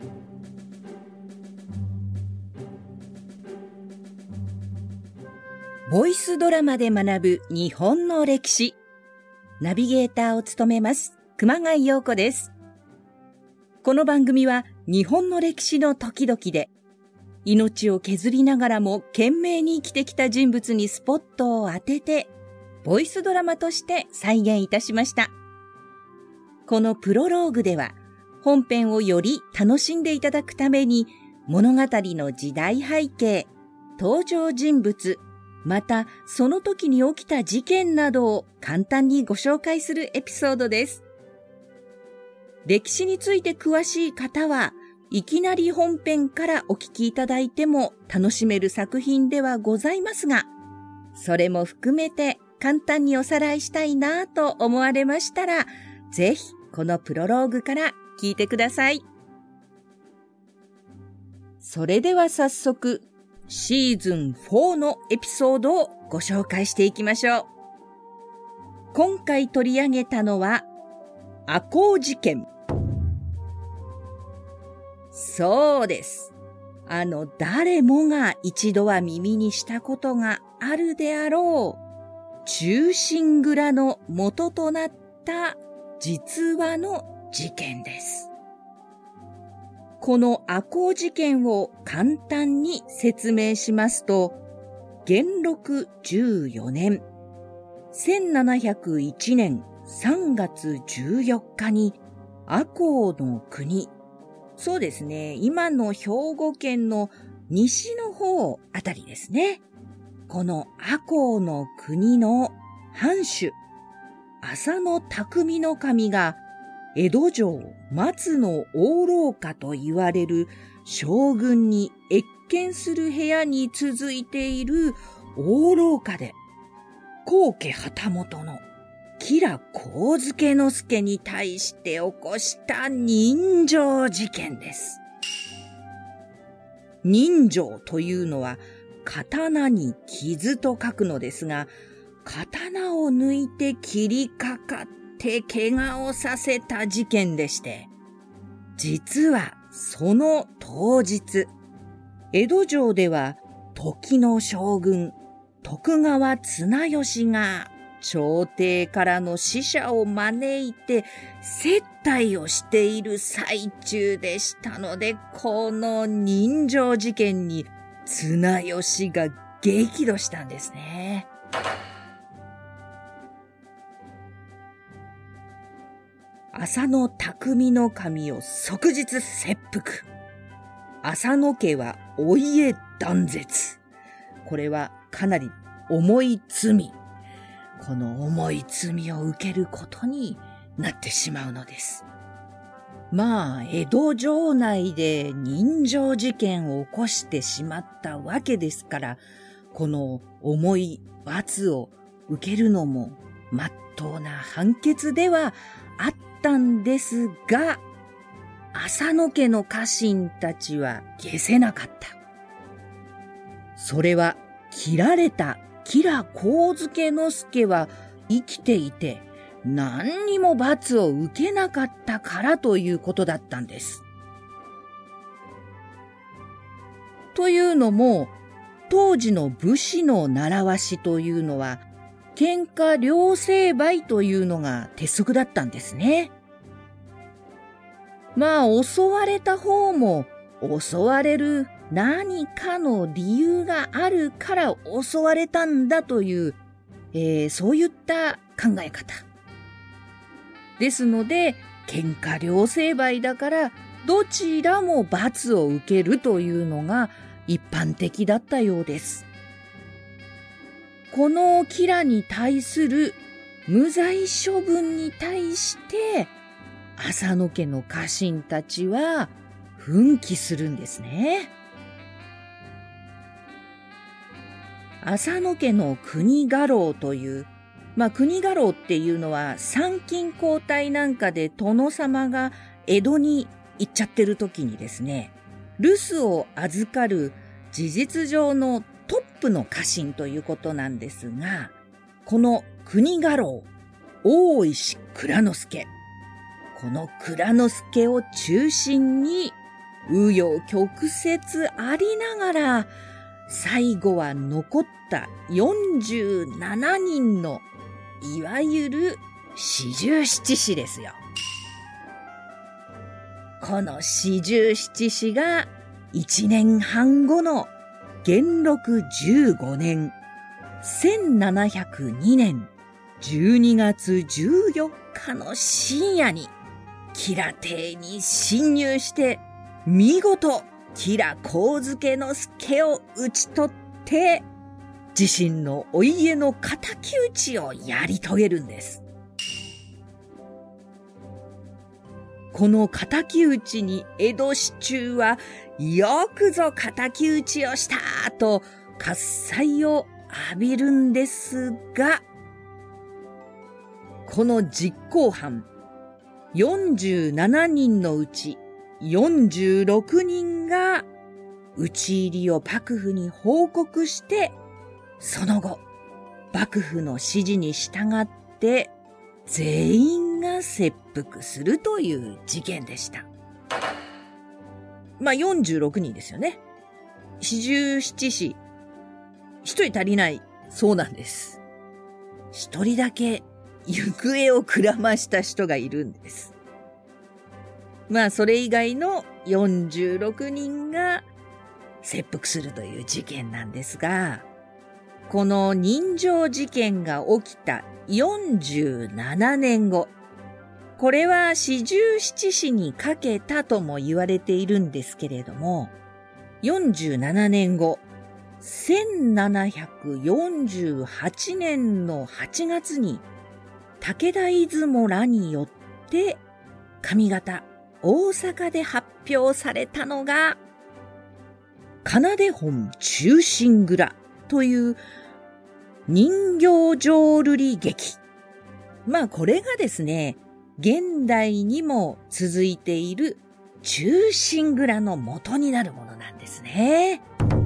ボイスドラマで学ぶ日本の歴史。ナビゲーターを務めます熊谷陽子です。この番組は日本の歴史の時々で命を削りながらも懸命に生きてきた人物にスポットを当ててボイスドラマとして再現いたしました。このプロローグでは本編をより楽しんでいただくために物語の時代背景、登場人物、またその時に起きた事件などを簡単にご紹介するエピソードです。歴史について詳しい方はいきなり本編からお聞きいただいても楽しめる作品ではございますが、それも含めて簡単におさらいしたいなと思われましたら、ぜひこのプロローグから聞いてください。それでは早速シーズン4のエピソードをご紹介していきましょう。今回取り上げたのは赤穂事件。そうです。誰もが一度は耳にしたことがあるであろう忠臣蔵の元となった実話の事件です。この赤穂事件を簡単に説明しますと、元禄14年、1701年3月14日に赤穂の国、そうですね、今の兵庫県の西の方あたりですね。この赤穂の国の藩主、浅野内匠頭が江戸城松の大廊下と言われる将軍に謁見する部屋に続いている大廊下で、高家旗本の吉良上野介に対して起こした刃傷事件です。刃傷というのは刀に傷と書くのですが、刀を抜いて切りかかって怪我をさせた事件でして、実はその当日、江戸城では時の将軍徳川綱吉が朝廷からの使者を招いて接待をしている最中でしたので、この刃傷事件に綱吉が激怒したんですね。浅野内匠を即日切腹。浅野家はお家断絶。これはかなり重い罪。この重い罪を受けることになってしまうのです。江戸城内で刃傷事件を起こしてしまったわけですから、この重い罰を受けるのも真っ当な判決ではあったんですが、浅野家の家臣たちは解せなかった。それは切られた吉良上野介は生きていて何にも罰を受けなかったからということだったんです。というのも、当時の武士の習わしというのは喧嘩両成敗というのが鉄則だったんですね。襲われた方も襲われる何かの理由があるから襲われたんだという、そういった考え方。ですので、喧嘩両成敗だからどちらも罰を受けるというのが一般的だったようです。この吉良に対する無罪処分に対して浅野家の家臣たちは奮起するんですね。浅野家の国家老という、国家老っていうのは参勤交代なんかで殿様が江戸に行っちゃってる時にですね、留守を預かる事実上のトップの家臣ということなんですが、この国家老、大石内蔵助、この内蔵助を中心に紆余曲折ありながら、最後は残った47人の、いわゆる四十七士ですよ。この四十七士が1年半後の元禄15年、1702年12月14日の深夜に、吉良邸に侵入して、見事、吉良上野介を討ち取って、自身のお家の仇討ちをやり遂げるんです。この仇討ちに江戸市中は、よくぞ仇討ちをしたと喝采を浴びるんですが、この実行犯、47人のうち46人が討ち入りを幕府に報告して、その後、幕府の指示に従って全員が切腹するという事件でした。46人ですよね。四十七士、一人足りない。そうなんです。一人だけ行方をくらました人がいるんです。それ以外の46人が切腹するという事件なんですが、この人情事件が起きた47年後、これは四十七士にかけたとも言われているんですけれども、47年後、1748年の8月に武田出雲らによって上方大阪で発表されたのが、奏で本忠臣蔵という人形浄瑠璃劇。これがですね、現代にも続いている忠臣蔵の元になるものなんですね。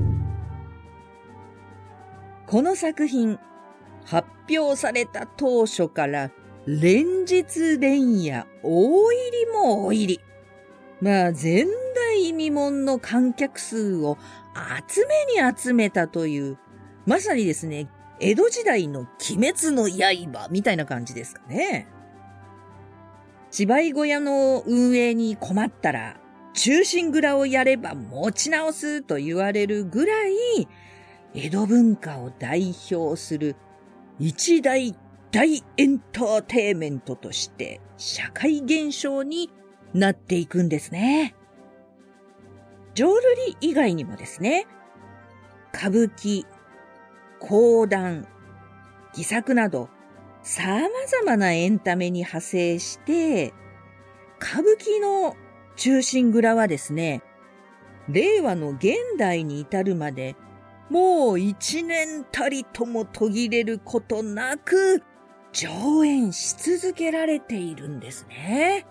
この作品、発表された当初から連日連夜大入りも大入り。前代未聞の観客数を集めに集めたという、まさにですね、江戸時代の鬼滅の刃みたいな感じですかね。芝居小屋の運営に困ったら、忠臣蔵をやれば持ち直すと言われるぐらい、江戸文化を代表する一大大エンターテイメントとして社会現象になっていくんですね。浄瑠璃以外にもですね、歌舞伎、講談、戯作など様々なエンタメに派生して、歌舞伎の忠臣蔵はですね、令和の現代に至るまでもう一年たりとも途切れることなく上演し続けられているんですね。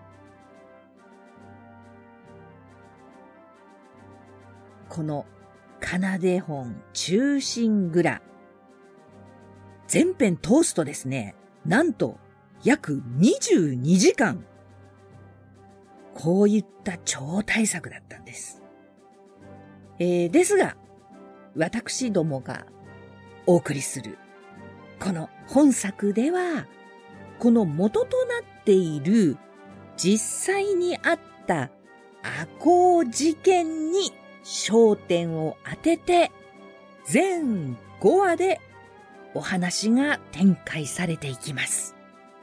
この奏で本忠臣蔵、全編通すとですね、なんと約22時間。こういった超大作だったんです。ですが、私どもがお送りするこの本作では、この元となっている実際にあった赤穂事件に焦点を当てて、全5話でお話が展開されていきます。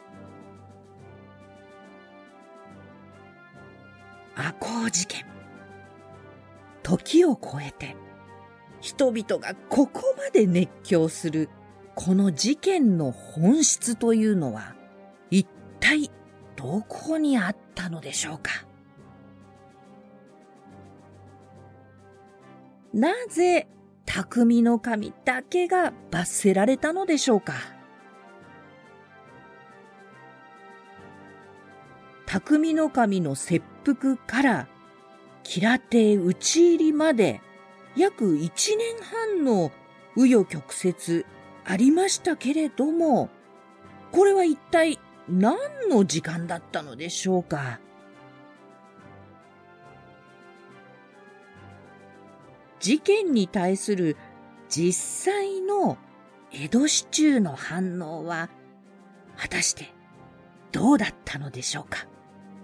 赤穂事件。時を超えて、人々がここまで熱狂するこの事件の本質というのは、一体どこにあったのでしょうか。なぜ匠の神だけが罰せられたのでしょうか。匠の神の切腹から吉良邸討ち入りまで約1年半の紆余曲折ありましたけれども、これは一体何の時間だったのでしょうか。 事件に対する実際の江戸市中の反応は果たしてどうだったのでしょうか。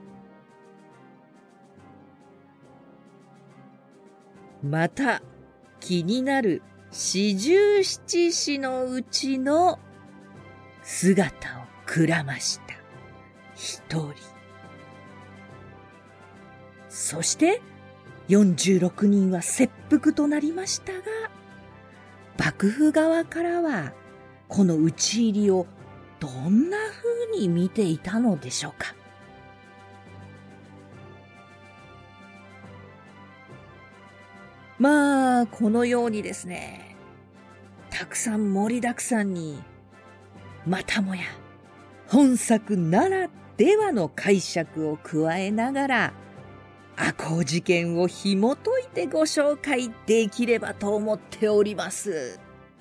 また気になる四十七士のうちの姿をくらました一人、そして46人は切腹となりましたが、幕府側からはこの討ち入りをどんな風に見ていたのでしょうか。まあこのようにですね、たくさん盛りだくさんに、またもや本作ならではの解釈を加えながら赤穂事件を紐解いてご紹介できればと思っております。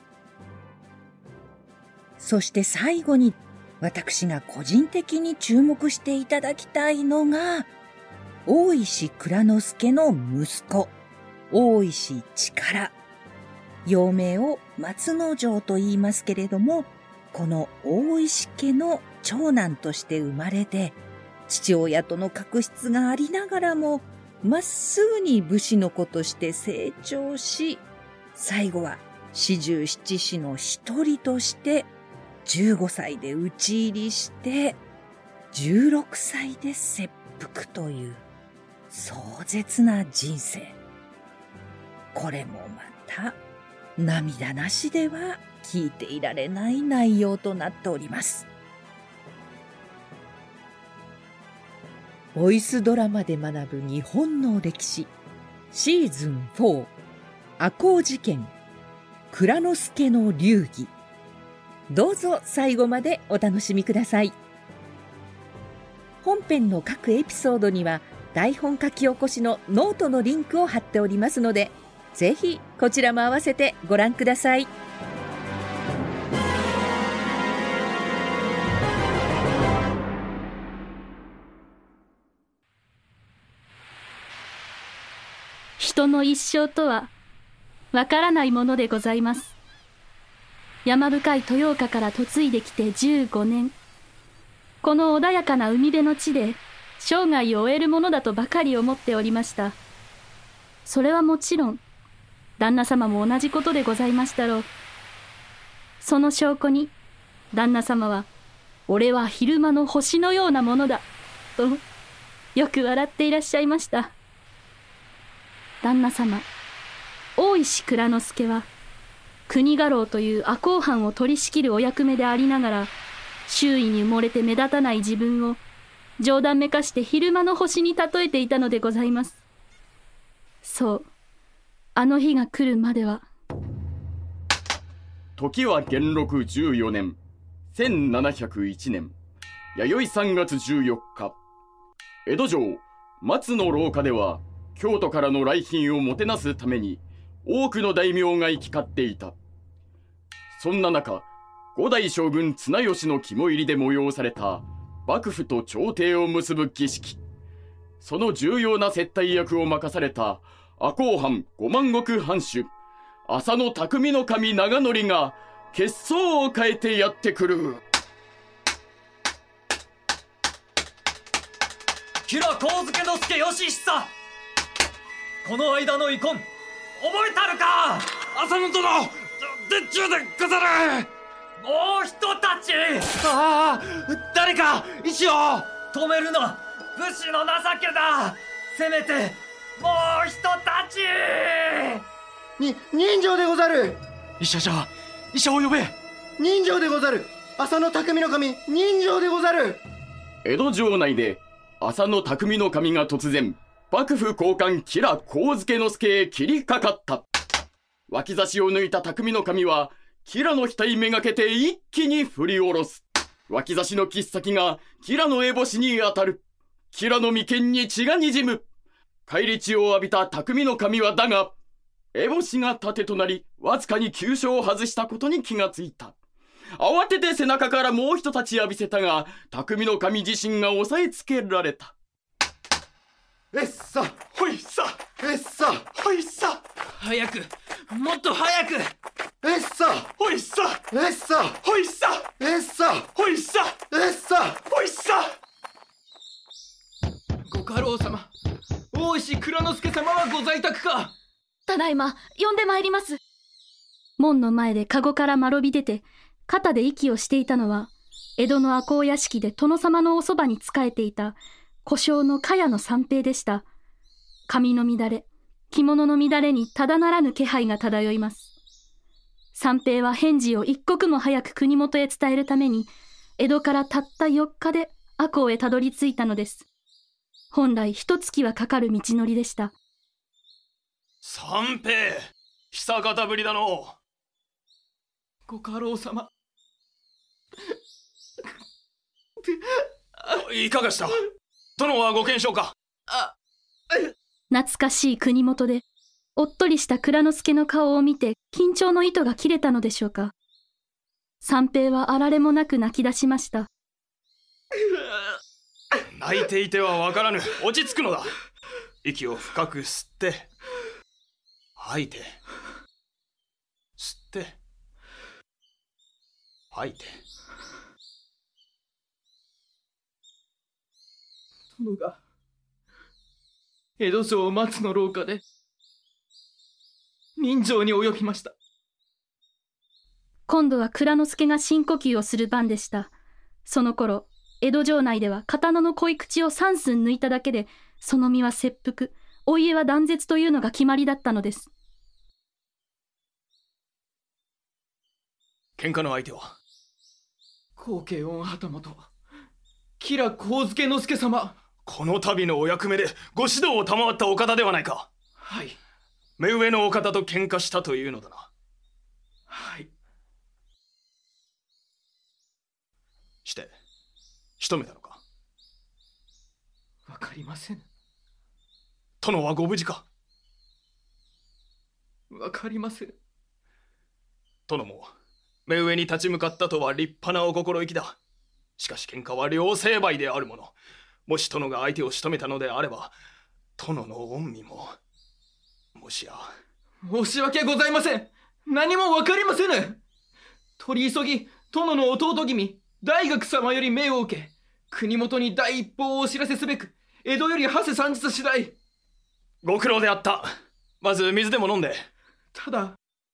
そして最後に私が個人的に注目していただきたいのが、大石内蔵助の息子大石力、幼名を松之丞と言いますけれども、この大石家の長男として生まれて、父親との確執がありながらもまっすぐに武士の子として成長し、最後は四十七士の一人として15歳で討ち入りして16歳で切腹という壮絶な人生。これもまた涙なしでは聞いていられない内容となっております。ボイスドラマで学ぶ日本の歴史シーズン4、赤穂事件内蔵助の流儀。どうぞ最後までお楽しみください。本編の各エピソードには台本書き起こしのノートのリンクを貼っておりますので、ぜひこちらも合わせてご覧ください。 人の一生とはわからないものでございます。山深い豊岡から嫁いできて15年、この穏やかな海辺の地で生涯を終えるものだとばかり思っておりました。それはもちろん旦那様も同じことでございましたろう。その証拠に旦那様は俺は昼間の星のようなものだとよく笑っていらっしゃいました。旦那様、大石内蔵助は国家老という赤穂藩を取り仕切るお役目でありながら、周囲に埋もれて目立たない自分を冗談めかして昼間の星に例えていたのでございます。そう、あの日が来るまでは。 時は元禄14年1701年弥生3月14日、江戸城松の廊下では京都からの来賓をもてなすために多くの大名が行き交っていた。そんな中、五代将軍綱吉の肝入りで催された幕府と朝廷を結ぶ儀式、その重要な接待役を任された赤穂藩五万石藩主浅野匠の神長則が血相を変えてやってくる。 吉良上野介義久、この間の遺恨覚えたるか。 浅野殿、で中でござる。 もう人たち、 ああ、誰か石を止めるな。武士の情けだ。せめてもう人たち。 人情でござる。 医者じゃ、医者を呼べ。 人情でござる。浅野匠の神、人情でござる。 江戸城内で浅野匠の神が突然幕府高官吉良上野介へ切りかかった。脇差しを抜いた匠の神は吉良の額めがけて一気に振り下ろす。脇差しの切っ先が吉良の烏帽子に当たる。吉良の眉間に血がにじむ。返り血を浴びた匠の神はだが、烏帽子が盾となりわずかに急所を外したことに気がついた。慌てて背中からもう一立ち浴びせたが、匠の神自身が押さえつけられた。 えっさほいさ、 えっさほいさ。 早く大石蔵之介様はご在宅か。 ただいま、呼んでまいります。門の前で籠からまろび出て、肩で息をしていたのは、江戸の赤穂屋敷で殿様のおそばに仕えていた、小姓の茅野三平でした。髪の乱れ、着物の乱れにただならぬ気配が漂います。三平は返事を一刻も早く国元へ伝えるために、江戸からたった4日で赤穂へたどり着いたのです。本来一月はかかる道のりでした。 三平、久方ぶりだの。 ご家老様。 いかがした？殿はご健勝か？ 懐かしい国元で、おっとりした蔵之介の顔を見て緊張の糸が切れたのでしょうか。三平はあられもなく泣き出しました。 泣いていてはわからぬ。落ち着くのだ。息を深く吸って吐いて、吸って吐いて。 殿が江戸城松の廊下で人情に及びました。 今度は蔵之介が深呼吸をする番でした。その頃、江戸城内では刀の恋口を3寸抜いただけで、その身は切腹、お家は断絶というのが決まりだったのです。 喧嘩の相手は？ 後継御旗本、吉良上野之助様。 この度のお役目でご指導を賜ったお方ではないか。 はい。 目上のお方と喧嘩したというのだな。 はい。 して仕留めたのか？ わかりません。 殿はご無事か？ わかりません。 殿も目上に立ち向かったとは立派なお心意気だ。しかし喧嘩は両成敗であるもの。もし殿が相手を仕留めたのであれば、殿の御身ももしや。 申し訳ございません。何もわかりませぬ。取り急ぎ殿の弟君大学様より命を受け、国元に第一報をお知らせすべく江戸より馳せ参じた次第。 ご苦労であった。まず水でも飲んで。 ただ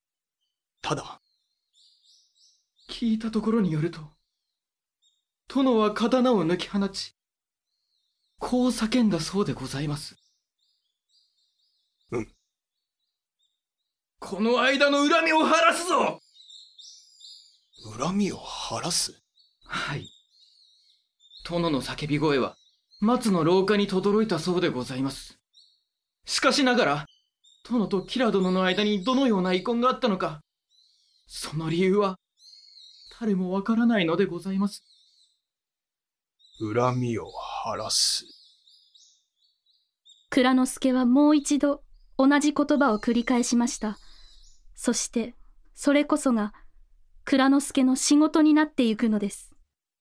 聞いたところによると、殿は刀を抜き放ち、こう叫んだそうでございます。 うん。 この間の恨みを晴らすぞ。 恨みを晴らす？ はい。殿の叫び声は松の廊下に轟いたそうでございます。しかしながら、殿と吉良殿の間にどのような遺恨があったのか、その理由は誰もわからないのでございます。 恨みを晴らす。 蔵之介はもう一度同じ言葉を繰り返しました。そしてそれこそが蔵之介の仕事になっていくのです。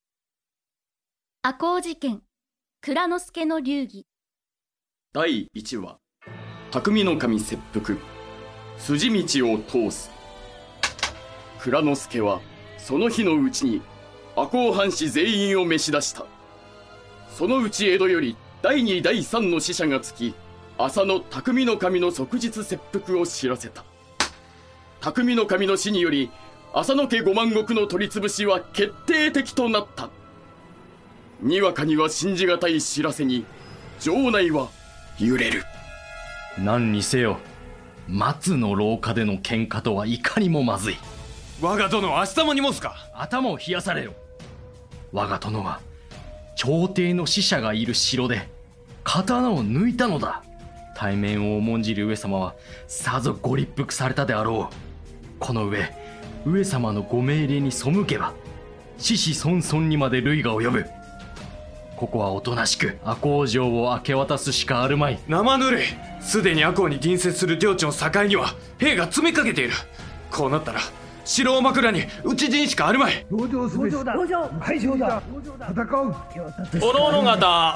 赤穂事件、蔵之介の流儀。 第1話、匠の神切腹、筋道を通す。蔵之介はその日のうちに赤穂藩士全員を召し出した。そのうち江戸より第2第3の使者がつき、浅野匠の神の即日切腹を知らせた。匠の神の死により浅野家5万石の取り潰しは決定的となった。にわかには信じがたい知らせに城内は揺れる。 何にせよ松の廊下での喧嘩とはいかにもまずい。 我が殿明日も荷物か？ 頭を冷やされよ。我が殿は朝廷の使者がいる城で刀を抜いたのだ。対面を重んじる上様はさぞご立腹されたであろう。この上上様のご命令に背けば子々孫々にまで類が及ぶ。ここはおとなしく赤穂城を明け渡すしかあるまい。 生ぬるい。すでに赤穂に隣接する領地の境には兵が詰めかけている。こうなったら城を枕に討ち陣しかあるまい。 同情すべし敗将だ。戦う。 おのおの方、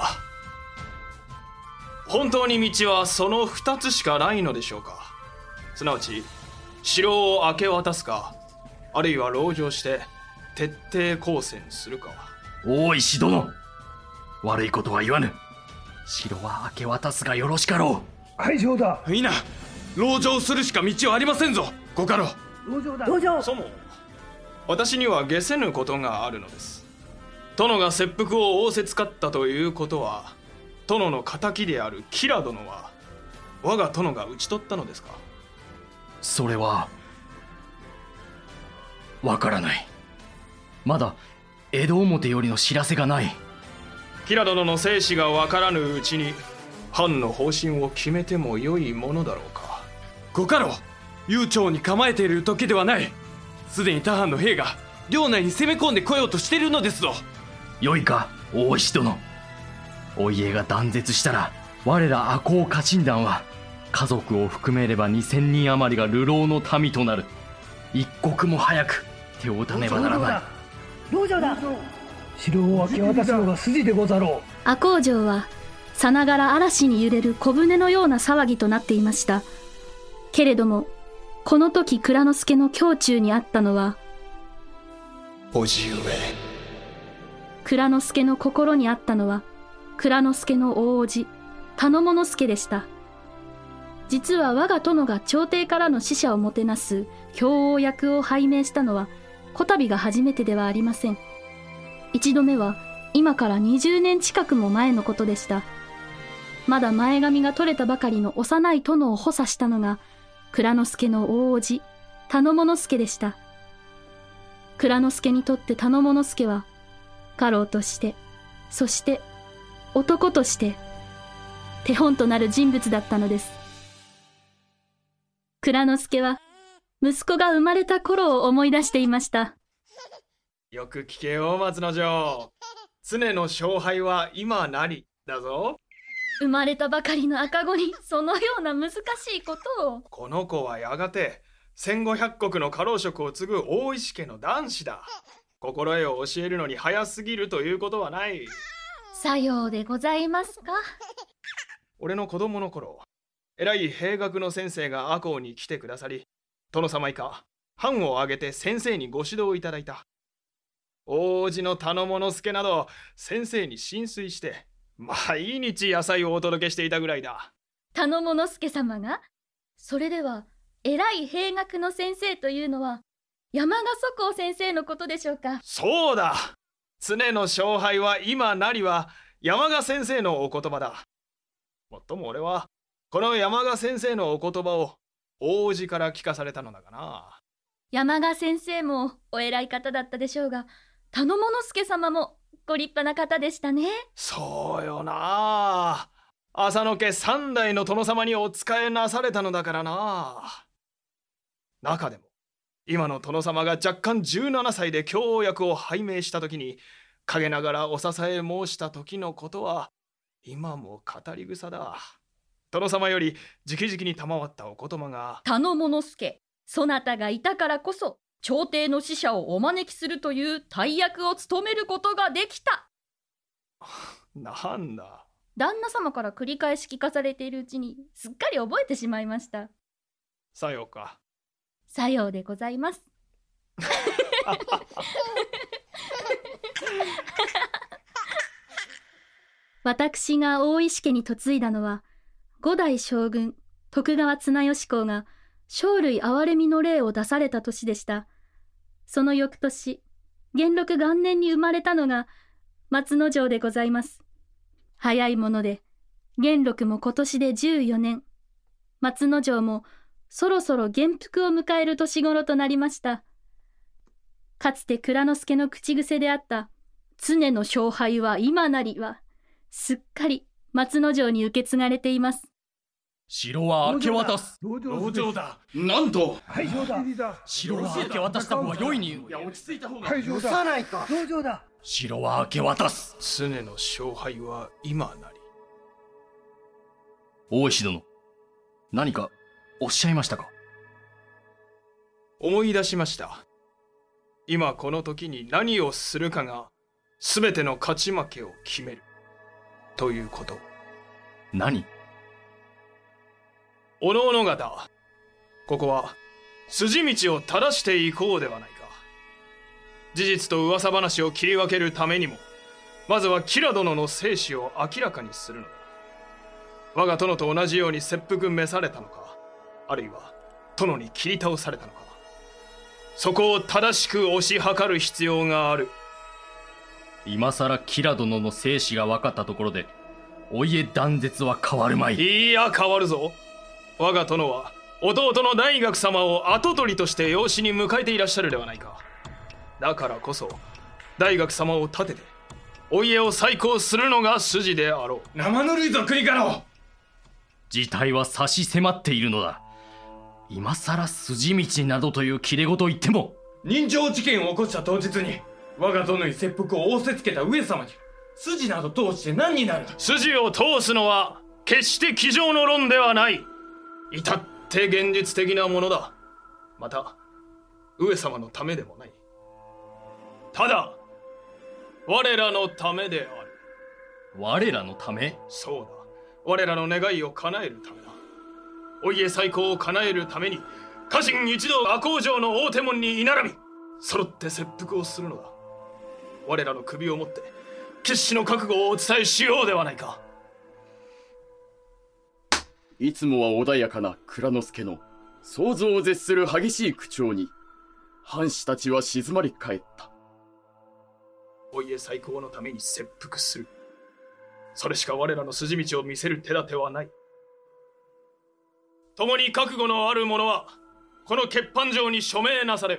本当に道はその2つしかないのでしょうか？すなわち城を明け渡すか、あるいは籠城して徹底抗戦するか。 大石殿、悪いことは言わぬ。 城は明け渡すがよろしかろう。会場だ。 いいな、籠城するしか道はありませんぞ、ご家老。 籠城だ。籠城。 そも私には解せぬことがあるのです。殿が切腹を仰せつかったということは、殿の敵である吉良殿は我が殿が討ち取ったのですか？ それはわからない。まだ江戸表よりの知らせがない。 吉良殿の生死がわからぬうちに藩の方針を決めてもよいものだろうか。 ご家老、悠長に構えている時ではない。すでに他藩の兵が領内に攻め込んでこようとしているのですぞ。 よいか大石殿、お家が断絶したら我ら赤穂家臣団は家族を含めれば2000人余りが流浪の民となる。一刻も早く手を打たねばならない。 籠城だ。城を明け渡すのが筋でござろう。 赤穂城はさながら嵐に揺れる小舟のような騒ぎとなっていました。けれどもこの時蔵之介の胸中にあったのは、 叔父上。 蔵之介の心にあったのは蔵之介の大叔父頼母之助でした。実は我が殿が朝廷からの使者をもてなす兵王役を拝命したのはこたびが初めてではありません。一度目は今から20年近くも前のことでした。まだ前髪が取れたばかりの幼い殿を補佐したのが蔵之介の大叔父頼母之助でした。蔵之介にとって頼母之助は家老として、そして男として手本となる人物だったのです。蔵之介は息子が生まれた頃を思い出していました。 よく聞けよ松之丞。常の勝敗は今なりだぞ。 生まれたばかりの赤子にそのような難しいことを。 この子はやがて1500石の家老職を継ぐ大石家の男子だ。心得を教えるのに早すぎるということはない。 さようでございますか。 俺の子供の頃、偉い兵学の先生が赤穂に来てくださり、殿様以下藩を挙げて先生にご指導いただいた。王子の頼母之助など先生に心酔して毎日野菜をお届けしていたぐらいだ。 頼母之助様が？それでは偉い兵学の先生というのは山賀祖光先生のことでしょうか？ そうだ。常の勝敗は今なりは山賀先生のお言葉だ。もっとも俺はこの山賀先生のお言葉を王子から聞かされたのだがな。 山賀先生もお偉い方だったでしょうが、頼母之助様もご立派な方でしたね。 そうよな。浅野家3代の殿様にお仕えなされたのだからな。中でも今の殿様が若干17歳で教王役を拝命した時に陰ながらお支え申した時のことは今も語り草だ。殿様より直々に賜ったお言葉が、 頼母之助、そなたがいたからこそ朝廷の使者をお招きするという大役を務めることができた。 なんだ。 旦那様から繰り返し聞かされているうちにすっかり覚えてしまいました。 さようか。 さようでございます。私が大石家に嫁いだのは5代将軍徳川綱吉公が生類憐れみの令を出された年でした。その翌年、元禄元年に生まれたのが松之丞でございます。早いもので元禄も今年で14年、松之丞もそろそろ元服を迎える年頃となりました。かつて蔵之介の口癖であった常の勝敗は今なりはすっかり松之丞に受け継がれています。 城は明け渡す。 籠城だ。 なんと会場だ。 城は明け渡した方が良いに。 いや落ち着いた方が。 会場だ。ないか。籠城だ。 城は明け渡す。 常の勝敗は今なり。 大石殿、何かおっしゃいましたか？ 思い出しました。今この時に何をするかが全ての勝ち負けを決めるということ。 何？ おのおの方、ここは筋道を正していこうではないか。事実と噂話を切り分けるためにも、まずは吉良殿の生死を明らかにするのだ。 我が殿と同じように切腹召されたのか、あるいは殿に切り倒されたのか、そこを正しく推し量る必要がある。 今さらキラ殿の生死が分かったところでお家断絶は変わるまい。 いや変わるぞ。我が殿は弟の大学様を跡取りとして養子に迎えていらっしゃるではないか。だからこそ大学様を立ててお家を再興するのが筋であろう。 生ぬるいぞ国家老。 事態は差し迫っているのだ。今さら筋道などという切れ事を言っても。 人情事件を起こした当日に我が殿に切腹を仰せつけた上様に筋など通して何になる。 筋を通すのは決して机上の論ではない。至って現実的なものだ。また上様のためでもない。ただ我らのためである。 我らのため？ そうだ。我らの願いを叶えるためだ。お家再興を叶えるために家臣一同赤穂城の大手門に居並び揃って切腹をするのだ。我らの首をもって決死の覚悟をお伝えしようではないか。 いつもは穏やかな蔵之介の想像を絶する激しい口調に藩士たちは静まり返った。 お家再興のために切腹する、それしか我らの筋道を見せる手立てはない。共に覚悟のある者はこの欠板状に署名なされよ。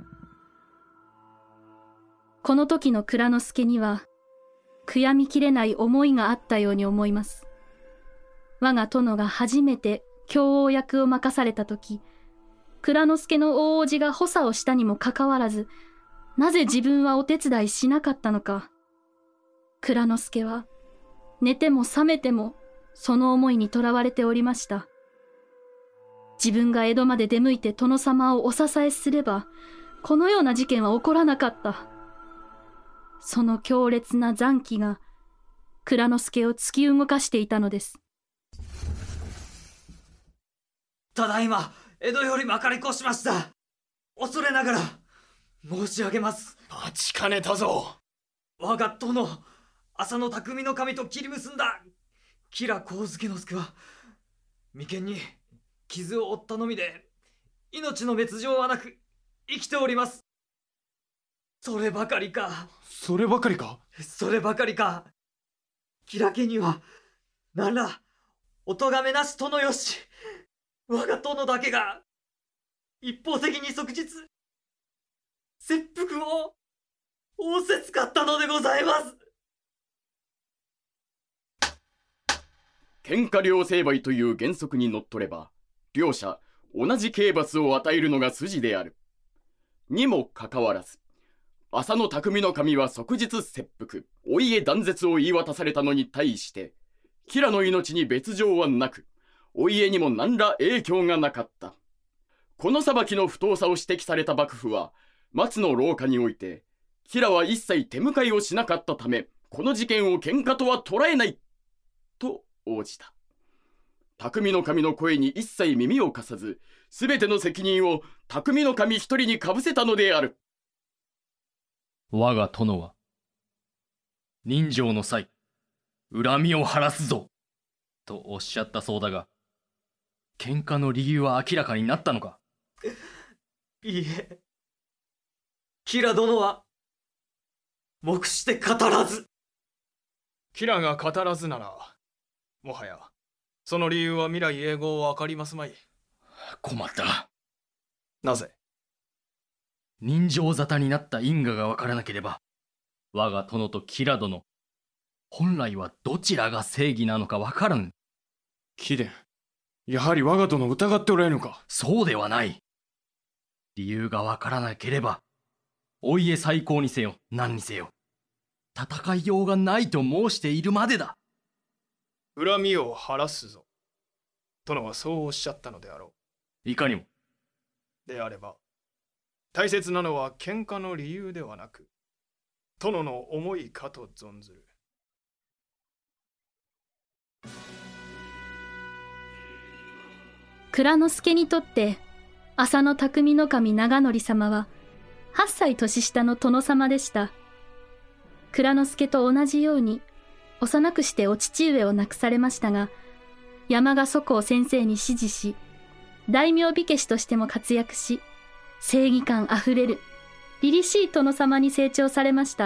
この時の蔵之介には悔やみきれない思いがあったように思います。我が殿が初めて教王役を任された時、蔵之介の大叔父が補佐をしたにもかかわらず、なぜ自分はお手伝いしなかったのか。蔵之介は寝ても覚めてもその思いにとらわれておりました。自分が江戸まで出向いて殿様をお支えすれば、このような事件は起こらなかった。その強烈な残機が蔵之介を突き動かしていたのです。 ただいま江戸よりまかり越しました。恐れながら申し上げます。 待ちかねたぞ。 我が殿浅野匠の神と切り結んだ吉良上野之助は眉間に傷を負ったのみで命の滅状はなく生きております。そればかりか。 そればかりか。 そればかりか。吉良家には何らお咎めなし殿よし、我が殿だけが一方的に即日切腹を仰せつかったのでございます。 喧嘩両成敗という原則にのっとれば両者同じ刑罰を与えるのが筋である。にもかかわらず浅野匠の神は即日切腹、お家断絶を言い渡されたのに対して吉良の命に別状はなく、お家にも何ら影響がなかった。この裁きの不当さを指摘された幕府は松の廊下において吉良は一切手向かいをしなかったため、この事件を喧嘩とは捉えないと応じた。匠の神の声に一切耳を貸さず、すべての責任を匠の神一人にかぶせたのである。 我が殿は人情の際恨みを晴らすぞとおっしゃったそうだが、喧嘩の理由は明らかになったのか。 いいえ、吉良殿は黙して語らず。 吉良が語らずならもはやその理由は未来永劫わかりますまい。 困った。 なぜ？ 人情沙汰になった因果がわからなければ、我が殿と吉良殿、本来はどちらが正義なのかわからぬ。 貴殿、やはり我が殿を疑っておられるのか。 そうではない。理由がわからなければ、お家再興にせよ何にせよ戦いようがないと申しているまでだ。 恨みを晴らすぞ。殿はそうおっしゃったのであろう。いかにも。 であれば、大切なのは喧嘩の理由ではなく、殿の思いかと存ずる。 蔵之介にとって浅野匠の神長則様は8歳年下の殿様でした。蔵之介と同じように幼くしてお父上を亡くされましたが、 山賀祖光先生に師事し、大名火消しとしても活躍し、正義感あふれる凛々しい殿様に成長されました。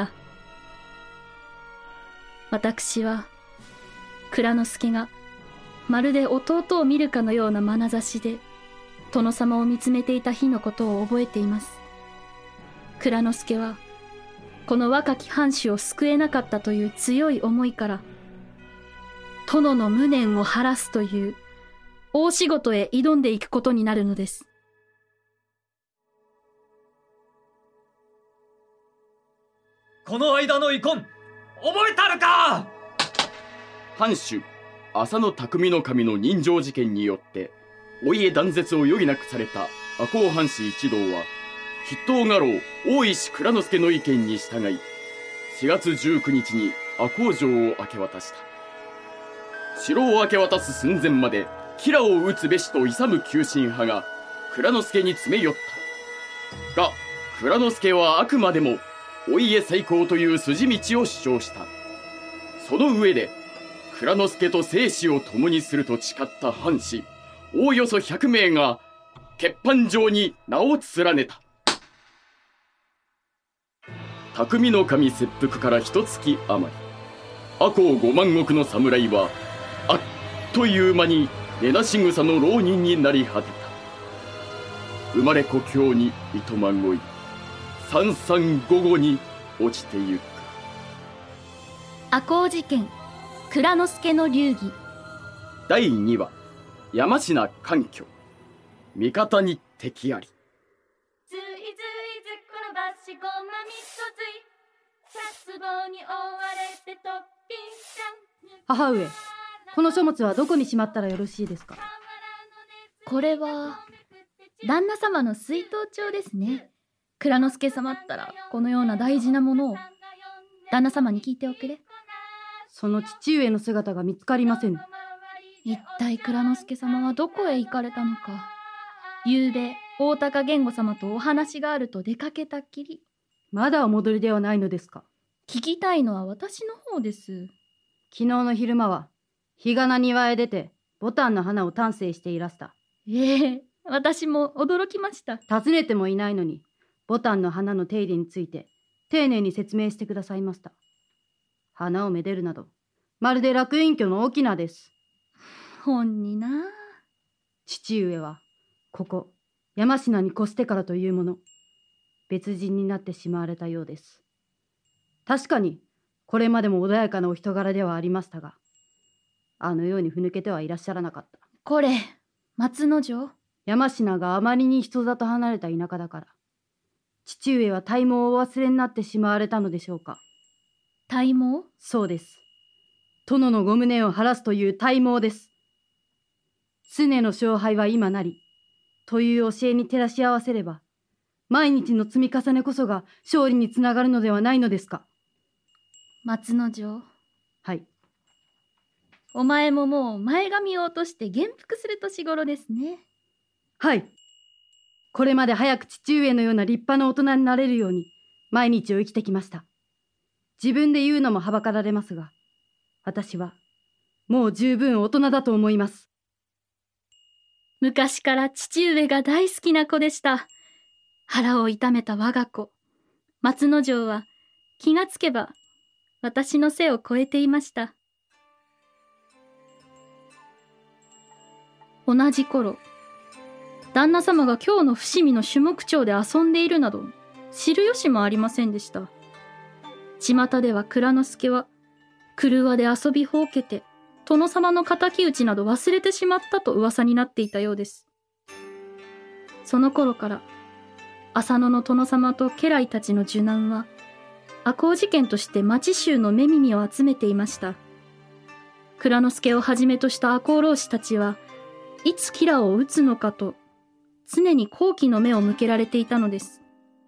私は蔵之介がまるで弟を見るかのような眼差しで殿様を見つめていた日のことを覚えています。蔵之介はこの若き藩主を救えなかったという強い思いから、殿の無念を晴らすという大仕事へ挑んでいくことになるのです。 この間の遺恨、覚えたるか。 藩主浅野匠の神の刃傷事件によってお家断絶を余儀なくされた赤穂藩士一同は、筆頭家老大石蔵之介の意見に従い、4月19日に赤穂城を明け渡した。城を明け渡す寸前まで吉良を討つべしと勇む急進派が蔵之介に詰め寄った。が蔵之介はあくまでもお家再興という筋道を主張した。その上で蔵之介と生死を共にすると誓った藩士おおよそ100名が決板上に名を連ねた。匠の神切腹から1月余り、赤穂5万石の侍はあっという間に根なし草の浪人になり果てた。生まれ故郷にいとまごい、三々午後に落ちてゆく。 赤穂事件、蔵之介の流儀。 第2話、山科環境、味方に敵あり。 ずいずいずこのばしごまみそずい、さつぼに追われてとっぴんちゃん。 母上、この書物はどこにしまったらよろしいですか。 これは旦那様の水筒帳ですね。蔵之介様ったらこのような大事なものを旦那様に聞いておくれ。 その父上の姿が見つかりません。 一体蔵之介様はどこへ行かれたのか。ゆうべ大高源吾様とお話があると出かけたきり。 まだお戻りではないのですか。 聞きたいのは私の方です。 昨日の昼間は日がな庭へ出てボタンの花を丹精していらした。 私も驚きました。 尋ねてもいないのにボタンの花の手入れについて丁寧に説明してくださいました。花をめでるなどまるで楽隠居の翁です。 本にな。 父上はここ山科に越してからというもの別人になってしまわれたようです。確かにこれまでも穏やかなお人柄ではありましたが、あのようにふぬけてはいらっしゃらなかった。 これ松之丞。 山科があまりに人里離れた田舎だから父上は体毛をお忘れになってしまわれたのでしょうか。 体毛？ そうです。殿のご無念を晴らすという体毛です。常の勝敗は今なりという教えに照らし合わせれば、毎日の積み重ねこそが勝利につながるのではないのですか。 松之丞。 はい。 お前ももう前髪を落として元服する年頃ですね。 はい。これまで早く父上のような立派な大人になれるように毎日を生きてきました。自分で言うのもはばかられますが、私はもう十分大人だと思います。 昔から父上が大好きな子でした。腹を痛めた我が子松之丞は気がつけば私の背を越えていました。同じ頃、旦那様が今日の伏見の種目町で遊んでいるなど知る由もありませんでした。巷では蔵之介は廓で遊びほうけて殿様の敵討ちなど忘れてしまったと噂になっていたようです。その頃から浅野の殿様と家来たちの受難は赤穂事件として町衆の目耳を集めていました。蔵之介をはじめとした赤穂浪士たちはいつ吉良を討つのかと常に好奇の目を向けられていたのです。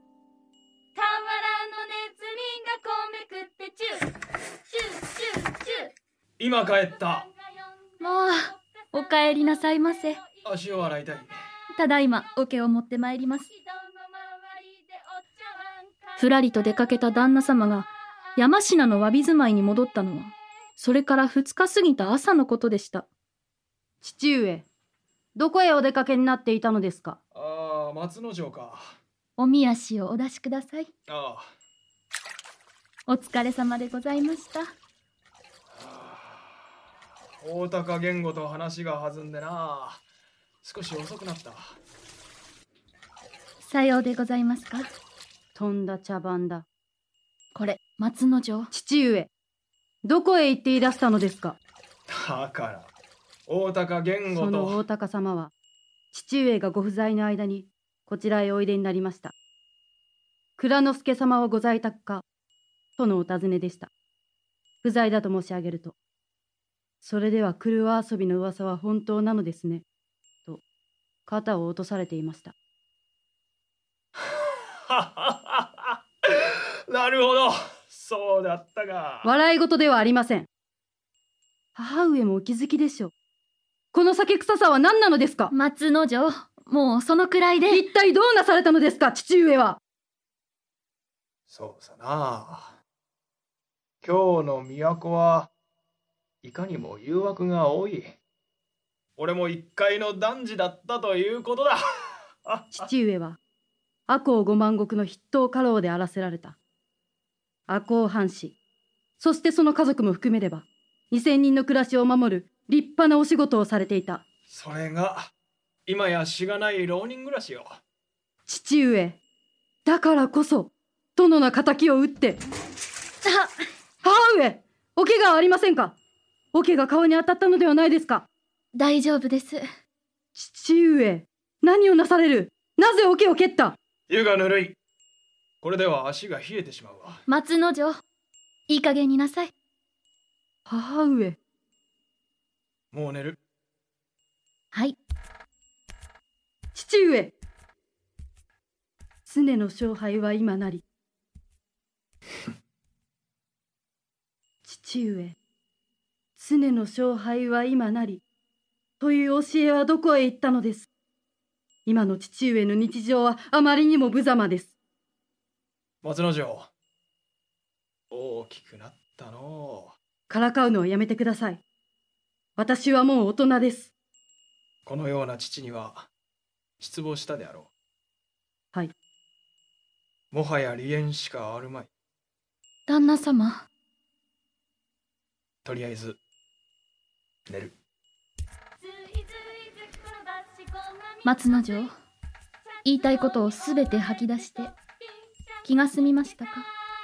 今帰った。 もうお帰りなさいませ。 足を洗いたい。 ただいま桶を持ってまいります。ふらりと出かけた旦那様が山科の詫び住まいに戻ったのはそれから2日過ぎた朝のことでした。 父上、どこへお出かけになっていたのですか？ ああ、松之丞か。 おみ足をお出しください。 ああ。 お疲れ様でございました。 大高言語と話が弾んでな、少し遅くなった。 さようでございますか。 とんだ茶番だ。 これ、松之丞。 父上、どこへ行って言い出したのですか？ だから大高言語と。 その大高様は父上がご不在の間にこちらへおいでになりました。蔵之介様はご在宅かとのお尋ねでした。不在だと申し上げると、それでは車遊びの噂は本当なのですねと肩を落とされていました。 なるほど、そうだったか。 笑い事ではありません。母上もお気づきでしょう。この酒臭さは何なのですか？ 松之丞、もうそのくらいで。 一体どうなされたのですか、父上は。 そうさな、今日の都はいかにも誘惑が多い。俺も一介の男児だったということだ。 父上は赤穂5万石の筆頭家老であらせられた。赤穂藩士、そしてその家族も含めれば2000人の暮らしを守る立派なお仕事をされていた。 それが今やしがない浪人暮らしよ。 父上、だからこそ殿の敵を討って。母上、お怪我はありませんか？お怪我顔に当たったのではないですか？ 大丈夫です。 父上、何をなされる？なぜ桶を蹴った？ 湯がぬるい。これでは足が冷えてしまうわ。 松之丞、いい加減になさい。 母上、 もう寝る。 はい。 父上、常の勝敗は今なり。父上、常の勝敗は今なりという教えはどこへ行ったのです？今の父上の日常はあまりにも無様です。 松之丞、大きくなったのう。 からかうのはやめてください。私はもう大人です。 このような父には失望したであろう。はい。 もはや離縁しかあるまい。 旦那様。 とりあえず寝る。 松之丞、言いたいことをすべて吐き出して気が済みましたか？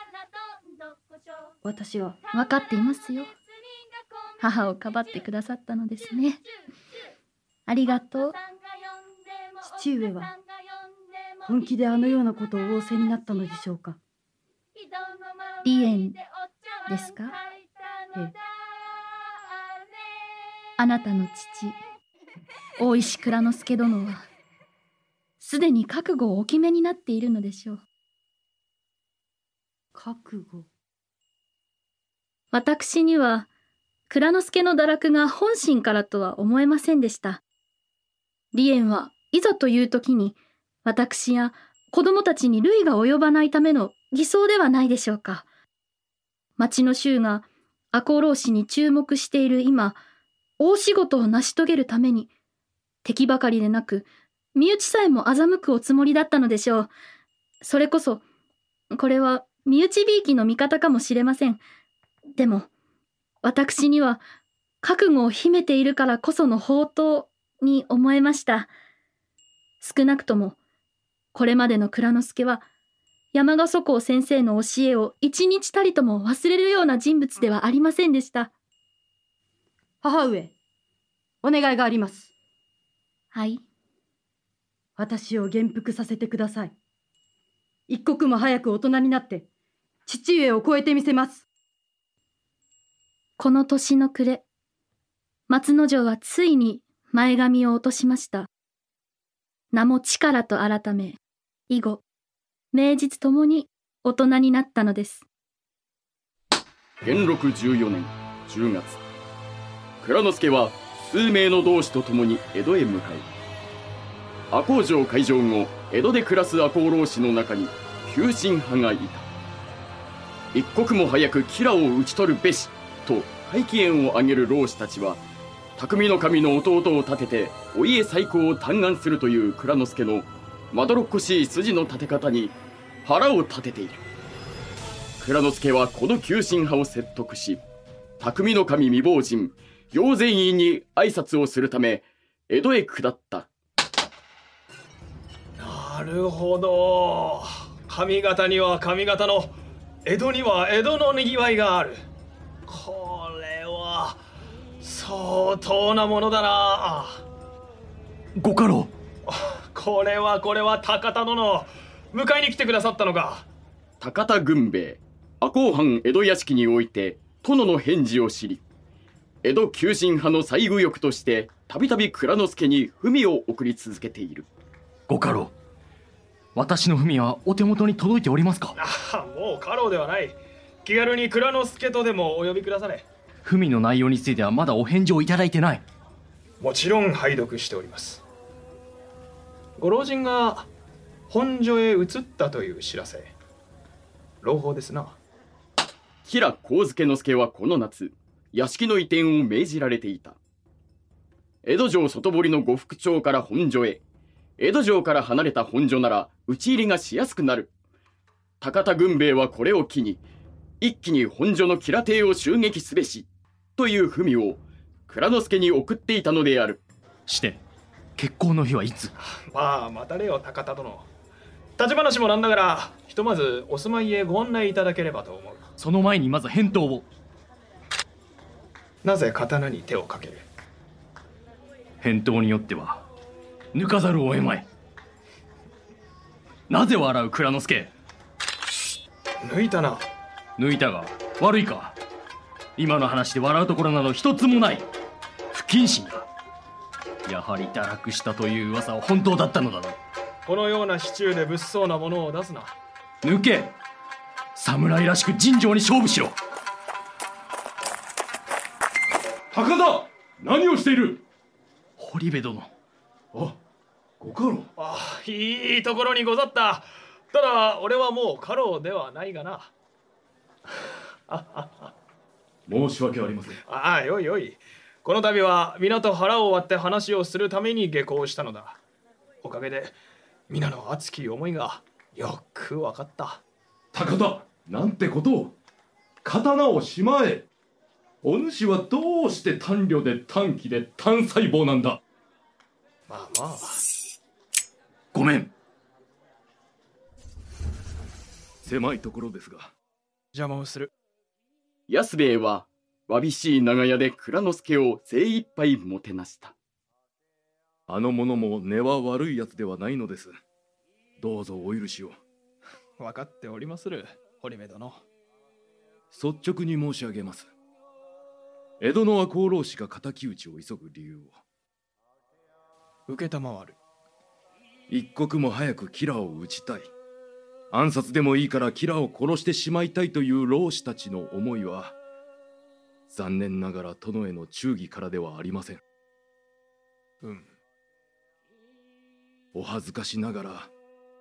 私は分かっていますよ。母をかばってくださったのですね。ありがとう。 父上は本気であのようなことを仰せになったのでしょうか？ 離縁ですか？ ええ。 あなたの父、大石内蔵助殿はすでに覚悟をお決めになっているのでしょう。 覚悟？ 私には内蔵助の堕落が本心からとは思えませんでした。離縁はいざという時に私や子供たちに累が及ばないための偽装ではないでしょうか。町の衆が赤穂浪士に注目している今、大仕事を成し遂げるために敵ばかりでなく身内さえも欺くおつもりだったのでしょう。それこそこれは身内びいきの味方かもしれません。でも私には覚悟を秘めているからこその放蕩に思えました。少なくともこれまでの内之助は山賀祖公先生の教えを一日たりとも忘れるような人物ではありませんでした。 母上、お願いがあります。 はい。 私を元服させてください。一刻も早く大人になって父上を超えてみせます。 この年の暮れ、松之丞はついに前髪を落としました。名も力と改め、以後名実ともに大人になったのです。 元禄14年10月、内之助は数名の同志と共に江戸へ向かう。赤穂城開城後、江戸で暮らす赤穂浪士の中に急進派がいた。一刻も早く吉良を討ち取るべしと大気縁を上げる浪士たちは、 匠の神の弟を立ててお家再興を嘆願するという蔵之介のまどろっこしい筋の立て方に腹を立てている。蔵之介はこの急進派を説得し、匠の神未亡人陽善院に挨拶をするため江戸へ下った。 なるほど。上方には上方の、江戸には江戸のにぎわいがある。これは相当なものだな。 ご家老、 これは高田殿、迎えに来てくださったのか。 高田軍兵衛、赤穂藩江戸屋敷において殿の返事を知り、江戸急進派の最右翼としてたびたび蔵之介に文を送り続けている。 ご家老、私の文はお手元に届いておりますか？ もう家老ではない。気軽に蔵之介とでもお呼びくだされ。 文の内容についてはまだお返事をいただいてない。 もちろん拝読しております。ご老人が本所へ移ったという知らせ、朗報ですな。 吉良上野之助はこの夏、屋敷の移転を命じられていた。江戸城外堀の呉服町から本所へ、江戸城から離れた本所なら討ち入りがしやすくなる。高田軍兵衛はこれを機に、一気に本所の吉良邸を襲撃すべしという文を蔵之介に送っていたのである。 して決行の日はいつ？ またれよ高田殿。立ち話もなんだから、ひとまずお住まいへご案内いただければと思う。 その前にまず返答を。 なぜ刀に手をかける？ 返答によっては抜かざるを得まい。なぜ笑う蔵之介？ 抜いたな。 抜いたが悪いか？今の話で笑うところなど一つもない。不謹慎だ。やはり堕落したという噂は本当だったのだな。 このような市中で物騒なものを出すな。 抜け。侍らしく尋常に勝負しろ。 高田、何をしている？ 堀部殿。 あ、ご家老。 いいところにござった。ただ俺はもう家老ではないがな。 申し訳ありません。 よいよい。この度は皆と腹を割って話をするために下校したのだ。おかげで皆の熱き思いがよく分かった。 高田、なんてことを。刀をしまえ。お主はどうして短慮で短気で単細胞なんだ。 まあごめん。 狭いところですが邪魔をする。 安兵衛はわびしい長屋で蔵之介を精一杯もてなした。 あの者も根は悪いやつではないのです。どうぞお許しを。 分かっておりまする、堀部殿。 率直に申し上げます。江戸の赤穂浪士が敵討ちを急ぐ理由を。 承る。 一刻も早く吉良を討ちたい。暗殺でもいいから吉良を殺してしまいたいという浪士たちの思いは、残念ながら殿への忠義からではありません。お恥ずかしながら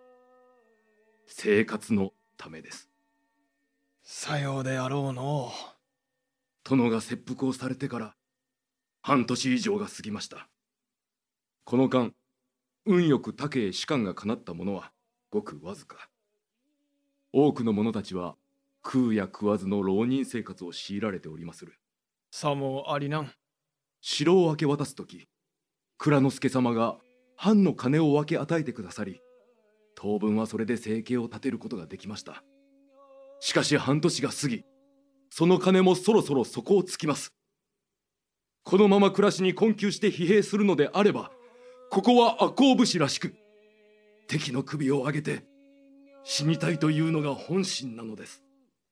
生活のためです。 さようであろうの。 殿が切腹をされてから半年以上が過ぎました。この間運よく他家へ仕官がかなった者はごくわずか。多くの者たちは食うや食わずの浪人生活を強いられておりまする。 さもありなん。 城を明け渡す時、蔵之介様が藩の金を分け与えてくださり、当分はそれで生計を立てることができました。しかし半年が過ぎ、その金もそろそろ底をつきます。このまま暮らしに困窮して疲弊するのであれば、ここは赤穂武士らしく敵の首を上げて死にたいというのが本心なのです。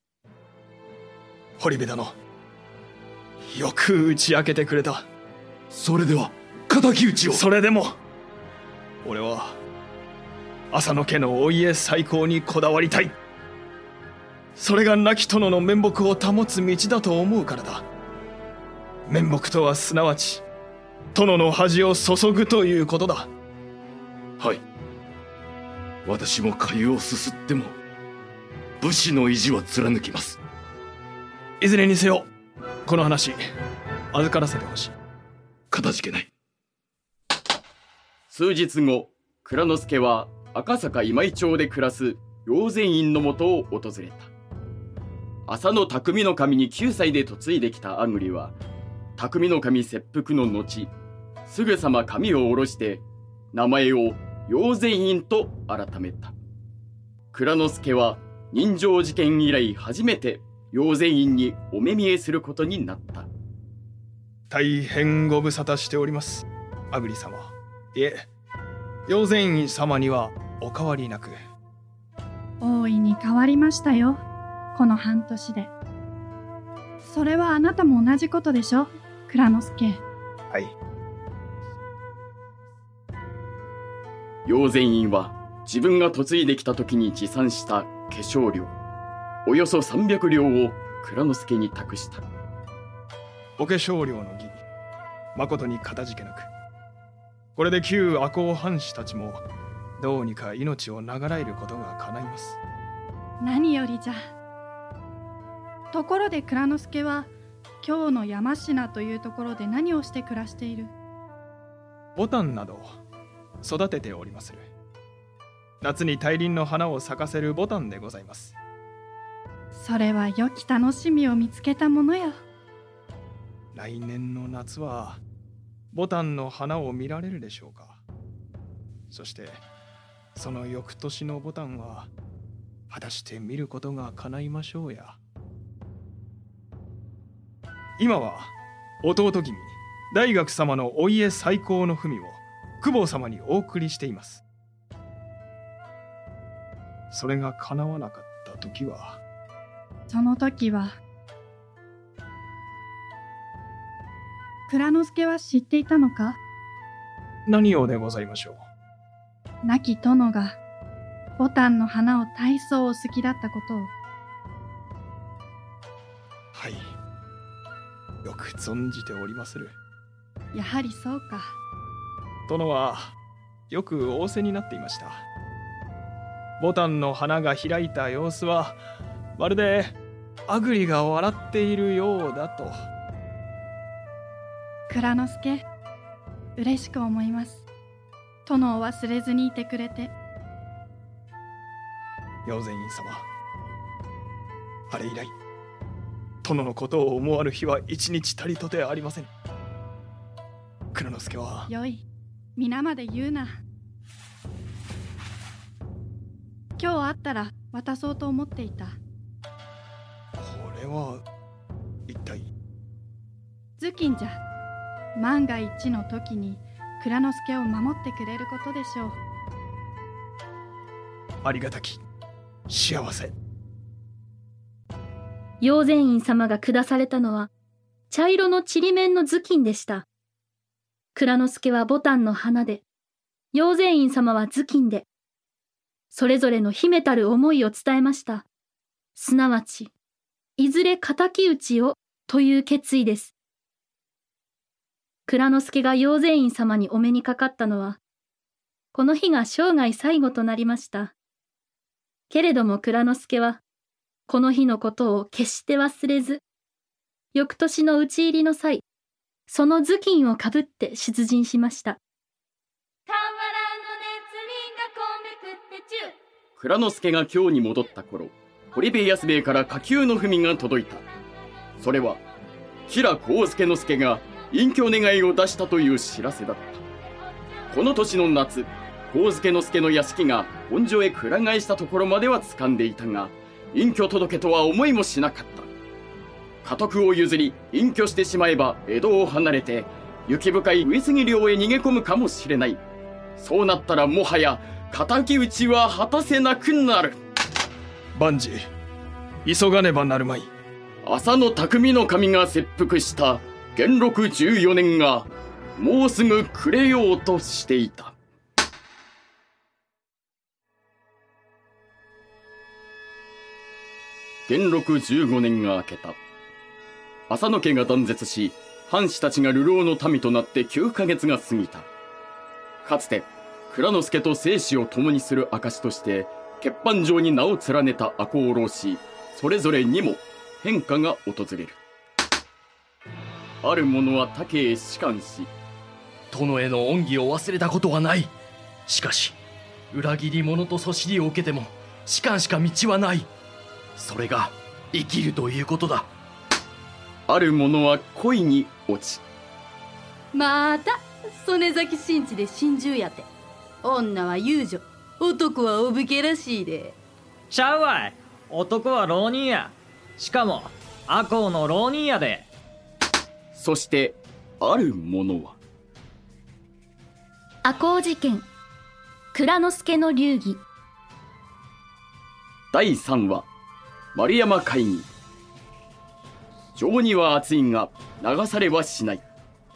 堀部殿、よく打ち明けてくれた。 それでは敵討ちを。 それでも俺は浅野家のお家再興にこだわりたい。それが亡き殿の面目を保つ道だと思うからだ。面目とはすなわち殿の恥を注ぐということだ。 はい、私も粥をすすっても武士の意地は貫きます。 いずれにせよこの話預からせてほしい。 かたじけない。 数日後、蔵之介は赤坂今井町で暮らす陽禅院のもとを訪れた。浅野匠の神に9歳で嫁いできたあぐりは、匠の神切腹の後、すぐさま髪を下ろして名前を陽禅院と改めた。蔵之介は人情事件以来初めて陽禅院にお目見えすることになった。 大変ご無沙汰しております、あぐり様。いえ、陽禅院様にはお変わりなく。 大いに変わりましたよ、この半年で。それはあなたも同じことでしょ、蔵之介。 はい。 陽禅院は自分が嫁いできた時に持参した化粧料およそ300両を蔵之介に託した。 お化粧料の儀、誠にかたじけなく、これで旧赤穂藩士たちもどうにか命を長らえることが叶います。 何よりじゃ。ところで蔵之介は今日の山科というところで何をして暮らしている？ ボタンなど育てておりまする。夏に大輪の花を咲かせるボタンでございます。 それは良き楽しみを見つけたものよ。 来年の夏はボタンの花を見られるでしょうか。そしてその翌年のボタンは果たして見ることが叶いましょうや。今は弟君大学様のお家最高の文を公方様にお送りしています。それが叶わなかった時は、 その時は蔵之介は知っていたのか？ 何をでございましょう。亡き殿がボタンの花を大層お好きだったことを。 はい、よく存じておりまする。 やはりそうか。 殿はよく仰せになっていました。ボタンの花が開いた様子はまるであぐりが笑っているようだと。 蔵之介、嬉しく思います。殿を忘れずにいてくれて。 陽禅院様、あれ以来殿のことを思わぬ日は一日たりとてありません。蔵之介は。 よい、皆まで言うな。今日会ったら渡そうと思っていた。 これは一体？ 頭巾じゃ。万が一の時に蔵之介を守ってくれることでしょう。 ありがたき幸せ。 陽禅院様が下されたのは茶色のちりめんの頭巾でした。蔵之介はボタンの花で、陽禅院様は頭巾で、それぞれの秘めたる思いを伝えました。すなわち、いずれ敵討ちをという決意です。蔵之介が陽禅院様にお目にかかったのは、この日が生涯最後となりました。けれども蔵之介は、この日のことを決して忘れず、翌年の討ち入りの際、その頭巾をかぶって出陣しました。 蔵之介が京に戻った頃、堀部安兵衛から火急の文が届いた。それは吉良上野介が隠居願いを出したという知らせだった。この年の夏、上野介の屋敷が本所へくら替えしたところまでは掴んでいたが、隠居届とは思いもしなかった。家督を譲り隠居してしまえば江戸を離れて雪深い上杉領へ逃げ込むかもしれない。そうなったらもはや敵討ちは果たせなくなる。 万事急がねばなるまい。 浅野匠の神が切腹した元禄14年がもうすぐ暮れようとしていた。元禄15年が明けた。浅野家が断絶し、藩士たちが流浪の民となって9ヶ月が過ぎた。かつて蔵之介と生死を共にする証として血板状に名を連ねた赤穂浪士それぞれにも変化が訪れる。ある者は他家へ仕官し、 殿への恩義を忘れたことはない。しかし裏切り者とそしりを受けても仕官しか道はない。それが生きるということだ。 ある者は恋に落ち、 また曽根崎新地で心中やて。女は遊女、男はお武家らしいで。 ちゃうわい、男は浪人や。しかも赤穂の浪人やで。 そしてある者は赤穂事件、蔵之介の流儀。 第3話、丸山会議。情には熱いが流されはしない。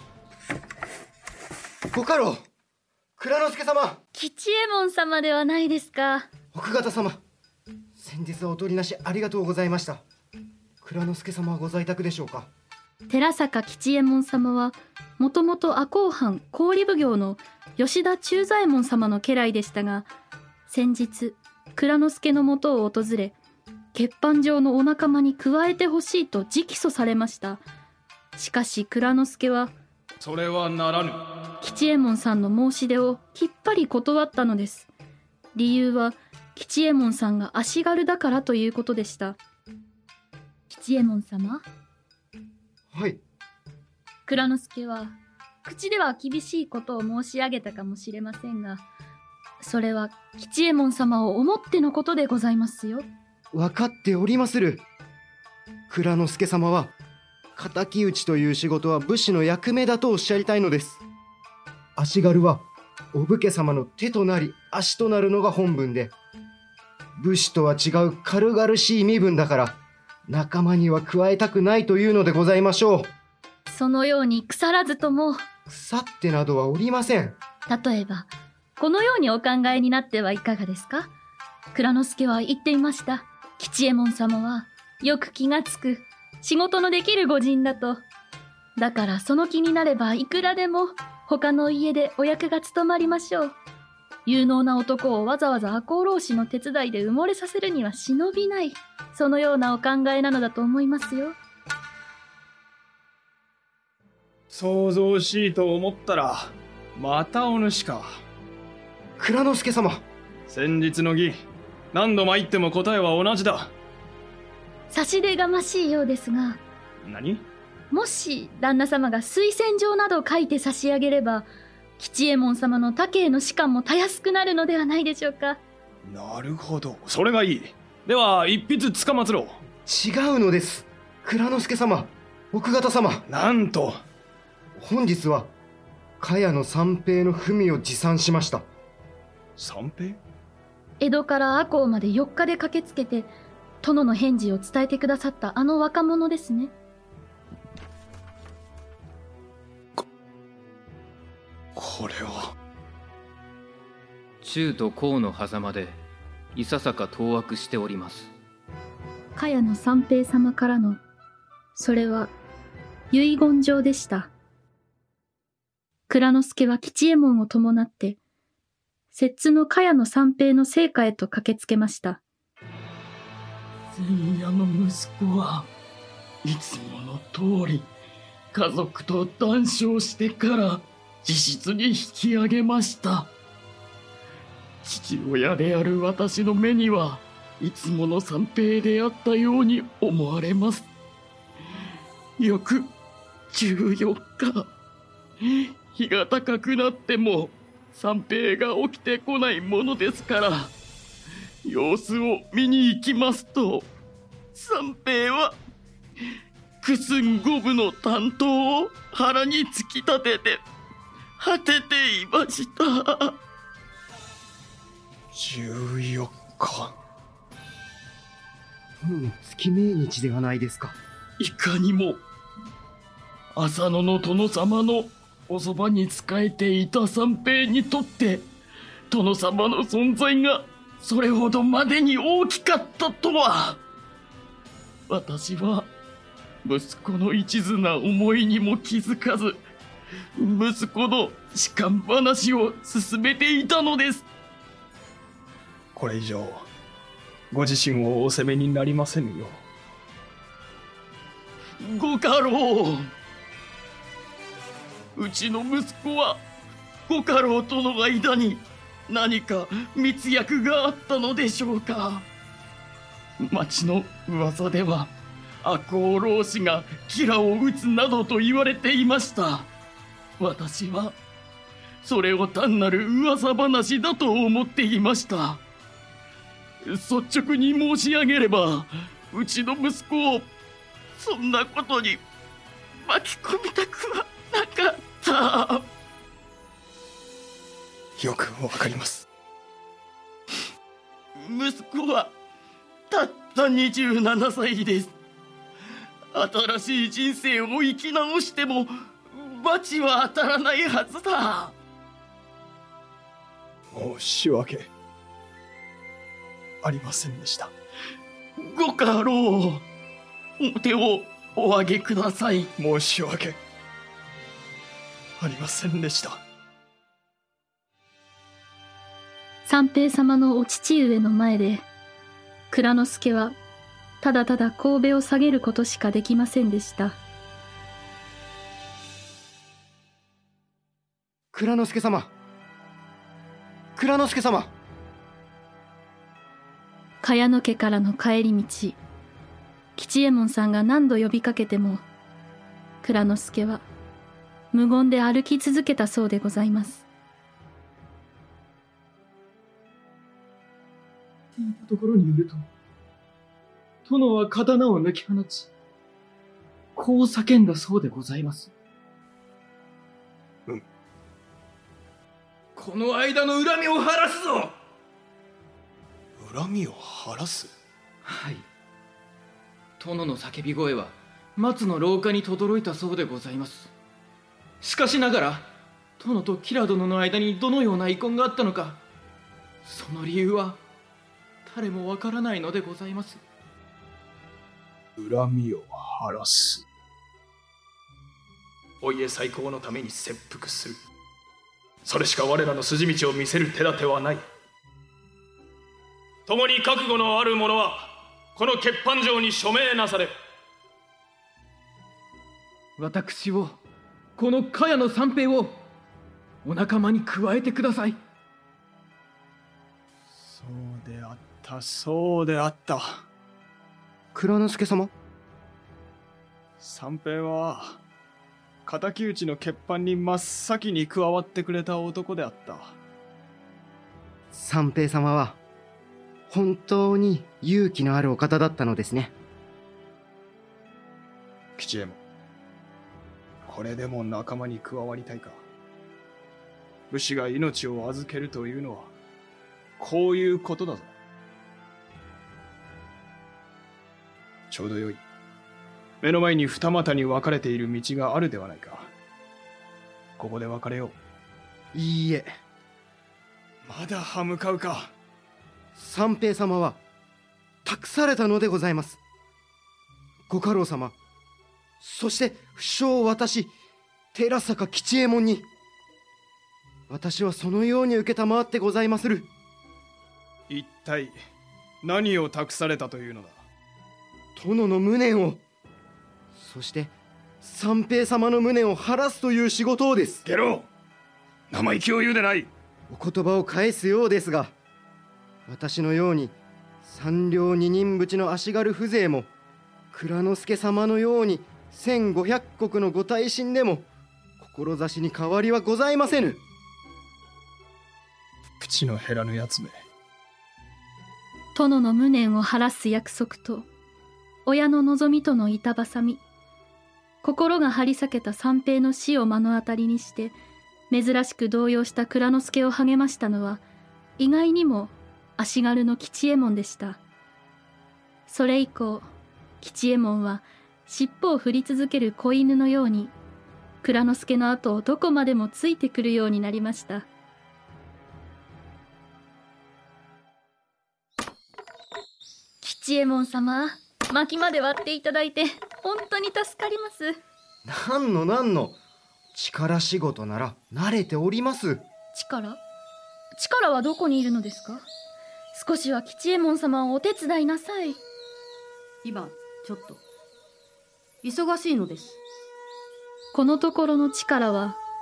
ご家老、蔵之介様。 吉右衛門様ではないですか。 奥方様、先日はお取りなしありがとうございました。蔵之介様はご在宅でしょうか。 寺坂吉右衛門様はもともと赤穂藩郡奉行の吉田忠左衛門様の家来でしたが、先日蔵之介のもとを訪れ、欠板状のお仲間に加えてほしいと直訴されました。しかし蔵之介はそれはならぬ。 吉右衛門さんの申し出をきっぱり断ったのです。理由は吉右衛門さんが足軽だからということでした。吉右衛門様。 はい。 蔵之介は口では厳しいことを申し上げたかもしれませんが、それは吉右衛門様を思ってのことでございますよ。 分かっておりまする。蔵之介様は敵討ちという仕事は武士の役目だとおっしゃりたいのです。足軽はお武家様の手となり足となるのが本分で、武士とは違う軽々しい身分だから仲間には加えたくないというのでございましょう。 そのように腐らずとも。 腐ってなどはおりません。 例えばこのようにお考えになってはいかがですか。蔵之介は言っていました。吉右衛門様はよく気がつく仕事のできる御人だと。だからその気になればいくらでも他の家でお役が務まりましょう。有能な男をわざわざ赤穂浪士の手伝いで埋もれさせるには忍びない、そのようなお考えなのだと思いますよ。 想像しいと思ったらまたお主か。 蔵之介様。 先日の儀、何度参っても答えは同じだ。 差し出がましいようですが。 何？ もし旦那様が推薦状など書いて差し上げれば、吉右衛門様の他家への仕官もたやすくなるのではないでしょうか。 なるほど、それがいい。では一筆つかまつろう。 違うのです、蔵之介様、奥方様。 なんと。 本日は茅野三平の文を持参しました。 三平？ 江戸から赤穂まで4日で駆けつけて殿の返事を伝えてくださったあの若者ですね。 これは。 中と甲の狭間でいささか当惑しております。 茅野三平様からの、それは遺言状でした。蔵之介は吉右衛門を伴って摂津の茅野三平の生家へと駆けつけました。 前夜の息子はいつもの通り家族と談笑してから自室に引き上げました。父親である私の目にはいつもの三平であったように思われます。翌14日、日が高くなっても三平が起きてこないものですから、様子を見に行きますと、三平は九寸五分の短刀を腹に突き立てて果てていました。 14日。 月命日ではないですか。 いかにも浅野の殿様のおそばに仕えていた三平にとって殿様の存在がそれほどまでに大きかったとは。私は息子の一途な思いにも気づかず、息子の仕官話を進めていたのです。 これ以上ご自身をお責めになりませぬよ。 ご家老、 うちの息子はご家老との間に何か密約があったのでしょうか。町の噂では赤穂浪士がキラを撃つなどと言われていました。私はそれを単なる噂話だと思っていました。率直に申し上げれば、うちの息子をそんなことに巻き込みたくはなかった。 よくわかります。 息子はたった27歳です。新しい人生を生き直しても罰は当たらないはずだ。 申し訳ありませんでした。 ご家老、お手をお上げください。 申し訳ありませんでした。 三平様のお父上の前で蔵之介はただただ頭を下げることしかできませんでした。 蔵之介様、蔵之介様。 茅野家からの帰り道、吉右衛門さんが何度呼びかけても蔵之介は無言で歩き続けたそうでございます。 聞いたところによると、殿は刀を抜き放ち、こう叫んだそうでございます。この間の恨みを晴らすぞ。 恨みを晴らす？ はい。殿の叫び声は松の廊下に轟いたそうでございます。しかしながら、殿と吉良殿の間にどのような遺恨があったのか、その理由は誰もわからないのでございます。 恨みを晴らす。お家再興のために切腹する。それしか我らの筋道を見せる手立てはない。共に覚悟のある者はこの欠板状に署名なされ。 私を、この茅野三平をお仲間に加えてください。 そうであった、そうであった。 蔵之介様。 三平は敵討ちの欠板に真っ先に加わってくれた男であった。 三平様は本当に勇気のあるお方だったのですね。 吉右衛門、これでも仲間に加わりたいか。武士が命を預けるというのはこういうことだぞ。ちょうどよい。目の前に二股に分かれている道があるではないか。ここで別れよう。 いいえ。 まだ歯向かうか。 三平様は託されたのでございます。ご家老様、そして不肖私寺坂吉右衛門に、私はそのように承ってございまする。 一体何を託されたというのだ。 殿の無念を、そして三平様の無念を晴らすという仕事をです。 ゲロ、生意気を言うでない。 お言葉を返すようですが、私のように三両二人扶持の足軽風情も、蔵之介様のように1500石のご大身でも志に変わりはございませぬ。 口の減らぬやつめ。 殿の無念を晴らす約束と親の望みとの板挟み、心が張り裂けた三平の死を目の当たりにして珍しく動揺した蔵之介を励ましたのは、意外にも足軽の吉右衛門でした。それ以降、吉右衛門は尻尾を振り続ける子犬のように蔵之介の後をどこまでもついてくるようになりました。吉右衛門様、薪まで割っていただいて本当に助かります。 なんの力仕事なら慣れております。 力はどこにいるのですか？少しは吉右衛門様をお手伝いなさい。 今ちょっと忙しいのです。 このところの力は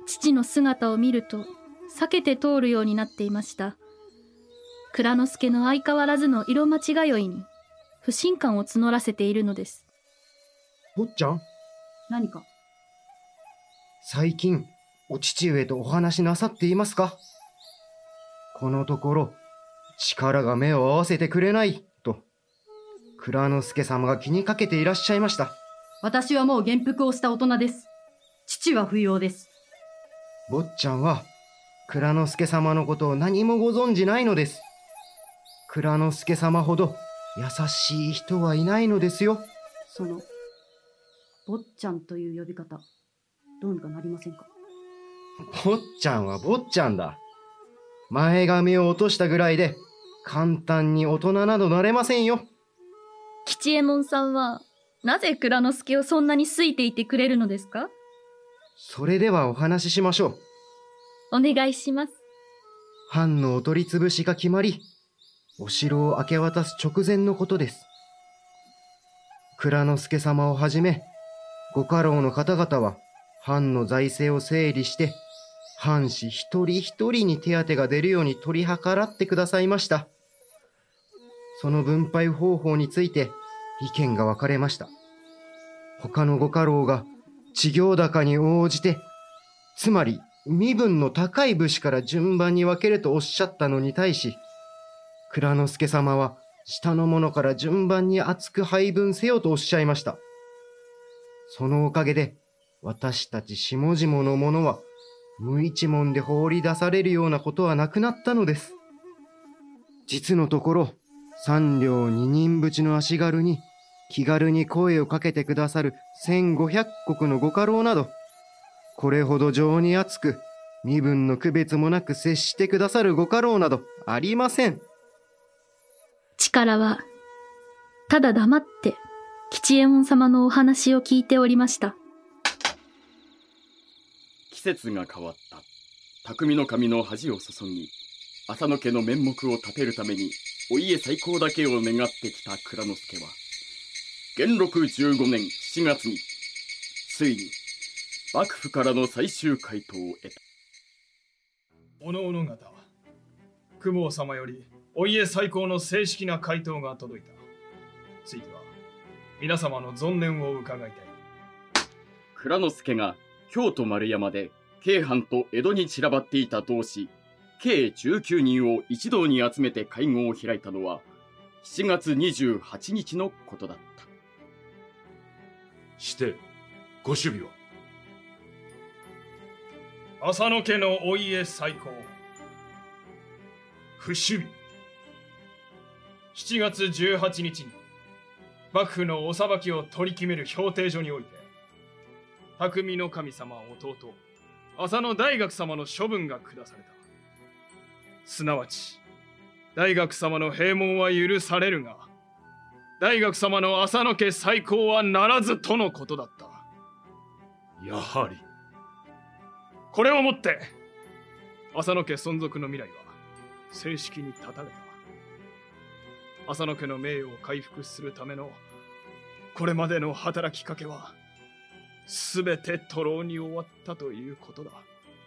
父の姿を見ると避けて通るようになっていました。蔵之介の相変わらずの色間違いに不信感を募らせているのです。 坊ちゃん、 何か？ 最近お父上とお話しなさっていますか？このところ力が目を合わせてくれないと蔵之介様が気にかけていらっしゃいました。 私はもう元服をした大人です。父は不要です。 坊ちゃんは蔵之介様のことを何もご存じないのです。蔵之介様ほど優しい人はいないのですよ。 その坊ちゃんという呼び方、どうにかなりませんか？ 坊ちゃんは坊ちゃんだ。前髪を落としたぐらいで簡単に大人などなれませんよ。 吉右衛門さんはなぜ蔵之介をそんなに好いていてくれるのですか？ それではお話ししましょう。お願いします。 藩のお取り潰しが決まり、お城を明け渡す直前のことです。蔵之介様をはじめご家老の方々は藩の財政を整理して藩士一人一人に手当が出るように取り計らってくださいました。その分配方法について意見が分かれました。他のご家老が知行高に応じて、つまり身分の高い武士から順番に分けるとおっしゃったのに対し、蔵之介様は下の者から順番に厚く配分せよとおっしゃいました。そのおかげで私たち下々の者は無一文で放り出されるようなことはなくなったのです。実のところ3両2人扶持の足軽に気軽に声をかけてくださる1500石のご家老など、これほど情に厚く身分の区別もなく接してくださるご家老などありません。 力はただ黙って吉右衛門様のお話を聞いておりました。 季節が変わった。匠の神の恥を注ぎ、浅野家の面目を立てるためにお家再興だけを願ってきた蔵之介は、元禄15年7月についに幕府からの最終回答を得た。 おのおの方、公方様よりお家再興の正式な回答が届いた。ついては皆様の存念を伺いたい。 蔵之介が京都丸山で京藩と江戸に散らばっていた同志計19人を一堂に集めて会合を開いたのは7月28日のことだった。 してご首尾は？ 浅野家のお家再興不首尾。7月18日に幕府のお裁きを取り決める評定所において、匠の神様弟浅野大学様の処分が下された。すなわち大学様の閉門は許されるが、大学様の浅野家再興はならずとのことだった。 やはりこれをもって浅野家存続の未来は正式に断たれた。浅野家の名誉を回復するためのこれまでの働きかけはすべて徒労に終わったということだ。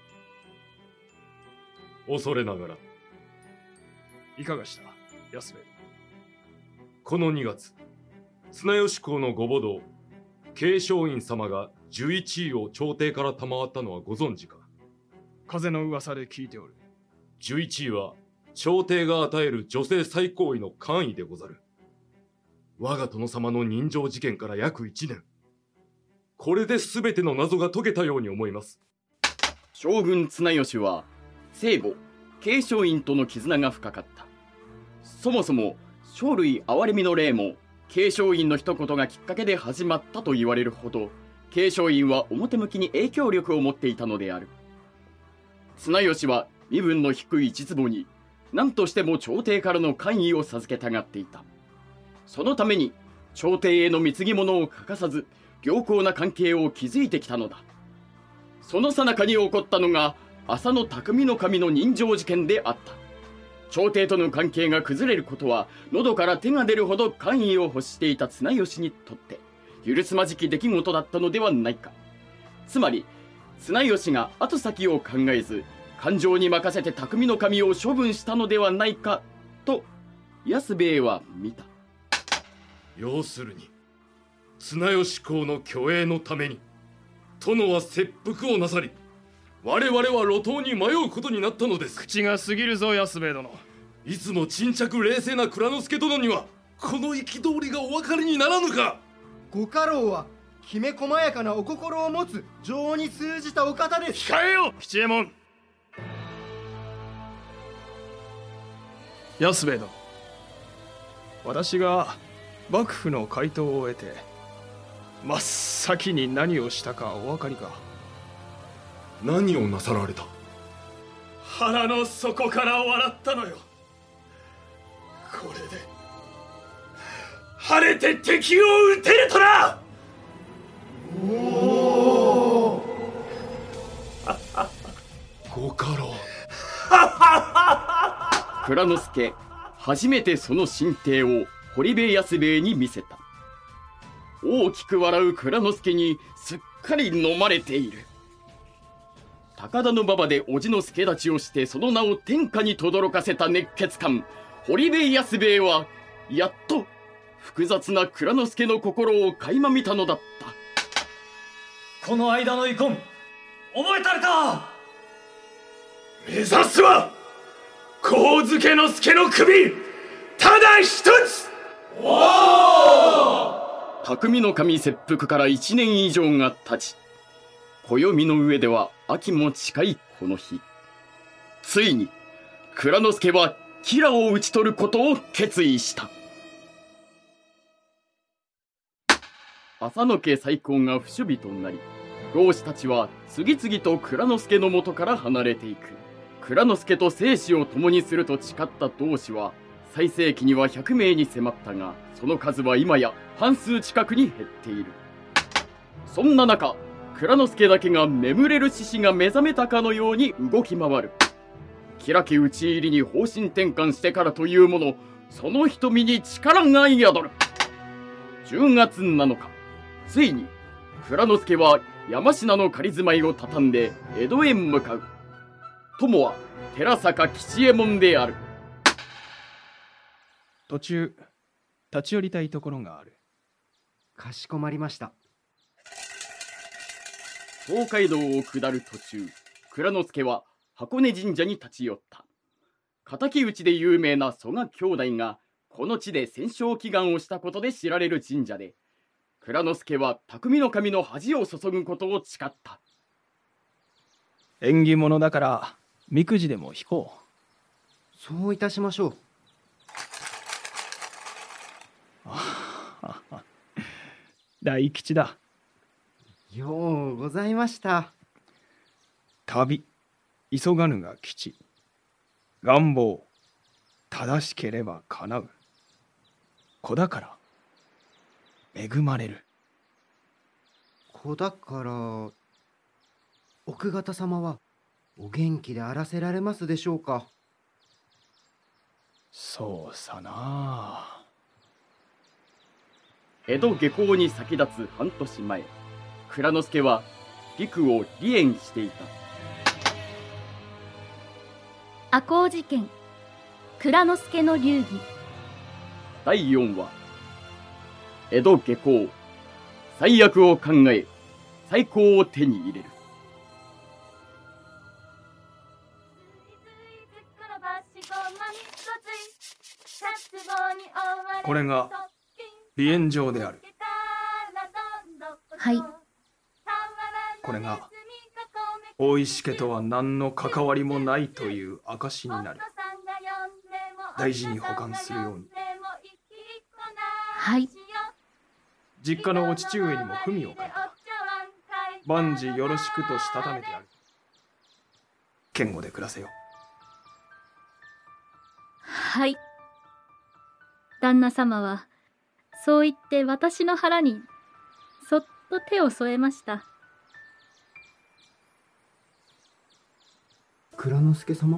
恐れながら。 いかがした安兵衛。 この2月、綱吉公のご母堂慶松院様が11位を朝廷から賜ったのはご存知か？ 風の噂で聞いておる。 11位は朝廷が与える女性最高位の官位でござる。我が殿様の人情事件から約1年。これで全ての謎が解けたように思います。 将軍綱吉は生母慶松院との絆が深かった。そもそも生類憐れみの例も慶松院の一言がきっかけで始まったと言われるほど、慶松院は表向きに影響力を持っていたのである。綱吉は身分の低い一坪に何としても朝廷からの官位を授けたがっていた。そのために朝廷への貢ぎ物を欠かさず良好な関係を築いてきたのだ。その最中に起こったのが浅野匠の神の人情事件であった。朝廷との関係が崩れることは喉から手が出るほど官位を欲していた綱吉にとって許すまじき出来事だったのではないか。つまり綱吉が後先を考えず感情に任せて匠の神を処分したのではないかと安兵衛は見た。 要するに綱吉公の虚栄のために殿は切腹をなさり、我々は路頭に迷うことになったのです。 口が過ぎるぞ安兵衛殿。 いつも沈着冷静な蔵之介殿にはこの憤りがお分かりにならぬか。 ご家老はきめ細やかなお心を持つ情に通じたお方です。 控えよ吉右衛門。安兵衛殿、私が幕府の回答を得て真っ先に何をしたかお分かりか。 何をなさられた。 腹の底から笑ったのよ。これで晴れて敵を討てるとな。 おおご家老。 蔵之介、初めてその進呈を堀部安兵衛に見せた。大きく笑う蔵之介にすっかり飲まれている。高田馬場で叔父の助太刀をしてその名を天下に轟かせた熱血漢堀部安兵衛はやっと複雑な蔵之介の心を垣間見たのだった。 この間の遺恨覚えたれか。 目指すは上野介の首ただ一つ。 匠の神切腹から1年以上が経ち、暦の上では秋も近いこの日、ついに蔵之介は吉良を討ち取ることを決意した。浅野家再興が不守備となり、老子たちは次々と蔵之介の元から離れていく。蔵之介と生死を共にすると誓った同志は最盛期には100名に迫ったが、その数は今や半数近くに減っている。そんな中、蔵之介だけが眠れる獅子が目覚めたかのように動き回る。吉良家討ち入りに方針転換してからというもの、その瞳に力が宿る。10月7日、ついに蔵之介は山科の仮住まいを畳んで江戸へ向かう。友は寺坂吉右衛門である。 途中立ち寄りたいところがある。 かしこまりました。 東海道を下る途中、蔵之介は箱根神社に立ち寄った。敵討ちで有名な曽我兄弟がこの地で戦勝祈願をしたことで知られる神社で、蔵之介は匠の神の恥を注ぐことを誓った。 縁起物だからみくじでも引こう。 そういたしましょう。 大吉だ。 ようございました。 旅急がぬが吉。願望正しければ叶う。子だから恵まれる。 子だから奥方様はお元気であらせられますでしょうか。 そうさな。 江戸下校に先立つ半年前、蔵之介は陸を離縁していた。 赤穂事件、蔵之介の流儀。 第4話、江戸下校、最悪を考え最高を手に入れる。 これが離縁状である。 はい。 これが大石家とは何の関わりもないという証になる。大事に保管するように。 はい。 実家のお父上にも文を書いた。万事よろしくとしたためてある。堅固で暮らせよ。 はい。旦那様はそう言って私の腹にそっと手を添えました。 蔵之介様、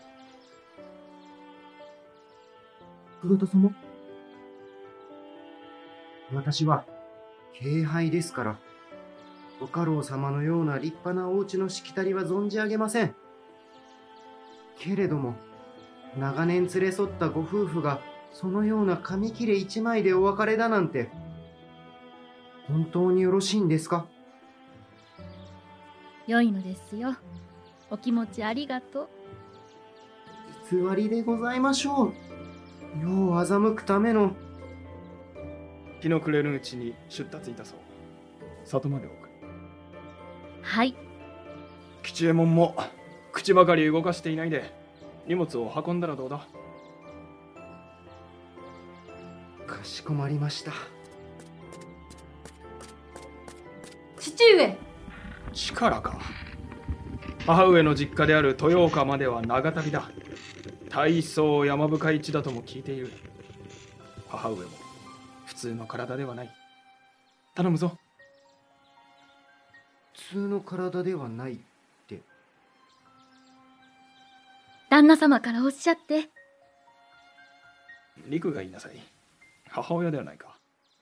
奥方様、私は敬拝ですからご家老様のような立派なお家のしきたりは存じ上げません。けれども、長年連れ添ったご夫婦がそのような紙切れ一枚でお別れだなんて、本当によろしいんですか？ 良いのですよ。お気持ちありがとう。 偽りでございましょう。世を欺くための。 日の暮れるうちに出立いたそう。里まで送る。 はい。 吉右衛門も口ばかり動かしていないで荷物を運んだらどうだ？ かしこまりました。 父上。 力か。母上の実家である豊岡までは長旅だ。大層山深い地だとも聞いている。母上も普通の体ではない。頼むぞ。 普通の体ではないって。 旦那様からおっしゃって。 陸が言いなさい。母親ではないか。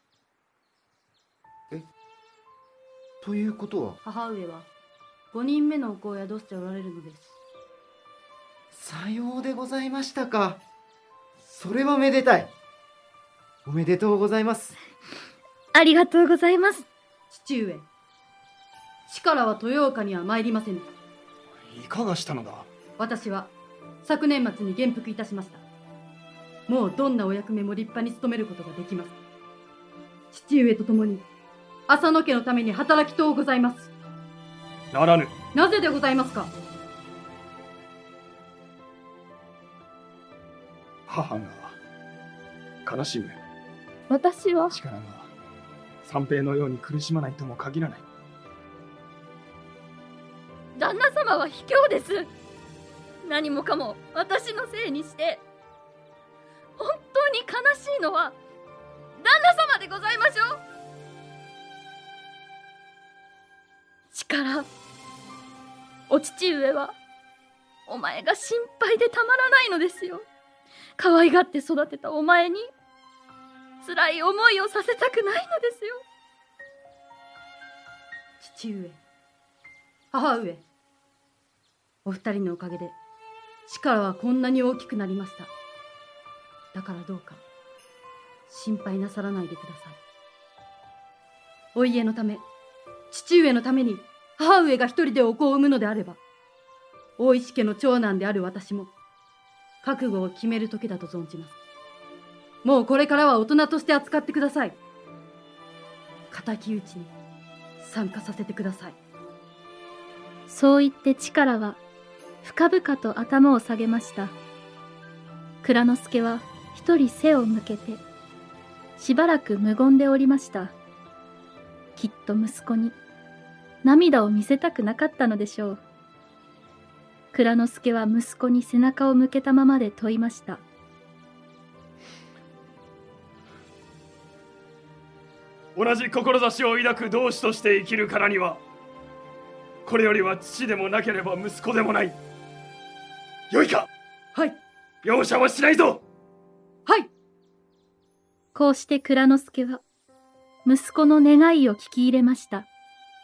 ということは、 母上は5人目のお子を宿しておられるのです。 さようでございましたか。それはめでたい。おめでとうございます。 ありがとうございます。 父上、力は豊岡には参りませぬ。 いかがしたのだ？ 私は昨年末に元服いたしました。もうどんなお役目も立派に務めることができます。父上と共に浅野家のために働きとうございます。 ならぬ。 なぜでございますか？ 母が悲しむ。 私は力が三平のように苦しまないとも限らない。 旦那様は卑怯です。何もかも私のせいにして。本当に悲しいのは旦那様でございましょう。力、お父上はお前が心配でたまらないのですよ。可愛がって育てたお前に辛い思いをさせたくないのですよ。 父上、母上、お二人のおかげで力はこんなに大きくなりました。だからどうか心配なさらないでください。お家のため、父上のために母上が一人でお子を産むのであれば、大石家の長男である私も覚悟を決める時だと存じます。もうこれからは大人として扱ってください。敵討ちに参加させてください。 そう言って力は深々と頭を下げました。蔵之介は一人背を向けてしばらく無言でおりました。きっと息子に涙を見せたくなかったのでしょう。蔵之介は息子に背中を向けたままで問いました。 同じ志を抱く同志として生きるからには、これよりは父でもなければ息子でもない。よいか？ はい。 容赦はしないぞ。 はい。 こうして蔵之介は息子の願いを聞き入れました。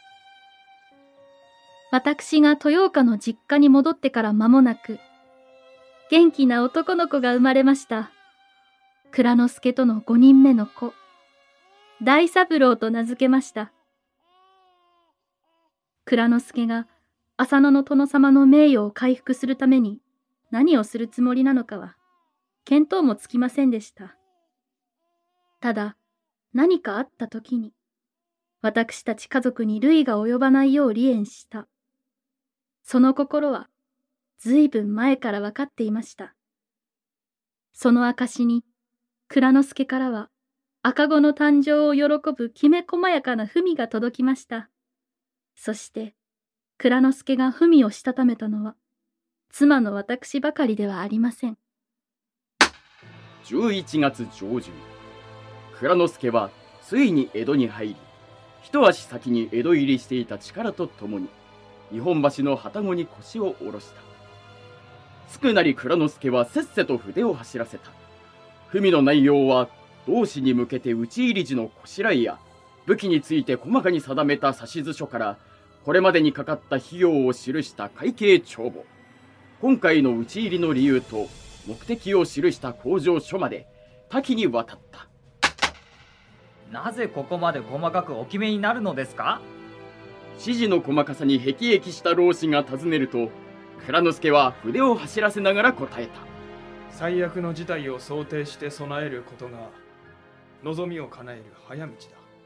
私が豊岡の実家に戻ってから間もなく、元気な男の子が生まれました。蔵之介との5人目の子、大三郎と名付けました。蔵之介が浅野の殿様の名誉を回復するために何をするつもりなのかは見当もつきませんでした。ただ何かあった時に私たち家族に累が及ばないよう離縁した。その心はずいぶん前から分かっていました。その証に蔵之介からは赤子の誕生を喜ぶきめ細やかな文が届きました。そして蔵之介が文をしたためたのは妻の私ばかりではありません。 11月上旬、蔵之介はついに江戸に入り、一足先に江戸入りしていた力とともに日本橋の旅籠に腰を下ろした。つくなり蔵之介はせっせと筆を走らせた。文の内容は同志に向けて討ち入り時のこしらえや武器について細かに定めた指図書から、これまでにかかった費用を記した会計帳簿、今回の討ち入りの理由と目的を記した口上書まで多岐にわたった。 なぜここまで細かくお決めになるのですか？ 指示の細かさに辟易した老子が尋ねると、蔵之介は筆を走らせながら答えた。 最悪の事態を想定して備えることが望みを叶える早道だ。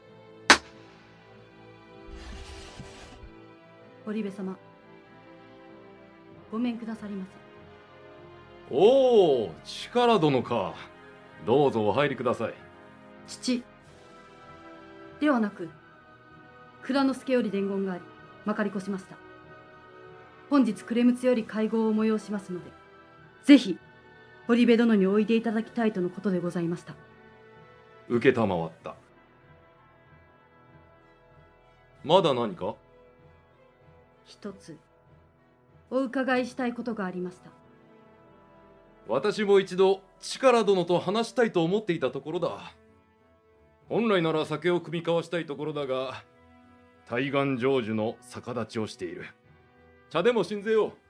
堀部様、ごめんくださりませ。 おお、力殿か。どうぞお入りください。 父ではなく蔵之介より伝言があり、まかり越しました。本日暮れむつより会合を催しますので、ぜひ堀部殿においでいただきたいとのことでございました。 受けたまわった。まだ何か？ 一つお伺いしたいことがありました。 私も一度力殿と話したいと思っていたところだ。本来なら酒を酌み交わしたいところだが、対岸成就の逆立ちをしている。茶でもしんぜよう。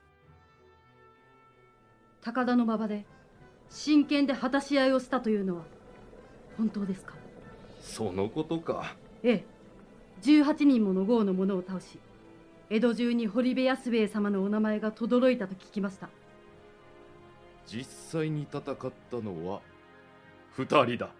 高田の馬場で真剣で果たし合いをしたというのは本当ですか？ そのことか。 ええ、18人もの豪の者を倒し、江戸中に堀部安兵衛様のお名前が轟いたと聞きました。 実際に戦ったのは2人だ。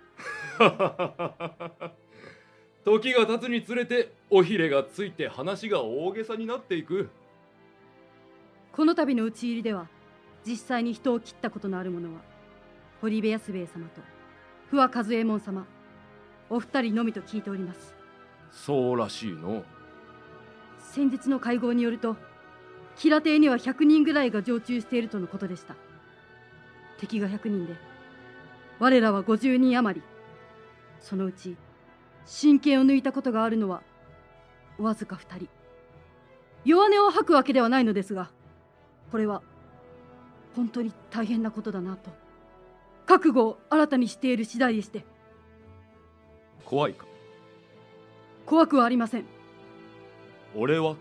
時が経つにつれて尾ひれがついて話が大げさになっていく。 この度の討ち入りでは実際に人を切ったことのある者は堀部安兵衛様と不破和右衛門様、お二人のみと聞いております。 そうらしいの。 先日の会合によると、吉良邸には100人ぐらいが常駐しているとのことでした。敵が100人で我らは50人余り。そのうち真剣を抜いたことがあるのはわずか2人。弱音を吐くわけではないのですが、これは本当に大変なことだなと覚悟を新たにしている次第でして。 怖いか？ 怖くはありません。 俺は怖い。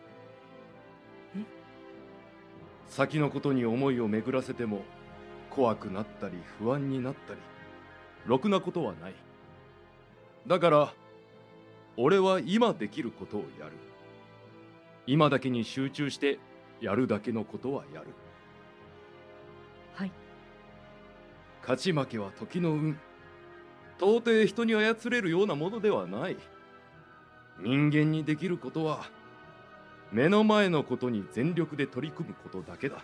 先のことに思いを巡らせても怖くなったり不安になったり、ろくなことはない。だから俺は今できることをやる。今だけに集中してやるだけのことはやる。 はい。 勝ち負けは時の運。到底人に操れるようなものではない。人間にできることは目の前のことに全力で取り組むことだけだ。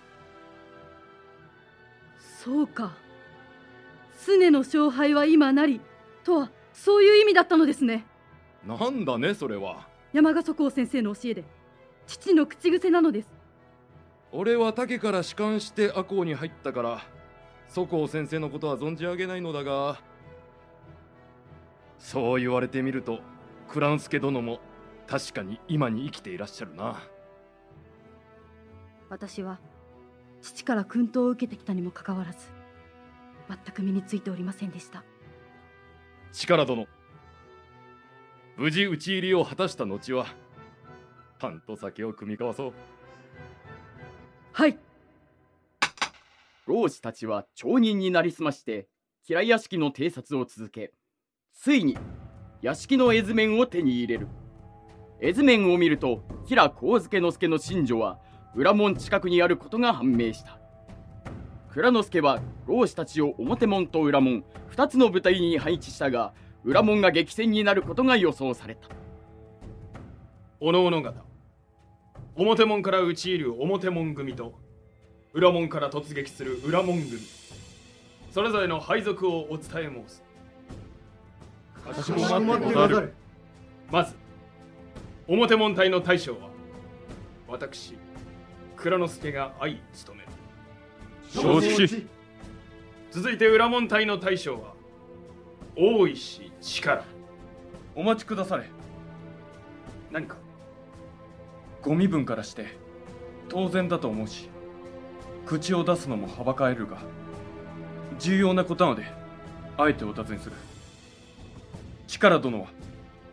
そうか。常の勝敗は今なりとはそういう意味だったのですね。 なんだねそれは。 山賀祖光先生の教えで父の口癖なのです。 俺は竹から仕官して赤穂に入ったから祖光先生のことは存じ上げないのだが、そう言われてみると蔵之介殿も確かに今に生きていらっしゃるな。 私は父から薫陶を受けてきたにもかかわらず全く身についておりませんでした。 力殿、無事討ち入りを果たした後はパンと酒を酌み交わそう。 はい。 老子たちは町人になりすまして吉良屋敷の偵察を続け、ついに屋敷の絵図面を手に入れる。絵図面を見ると吉良上野介の寝所は裏門近くにあることが判明した。蔵之介は老子たちを表門と裏門2つの部隊に配置したが、裏門が激戦になることが予想された。 おのおの方、表門から討ち入る表門組と裏門から突撃する裏門組、それぞれの配属をお伝え申す。 かしこまってござる。 まず表門隊の大将は私蔵之介が相務める。 承知。 続いて裏門隊の大将は大石力。 お待ちくだされ。 何か？ ご身分からして当然だと思うし、口を出すのもはばかれるが、重要なことなのであえてお尋ねする。力殿は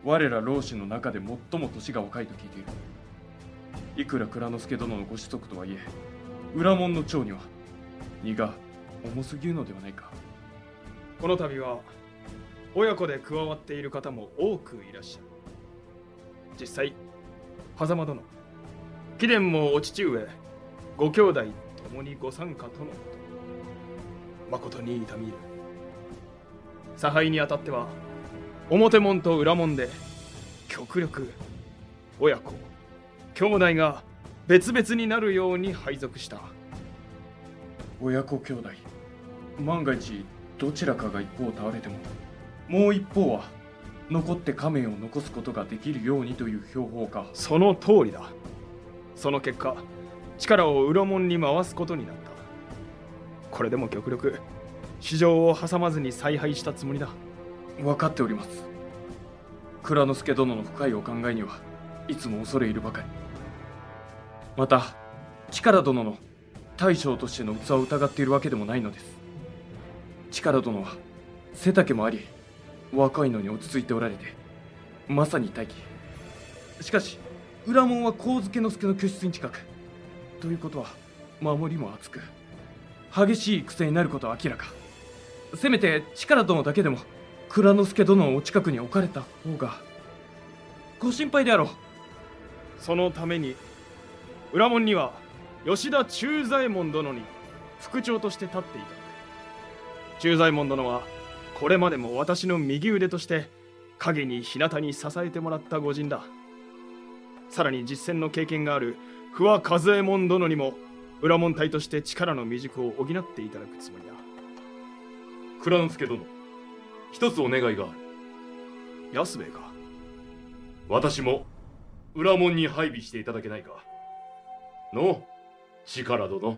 我ら老子の中で最も年が若いと聞いている。いくら蔵之介殿のご子息とはいえ、裏門の長には荷が重すぎるのではないか。 この度は親子で加わっている方も多くいらっしゃる。実際狭間殿、貴殿もお父上、ご兄弟ともにご参加とのこと、誠に痛み入る。差配にあたっては表門と裏門で極力親子兄弟が別々になるように配属した。 親子兄弟、万が一どちらかが一方を倒れても、もう一方は残って家名を残すことができるようにという標法か。 その通りだ。その結果、力を裏門に回すことになった。これでも極力市場を挟まずに采配したつもりだ。 分かっております。蔵之介殿の深いお考えにはいつも恐れ入るばかり。また力殿の大将としての器を疑っているわけでもないのです。力殿は背丈もあり、若いのに落ち着いておられて、まさに大器。しかし裏門は上野之助の居室に近く、ということは守りも厚く、激しい戦になることは明らか。せめて力殿だけでも蔵之介殿のお近くに置かれた方が。ご心配であろう。 そのために裏門には吉田忠左衛門殿に副長として立っていただく。忠左衛門殿はこれまでも私の右腕として影に日向に支えてもらった御仁だ。さらに実践の経験がある不破和右衛門殿にも裏門隊として力の未熟を補っていただくつもりだ。 蔵之介殿、一つお願いがある。 安兵衛か。 私も裏門に配備していただけないかの力殿。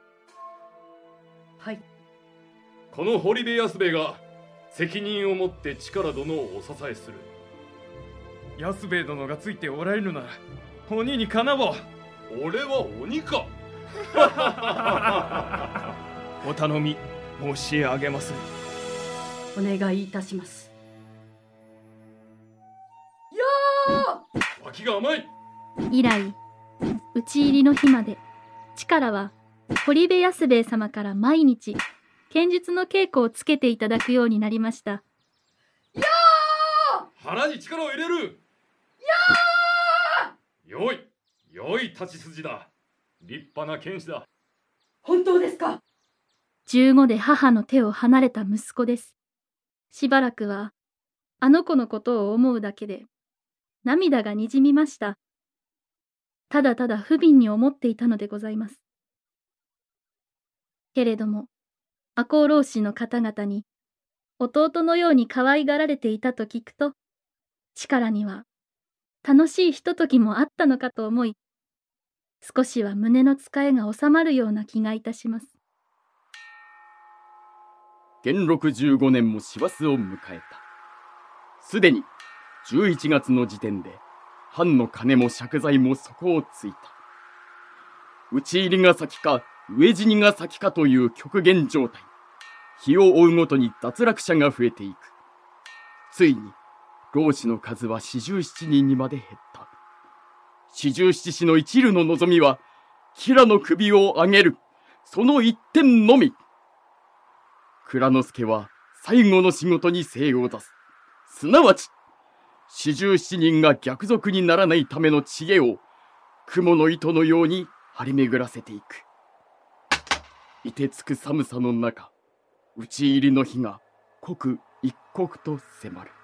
はい。 この堀部安兵衛が責任を持って力殿をお支えする。安兵衛殿がついておられるなら鬼にかなわ。俺は鬼か。 お頼み申し上げます。 お願いいたします。 脇が甘い。 以来討ち入りの日まで力は堀部安兵衛様から毎日剣術の稽古をつけていただくようになりました。 腹に力を入れる。よい立ち筋だ。立派な剣士だ。 本当ですか。 15で母の手を離れた息子です。しばらくはあの子のことを思うだけで涙がにじみました。ただただ不憫に思っていたのでございます。けれども赤穂浪士の方々に弟のように可愛がられていたと聞くと、力には楽しいひとときもあったのかと思い、少しは胸のつかえが収まるような気がいたします。 元禄15年も師走を迎えた。すでに11月の時点で藩の金も借財も底をついた。討ち入りが先か飢え死にが先かという極限状態。日を追うごとに脱落者が増えていく。ついに浪士の数は47人にまで減った。47士の一縷の望みは吉良の首を上げる、その一点のみ。蔵之介は最後の仕事に精を出す。すなわち47人が逆賊にならないための知恵を雲の糸のように張り巡らせていく。凍てつく寒さの中、討ち入りの日が刻一刻と迫る。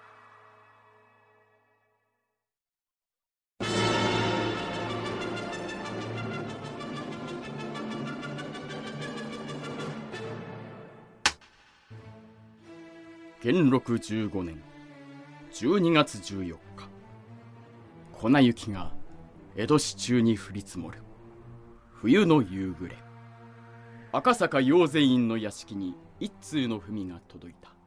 元禄15年12月14日、粉雪が江戸市中に降り積もる冬の夕暮れ。赤坂養善院の屋敷に一通の文が届いた。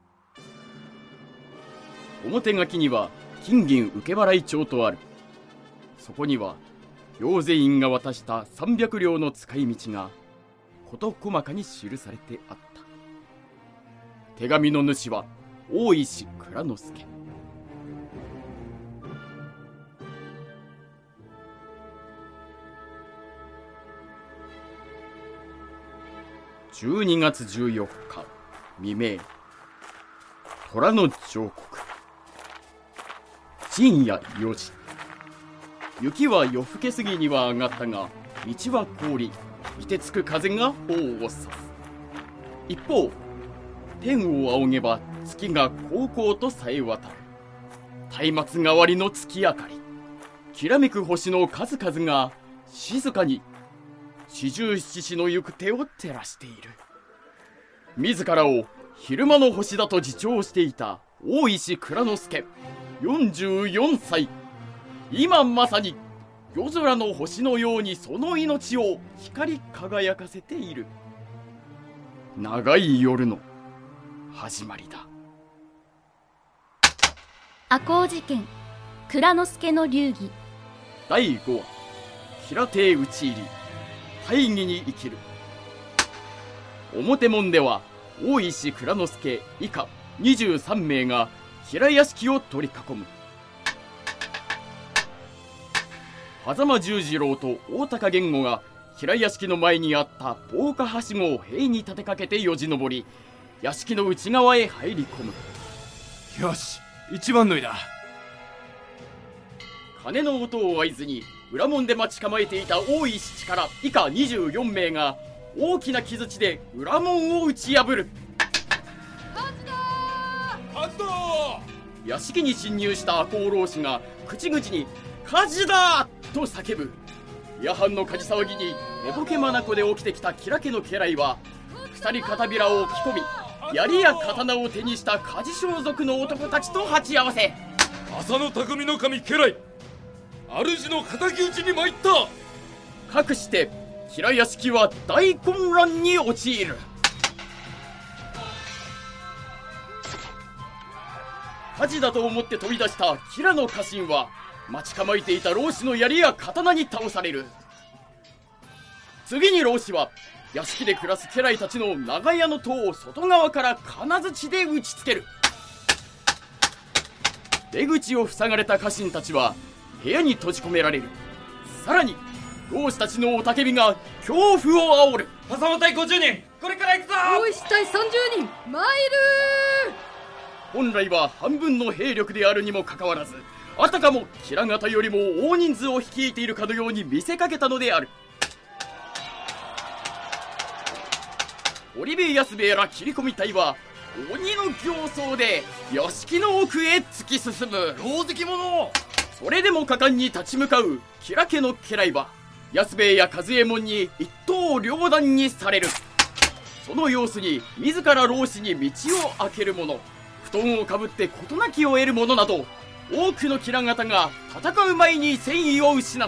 表書きには金銀受払帳とある。そこには養善院が渡した300両の使い道が事細かに記されてあった。手紙の主は大石蔵之介。 12月14日未明、虎の彫刻。深夜4時。雪は夜更け過ぎには上がったが、道は凍り、凍てつく風が頬を刺す。一方、天を仰げば月がこうこうとさえ渡る。松明代わりの月明かり、きらめく星の数々が静かに四十七士の行く手を照らしている。自らを昼間の星だと自重していた大石内蔵助44歳。今まさに夜空の星のようにその命を光り輝かせている。長い夜の始まりだ。 赤穂事件、内之助の流儀。 第5話、平手討ち入り、大義に生きる。表門では大石内之助以下23名が平屋敷を取り囲む。狭間十次郎と大高源吾が平屋敷の前にあった防火はしごを塀に立てかけてよじ登り、屋敷の内側へ入り込む。 よし、一番乗りだ。 鐘の音を合図に裏門で待ち構えていた大石力以下24名が大きな木槌で裏門を打ち破る。 火事だ！ 屋敷に侵入した赤穂浪士が口々に火事だと叫ぶ。夜半の火事騒ぎに寝ぼけ眼で起きてきた吉良家の家来は二人片びらを着込み、槍や刀を手にした火事装束の男たちと鉢合わせ。 浅野匠の神家来、主の敵討ちに参った。 かくして平屋敷は大混乱に陥る。火事だと思って飛び出した吉良の家臣は待ち構えていた浪士の槍や刀に倒される。次に浪士は屋敷で暮らす家来たちの長屋の戸を外側から金槌で打ちつける。出口を塞がれた家臣たちは部屋に閉じ込められる。さらに浪士たちの雄たけびが恐怖を煽る。 狭間隊50人、これから行くぞ。 大石隊30人参る。 本来は半分の兵力であるにもかかわらず、あたかも平方よりも大人数を率いているかのように見せかけたのである。織部安兵衛ら切り込み隊は鬼の形相で屋敷の奥へ突き進む。 狼藉者！ それでも果敢に立ち向かう吉良家の家来は安兵衛や和右衛門に一刀両断にされる。その様子に自ら浪士に道を開ける者、布団をかぶって事なきを得る者など多くの吉良方が戦う前に戦意を失った。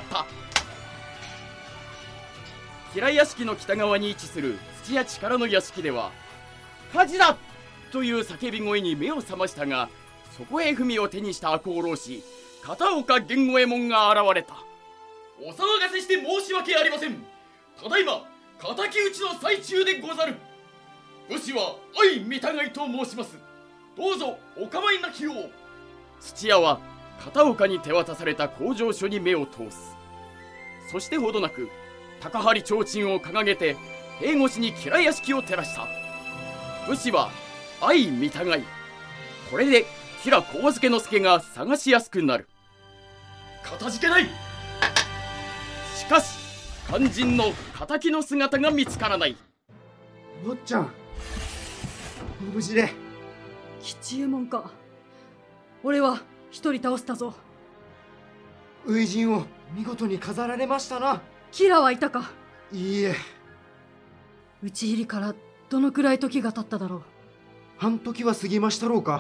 平屋敷の北側に位置する土屋力の屋敷では火事だという叫び声に目を覚ましたが、そこへ文を手にした赤穂浪士片岡源五右衛門が現れた。お騒がせして申し訳ありません。ただいま敵討ちの最中でござる。武士は相見たがいと申します。どうぞお構いなきよう。土屋は片岡に手渡された工場書に目を通す。そしてほどなく高張提灯を掲げて塀越しに吉良屋敷を照らした。武士は相見たがい。これで吉良上野之助が探しやすくなる。かたじけない。しかし肝心の敵の姿が見つからない。 坊ちゃん、無事で。 吉右衛門か。俺は一人倒したぞ。 初陣を見事に飾られましたな。 吉良はいたか。 いいえ。 討ち入りからどのくらい時が経っただろう。 半時は過ぎましたろうか。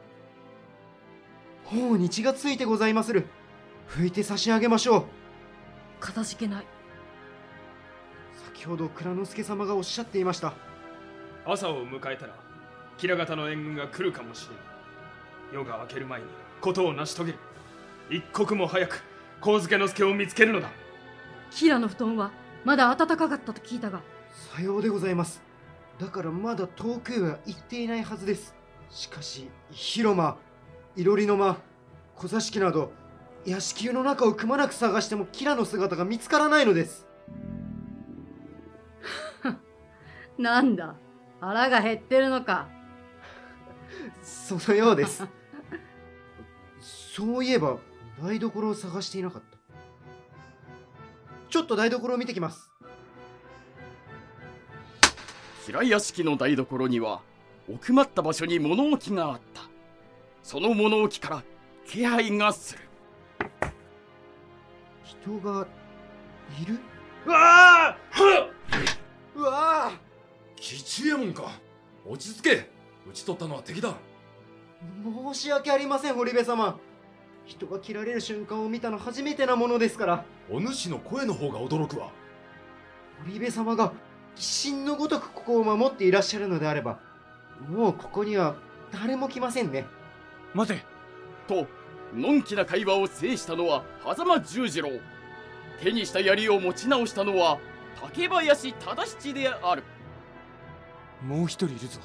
頬に血がついてございまする。拭いて差し上げましょう。 かたじけない。 先ほど内之助様がおっしゃっていました。 朝を迎えたら吉良方の援軍が来るかもしれん。夜が明ける前に事を成し遂げる。一刻も早く上野之助を見つけるのだ。 吉良の布団はまだ暖かかったと聞いたが。 さようでございます。だからまだ遠くへは行っていないはずです。しかし広間、いろりの間、小座敷など屋敷の中をくまなく探しても吉良の姿が見つからないのです。 なんだ、腹が減ってるのか。 そのようです。そういえば台所を探していなかった。ちょっと台所を見てきます。 平屋敷の台所には奥まった場所に物置があった。その物置から気配がする。 人がいる。 うわあうわあ、 吉右衛門か。落ち着け。討ち取ったのは敵だ。 申し訳ありません、堀部様。人が切られる瞬間を見たの初めてなものですから。 お主の声の方が驚くわ。 堀部様が鬼神のごとくここを守っていらっしゃるのであれば、もうここには誰も来ませんね。 待てと、のんきな会話を制したのは狭間十次郎。手にした槍を持ち直したのは竹林忠七である。 もう一人いるぞ。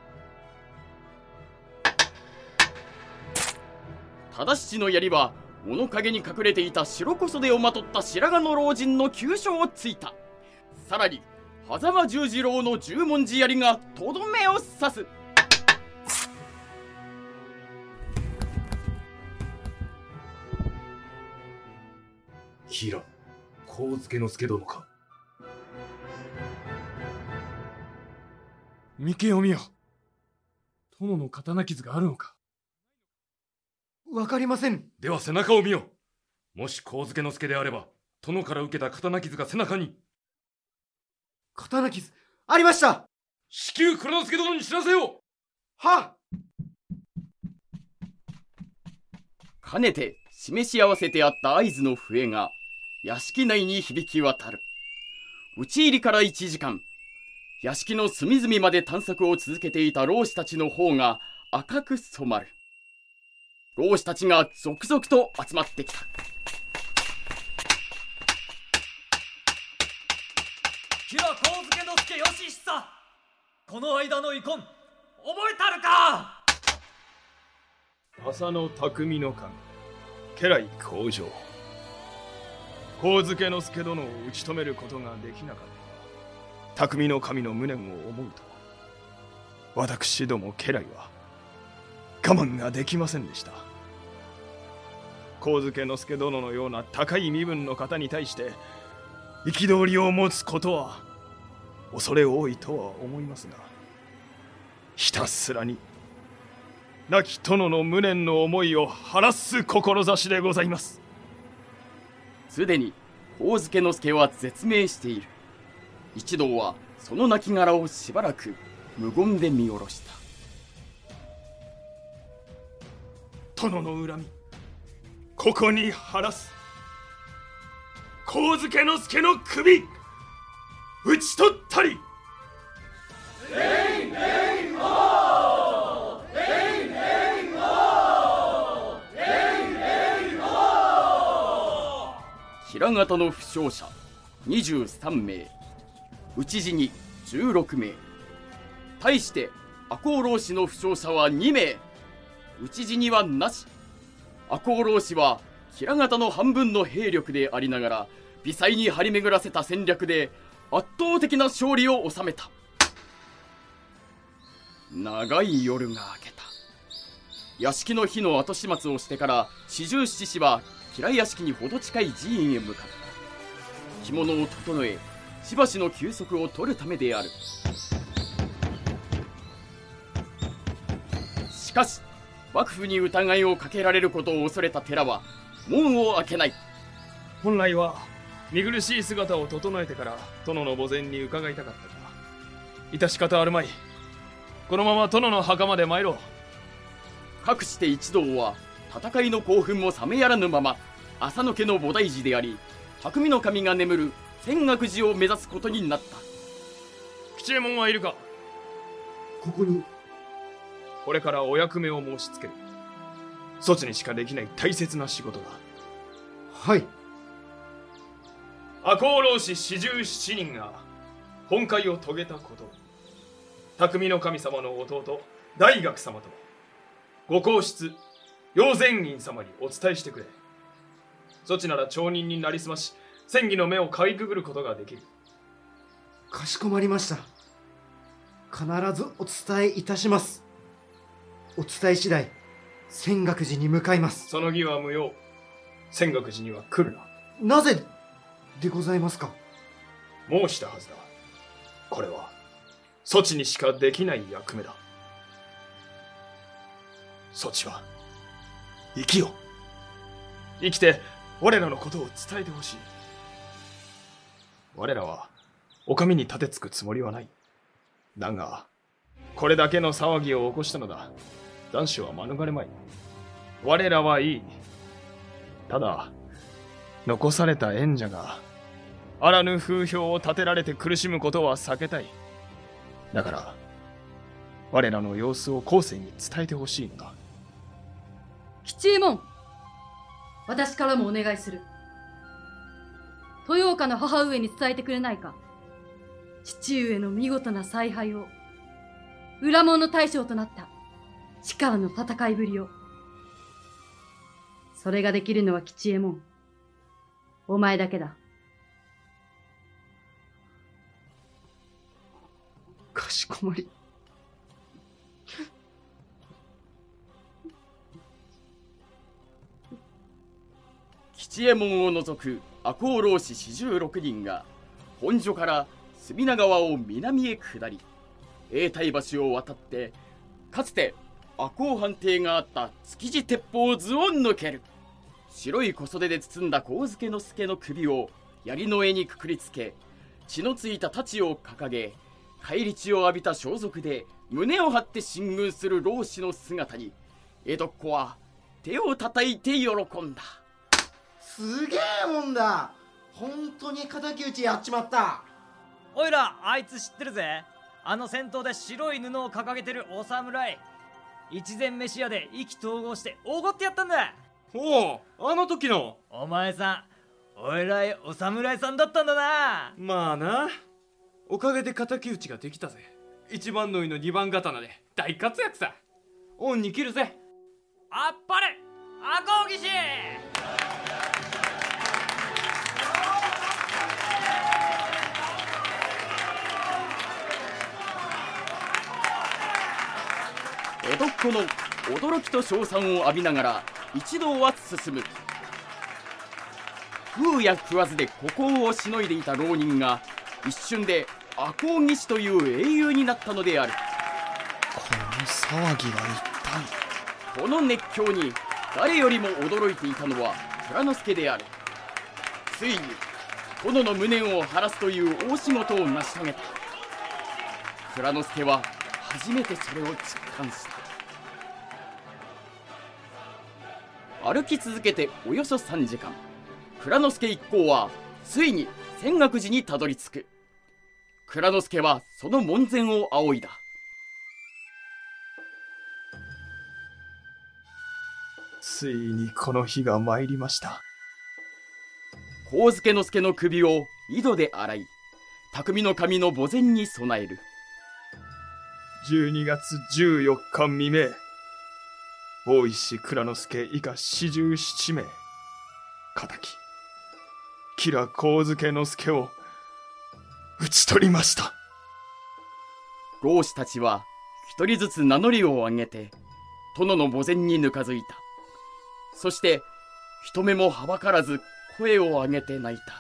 忠七の槍は物陰に隠れていた白小袖をまとった白髪の老人の急所をついた。さらに狭間十次郎の十文字槍がとどめを刺す。 平上野介殿か。 見けを見よ。殿の刀傷があるのか。 わかりません。 では背中を見よ。もし上野介であれば、殿から受けた刀傷が背中に。 刀傷ありました。 至急蔵之介殿に知らせよ。 はっ。 かねて示し合わせてあった合図の笛が屋敷内に響き渡る。討ち入りから1時間、屋敷の隅々まで探索を続けていた老師たちの方が赤く染まる。老師たちが続々と集まってきた。 吉良上野介義久、この間の遺恨覚えたるか。 浅野匠の神家来向上。上野介殿を討ち止めることができなかった匠の神の無念を思うと、私ども家来は我慢ができませんでした。上野介殿のような高い身分の方に対して憤りを持つことは恐れ多いとは思いますが、ひたすらに亡き殿の無念の思いを晴らす志でございます。 すでに上野介は絶命している。一同はその亡骸をしばらく無言で見下ろした。 殿の恨みここに晴らす。上野介の首討ち取ったり。 平方の負傷者23名、討ち死に16名。対して赤穂浪士の負傷者は2名、討ち死にはなし。赤穂浪士は平方の半分の兵力でありながら微細に張り巡らせた戦略で圧倒的な勝利を収めた。長い夜が明けた。屋敷の火の後始末をしてから四十七士は平屋敷にほど近い寺院へ向かった。着物を整え、しばしの休息を取るためである。しかし幕府に疑いをかけられることを恐れた寺は門を開けない。 本来は見苦しい姿を整えてから殿の墓前に伺いたかったが、致し方あるまい。このまま殿の墓まで参ろう。 かくして一同は戦いの興奮も冷めやらぬまま浅野家の菩提寺であり匠の神が眠る泉岳寺を目指すことになった。 吉右衛門はいるか。 ここに。 これからお役目を申し付ける。そちにしかできない大切な仕事だ。 はい。 赤穂浪士47人が本懐を遂げたこと、匠の神様の弟大学様とご皇室陽善院様にお伝えしてくれ。そちなら町人になりすまし、戦議の目をかいくぐることができる。 かしこまりました。 必ずお伝えいたします。お伝え次第、泉岳寺に向かいます。 その儀は無用。泉岳寺には来るな。 なぜでございますか？ 申したはずだ。これはそちにしかできない役目だ。そちは生きよ。生きて我らのことを伝えてほしい。我らはお上に立てつくつもりはない。だがこれだけの騒ぎを起こしたのだ。男子は免れまい。我らはいい。ただ残された縁者があらぬ風評を立てられて苦しむことは避けたい。だから我らの様子を後世に伝えてほしいのだ。 吉右衛門、私からもお願いする。豊岡の母上に伝えてくれないか。父上の見事な采配を、裏門の大将となった力の戦いぶりを。それができるのは吉右衛門、お前だけだ。 かしこまり。 吉右衛門を除く赤穂浪士46人が本所から隅田川を南へ下り、永代橋を渡ってかつて赤穂藩邸があった築地鉄砲図を抜ける。白い小袖で包んだ上野之助の首を槍の柄にくくりつけ、血のついた太刀を掲げ、返り血を浴びた装束で胸を張って進軍する浪士の姿に江戸っ子は手を叩いて喜んだ。 すげえもんだ。本当に敵討ちやっちまった。 おいらあいつ知ってるぜ。あの戦闘で白い布を掲げてるお侍。一膳飯屋で意気投合しておごってやったんだ。 おお、あの時のお前さん、お偉いお侍さんだったんだな。 まあな、おかげで敵討ちができたぜ。一番乗りの二番刀で大活躍さ。恩に切るぜ。 あっぱれ赤穂義士。 江戸っ子の驚きと称賛を浴びながら一同は進む。食うや食わずで孤高をしのいでいた浪人が一瞬で赤穂義士という英雄になったのである。 この騒ぎは一体、この熱狂に誰よりも驚いていたのは蔵之介である。ついに殿の無念を晴らすという大仕事を成し遂げた。蔵之介は初めてそれを実感した。歩き続けておよそ3時間、蔵之介一行はついに泉岳寺にたどり着く。蔵之介はその門前を仰いだ。 ついにこの日が参りました。 上野之助の首を井戸で洗い、匠の神の墓前に備える。 12月14日未明、大石蔵之介以下47名、敵吉良上野之助を討ち取りました。 浪士たちは一人ずつ名乗りを上げて殿の墓前にぬかづいた。そして人目もはばからず声を上げて泣いた。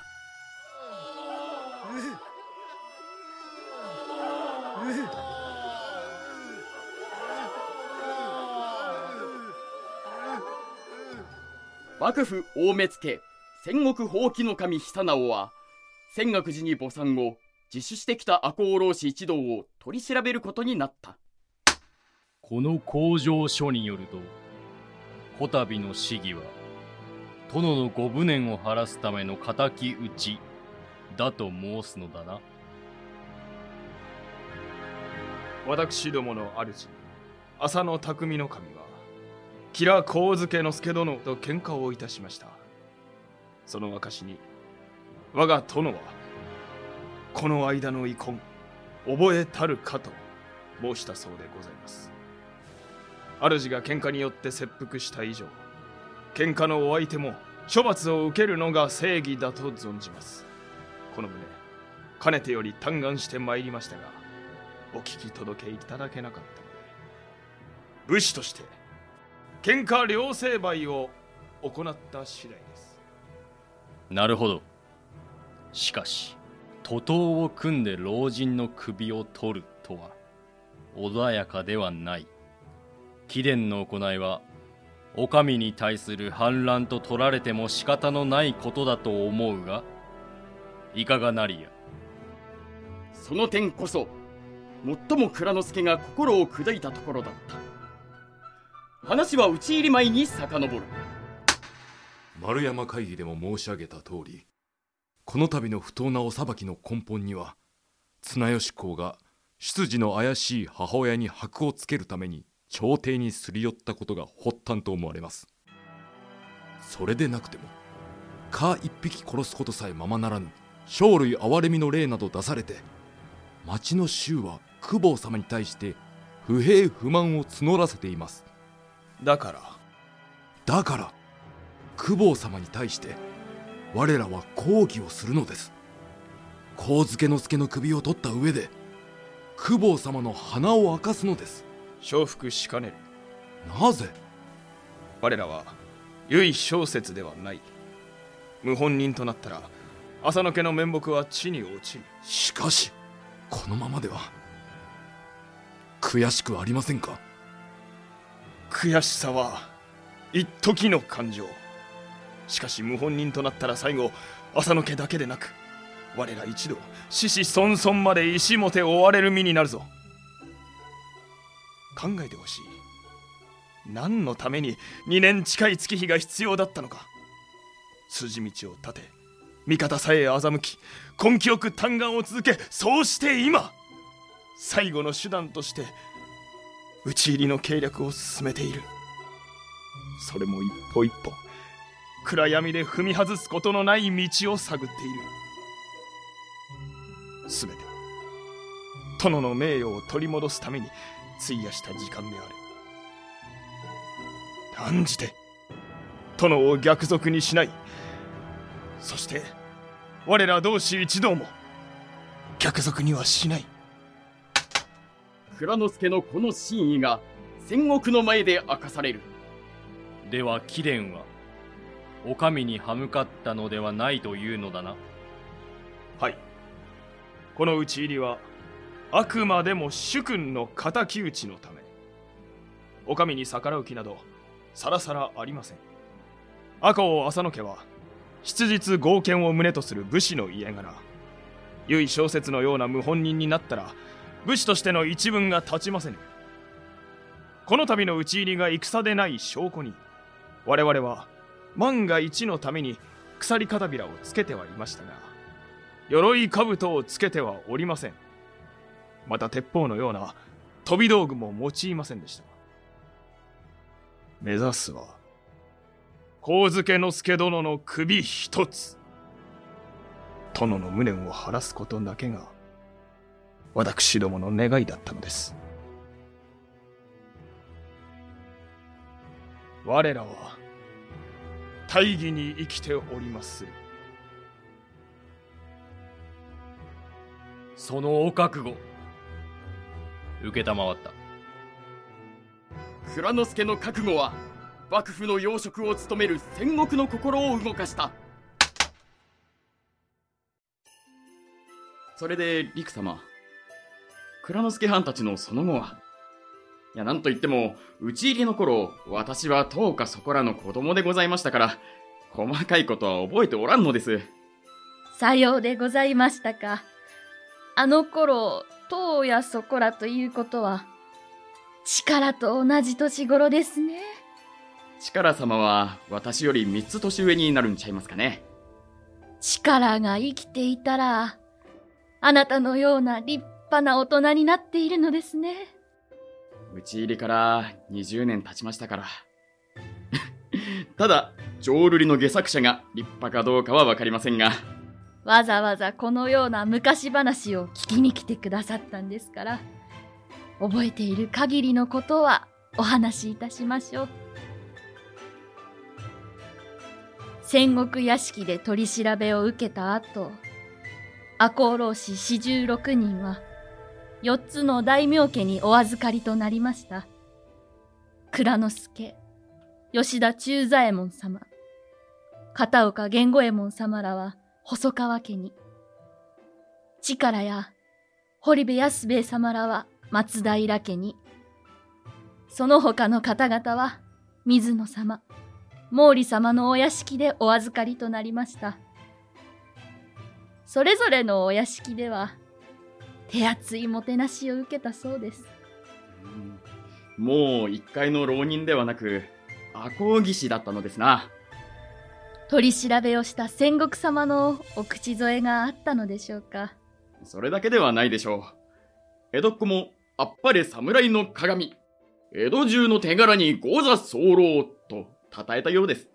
幕府大目付戦国法紀の神久直は泉岳寺に墓参後、自首してきた赤穂浪士一同を取り調べることになった。 この口上書によると、こたびの市議は殿のご無念を晴らすための敵討ちだと申すのだな。 私どもの主浅野匠の神は吉良上野之助殿と喧嘩をいたしました。その証に我が殿はこの間の遺恨覚えたるかと申したそうでございます。主が喧嘩によって切腹した以上、喧嘩のお相手も処罰を受けるのが正義だと存じます。この旨かねてより嘆願してまいりましたが、 お聞き届けいただけなかったので、武士として喧嘩両成敗を行った次第です。 なるほど。しかし徒党を組んで老人の首を取るとは穏やかではない。貴殿の行いはお上に対する反乱と取られても仕方のないことだと思うが、いかがなりや。 その点こそ最も蔵之介が心を砕いたところだった。話は討ち入り前に遡る。 丸山会議でも申し上げた通り、この度の不当なお裁きの根本には、綱吉公が出自の怪しい母親に箔をつけるために朝廷にすり寄ったことが発端と思われます。それでなくても蚊一匹殺すことさえままならぬ生類憐れみの令など出されて、町の衆は公方様に対して不平不満を募らせています。 だから公方様に対して我らは抗議をするのです。上野之助の首を取った上で公方様の鼻を明かすのです。承服しかねる。なぜ？我らは唯小説ではない。謀反人となったら浅野家の面目は地に落ちる。しかしこのままでは悔しくはありませんか？悔しさは一時の感情。しかし謀反人となったら最後浅野家だけでなく我ら一同子々孫々まで石もて追われる身になるぞ。考えてほしい。何のために2年近い月日が必要だったのか。筋道を立て味方さえ欺き根気よく嘆願を続け、そうして今最後の手段として討ち入りの計略を進めている。それも一歩一歩暗闇で踏み外すことのない道を探っている。すべて殿の名誉を取り戻すために費やした時間である。断じて殿を逆賊にしない。そして我ら同志一同も逆賊にはしない。 蔵之介のこの真意が戦国の前で明かされる。 では貴殿はお上に歯向かったのではないというのだな。 はい。この討ち入りはあくまでも主君の敵討ちのため。お上に逆らう気などさらさらありません。赤尾浅野家は質実剛健を旨とする武士の家柄。唯小説のような謀反人になったら武士としての一分が立ちませぬ。この度の討ち入りが戦でない証拠に、我々は万が一のために鎖片びらをつけてはいましたが、鎧兜をつけてはおりません。また鉄砲のような飛び道具も用いませんでした。目指すは上野之助殿の首一つ。殿の無念を晴らすことだけが私どもの願いだったのです。我らは大義に生きておりまする。 そのお覚悟承った。 蔵之介の覚悟は幕府の要職を務める戦国の心を動かした。それで陸様、蔵之介藩たちのその後は？いや、なんといっても討ち入りの頃、私は当家そこらの子供でございましたから、細かいことは覚えておらんのです。 さようでございましたか。あの頃当やそこらということは力と同じ年頃ですね。 力様は私より3つ年上になるんちゃいますかね。 力が生きていたらあなたのような立派な大人になっているのですね。 討ち入りから20年経ちましたからただ浄瑠璃の戯作者が立派かどうかは分かりませんが、 わざわざこのような昔話を聞きに来てくださったんですから、覚えている限りのことはお話しいたしましょう。戦国屋敷で取り調べを受けた後、赤穂浪士46人は 4つの大名家にお預かりとなりました。蔵之介、吉田忠左衛門様、片岡源五右衛門様らは細川家に、力や堀部安兵衛様らは松平家に、その他の方々は水野様、毛利様のお屋敷でお預かりとなりました。それぞれのお屋敷では手厚いもてなしを受けたそうです。 もう一介の浪人ではなく赤穂義士だったのですな。 取り調べをした戦国様のお口添えがあったのでしょうか。 それだけではないでしょう。江戸っ子もあっぱれ侍の鏡、江戸中の手柄に御座候と称えたようです。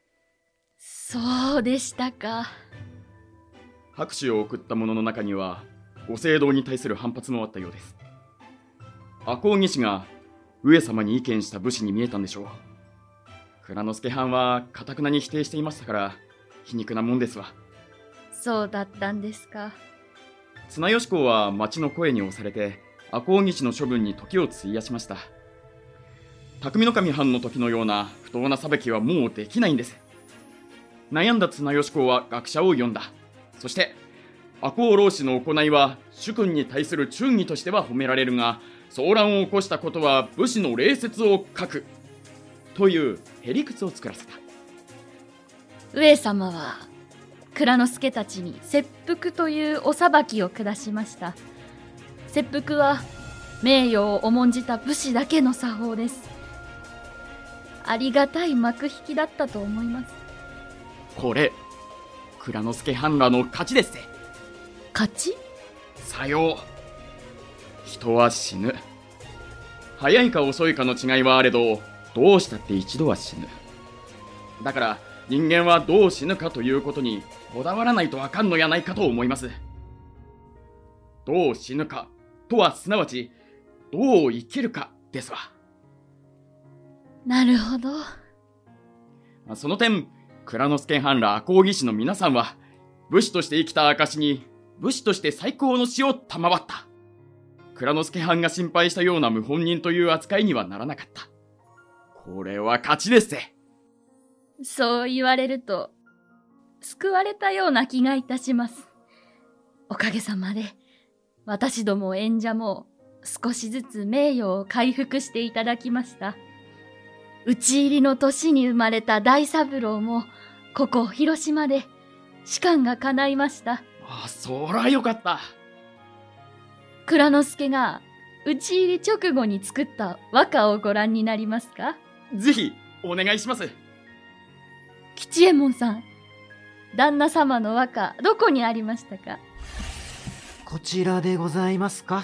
そうでしたか。 拍手を送った者の中にはご政道に対する反発もあったようです。赤穂義士が上様に意見した武士に見えたんでしょう。蔵之介藩は頑なに否定していましたから皮肉なもんですわ。 そうだったんですか。 綱吉公は町の声に押されて赤穂義士の処分に時を費やしました。匠の神藩の時のような不当な裁きはもうできないんです。悩んだ綱吉公は学者を呼んだ。そして赤穂浪士の行いは主君に対する忠義としては褒められるが、騒乱を起こしたことは武士の礼節を欠くというへりくつを作らせた。 上様は蔵之介たちに切腹というお裁きを下しました。切腹は名誉を重んじた武士だけの作法です。ありがたい幕引きだったと思います。 これ蔵之介藩らの勝ちですぜ。 勝ち？ さよう。人は死ぬ。早いか遅いかの違いはあれど、どうしたって一度は死ぬ。だから人間はどう死ぬかということにこだわらないとあかんのやないかと思います。どう死ぬかとはすなわちどう生きるかですわ。 なるほど。 その点、蔵之介藩ら赤穂義士の皆さんは武士として生きた証に武士として最高の死を賜った。蔵之介藩が心配したような謀反人という扱いにはならなかった。これは勝ちですぜ。 そう言われると救われたような気がいたします。おかげさまで私ども演者も少しずつ名誉を回復していただきました。討ち入りの年に生まれた大三郎もここ広島で仕官が叶いました。 そらよかった。 蔵之介が討ち入り直後に作った和歌をご覧になりますか？ ぜひお願いします。 吉右衛門さん、旦那様の和歌どこにありましたか？ こちらでございますか？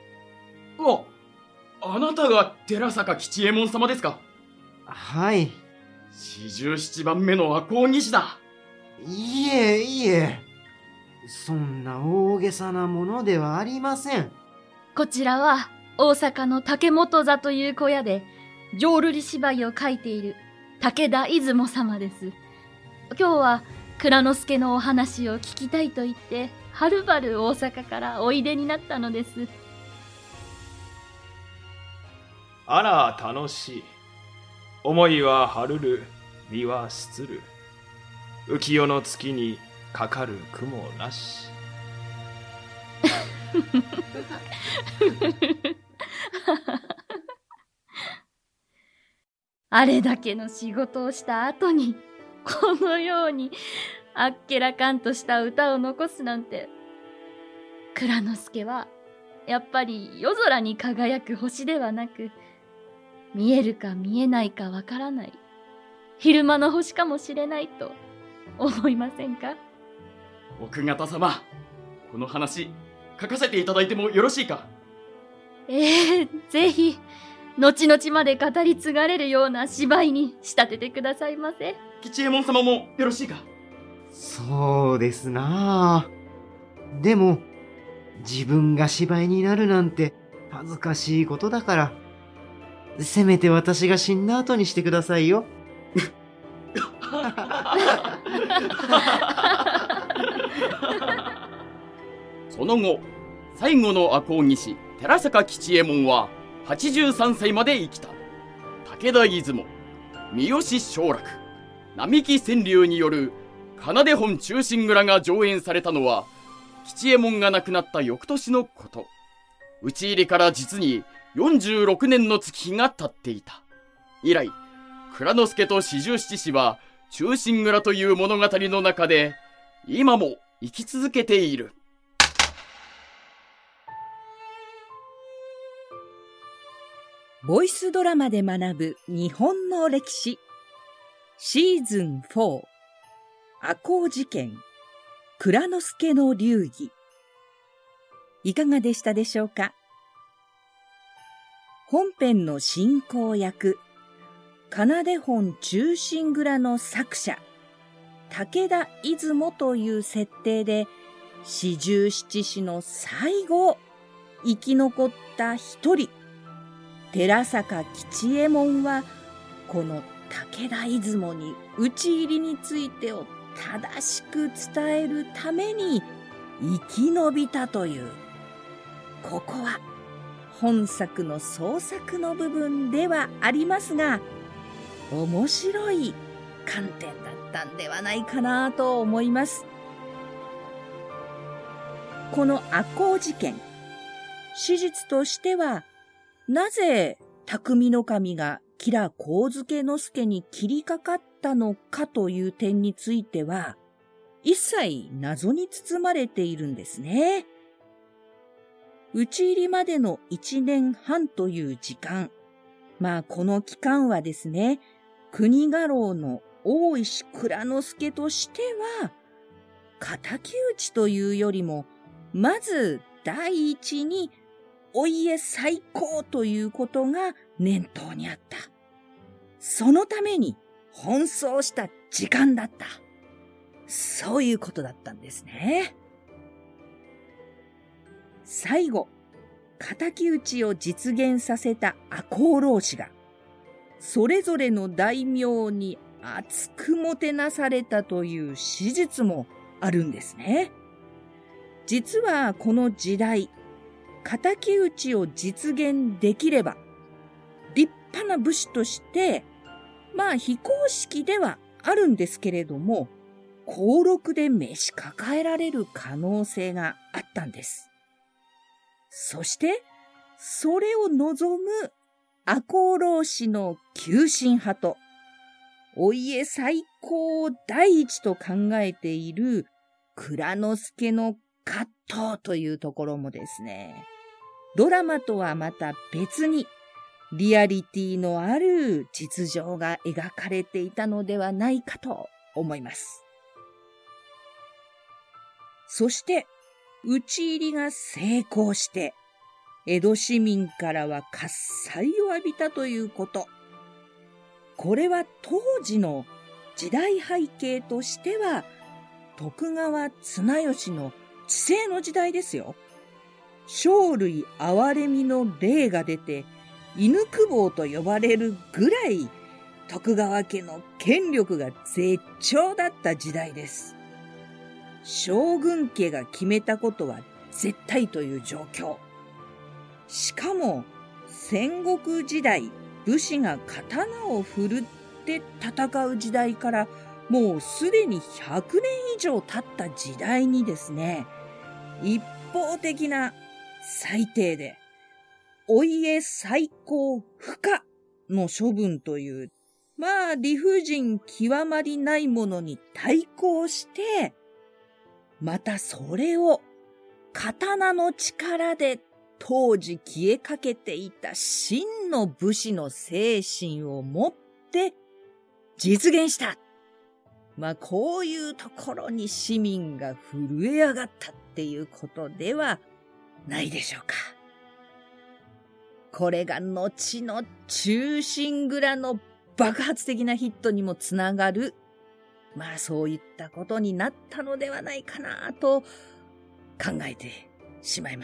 あなたが寺坂吉右衛門様ですか？ はい。 47番目の赤穂義士だ。 いえいえ、そんな大げさなものではありません。 こちらは大阪の竹本座という小屋で浄瑠璃芝居を書いている武田出雲様です。今日は蔵之介のお話を聞きたいと言ってはるばる大阪からおいでになったのです。 あら楽しい。思いは晴るる、身は失る。浮世の月にかかる雲なし。 あれだけの仕事をした後にこのようにあっけらかんとした歌を残すなんて。蔵之介はやっぱり夜空に輝く星ではなく、見えるか見えないかわからない昼間の星かもしれないと思いませんか？ 奥方様、この話書かせていただいてもよろしいか？ ぜひ後々まで語り継がれるような芝居に仕立ててくださいませ。 吉右衛門様もよろしいか？ そうですなあ。でも自分が芝居になるなんて恥ずかしいことだから、せめて私が死んだ後にしてくださいよ。 その後、最後の赤穂義士寺坂吉右衛門は83歳まで生きた。武田出雲、三好正楽、並木川柳による奏で本忠臣蔵が上演されたのは、吉右衛門が亡くなった翌年のこと。討ち入りから実に46年の月日が経っていた。以来、蔵之介と四十七士は忠臣蔵という物語の中で今も生き続けている。 ボイスドラマで学ぶ日本の歴史シーズン4、赤穂事件、蔵之介の流儀。いかがでしたでしょうか。本編の進行役、奏で本忠臣蔵の作者、武田出雲という設定で、四十七士の最後を生き残った一人、寺坂吉右衛門は、この武田出雲に討ち入りについてを正しく伝えるために生き延びたという、ここは本作の創作の部分ではありますが、面白い観点だったんではないかなと思います。この赤穂事件、史実としては、なぜ匠の神が吉良上野介に切りかかったのかという点については、一切謎に包まれているんですね。討ち入りまでの1年半という時間。この期間はですね、国家老の大石蔵之介としては、敵討ちというよりも、まず第一にお家再興ということが念頭にあった。そのために奔走した時間だった。そういうことだったんですね。最後、敵討ちを実現させた赤穂浪士が、それぞれの大名に厚くもてなされたという史実もあるんですね。実はこの時代、敵討ちを実現できれば、立派な武士として、非公式ではあるんですけれども、俸禄で召し抱えられる可能性があったんです。そして、それを望む赤穂浪士の急進派と、お家再興を第一と考えている蔵之介の葛藤というところもですね、ドラマとはまた別にリアリティのある実情が描かれていたのではないかと思います。そして、討ち入りが成功して、江戸市民からは喝采を浴びたということ。これは当時の時代背景としては、徳川綱吉の治世の時代ですよ。生類憐れみの霊が出て、犬公方と呼ばれるぐらい、徳川家の権力が絶頂だった時代です。将軍家が決めたことは絶対という状況。しかも、戦国時代、武士が刀を振るって戦う時代から、もうすでに100年以上経った時代にですね、一方的な裁定で、お家再興不可の処分という、理不尽極まりないものに対抗して、またそれを刀の力で当時消えかけていた真の武士の精神を持って実現した。こういうところに市民が震え上がったっていうことではないでしょうか。これが後の忠臣蔵の爆発的なヒットにもつながる、そういったことになったのではないかなと考えてしまいます。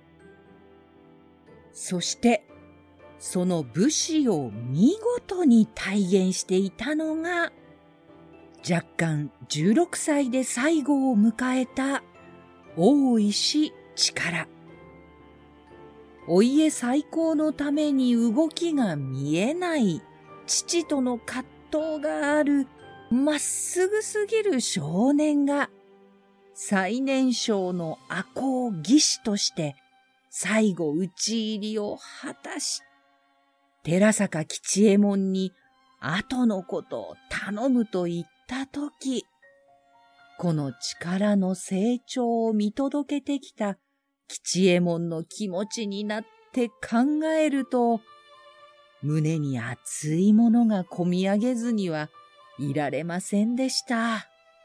そして、その武士を見事に体現していたのが、若干16歳で最後を迎えた大石力。 お家再興のために動きが見えない父との葛藤があるまっすぐすぎる少年が最年少の赤穂義士として最後討ち入りを果たし、寺坂吉右衛門に後のことを頼むと言ったとき、この力の成長を見届けてきた吉右衛門の気持ちになって考えると、胸に熱いものがこみ上げずにはいられませんでした。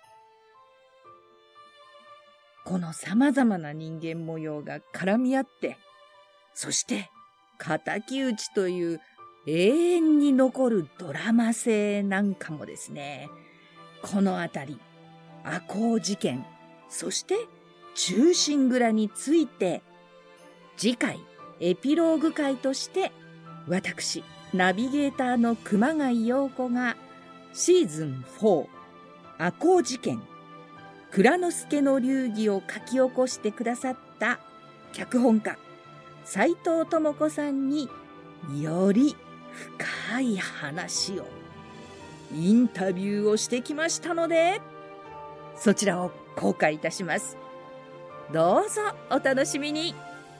この様々な人間模様が絡み合って、そして敵討ちという永遠に残るドラマ性なんかもですね、このあたり、赤穂事件、そして忠臣蔵について、次回エピローグ回として、私、ナビゲーターの熊谷陽子がシーズン4、赤穂事件、蔵之介の流儀を書き起こしてくださった脚本家、斉藤智子さんにより深い話を、インタビューをしてきましたので、そちらを公開いたします。どうぞお楽しみに。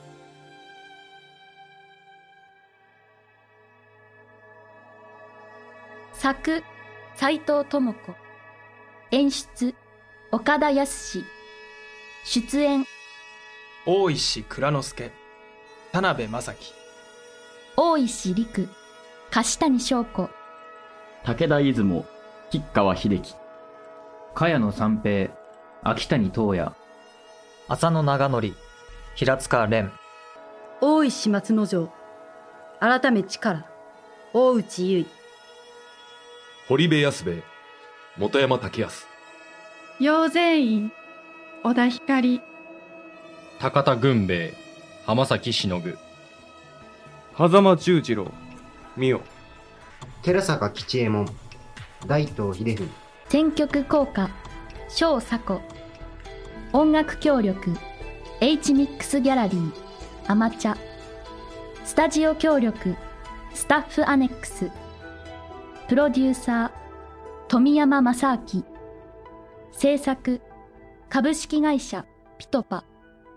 作、斉藤智子。演出、岡田康。出演、 大石蔵之介、田辺正樹、 大石陸、樫谷翔子、 武田出雲、吉川秀樹、 茅野三平、秋谷東也、 浅野長則、平塚蓮、 大石松之丞、改め力、大内結衣、 堀部安兵衛、本山武康、 陽全院、小田光、 高田軍兵衛、浜崎しのぐ、 狭間十次郎、美代、 寺坂吉右衛門、大東秀文、 選曲効果、翔佐子、音楽協力、H ミックスギャラリー、アマチャ、スタジオ協力、スタッフアネックス、プロデューサー、富山正明、制作、株式会社、ピトパ。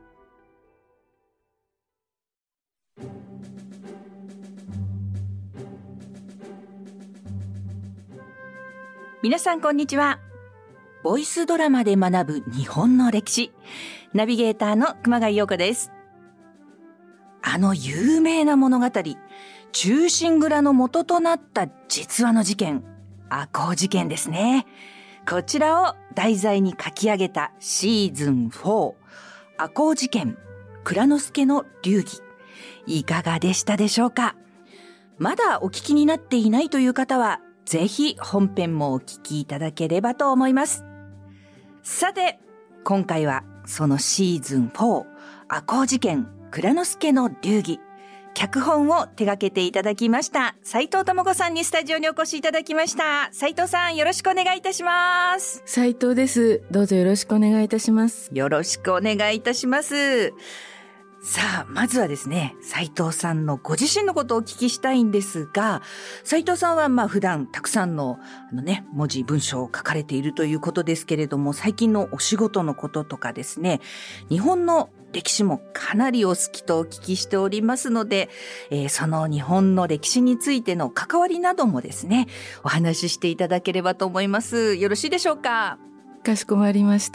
皆さんこんにちは。ボイスドラマで学ぶ日本の歴史、ナビゲーターの熊谷陽子です。あの有名な物語、忠臣蔵の元となった実話の事件、赤穂事件ですね。こちらを題材に書き上げたシーズン4、赤穂事件、蔵之介の流儀、いかがでしたでしょうか。まだお聞きになっていないという方は、ぜひ本編もお聞きいただければと思います。さて、今回はそのシーズン4、赤穂事件、蔵之介の流儀、脚本を手掛けていただきました斉藤智子さんにスタジオにお越しいただきました。斉藤さん、よろしくお願いいたします。 斉藤です。どうぞよろしくお願いいたします。 よろしくお願いいたします。さあ、まずはですね、斉藤さんのご自身のことをお聞きしたいんですが、斉藤さんは普段たくさんの文字文章を書かれているということですけれども、最近のお仕事のこととかですね、日本の歴史もかなりお好きとお聞きしておりますので、その日本の歴史についての関わりなどもですね、お話ししていただければと思います。よろしいでしょうか。 かしこまりました。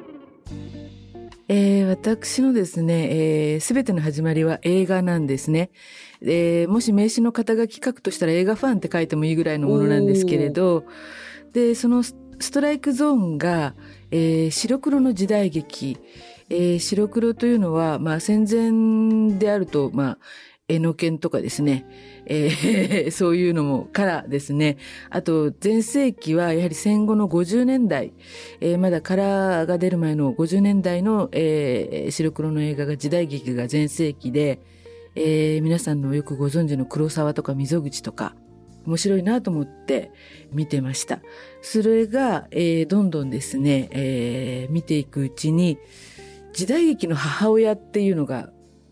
私のですね、すべての始まりは映画なんですね。もし名刺の肩書き書くとしたら映画ファンって書いてもいいぐらいのものなんですけれど、で、そのストライクゾーンが、白黒の時代劇、白黒というのは、戦前であると、絵の剣とかですね、そういうのもからですね、あと前世紀はやはり戦後の50年代、まだカラーが出る前の50年代の、白黒の映画が時代劇が全盛期で、皆さんのよくご存知の黒沢とか溝口とか面白いなと思って見てました。それが、どんどんですね、見ていくうちに時代劇の母親っていうのが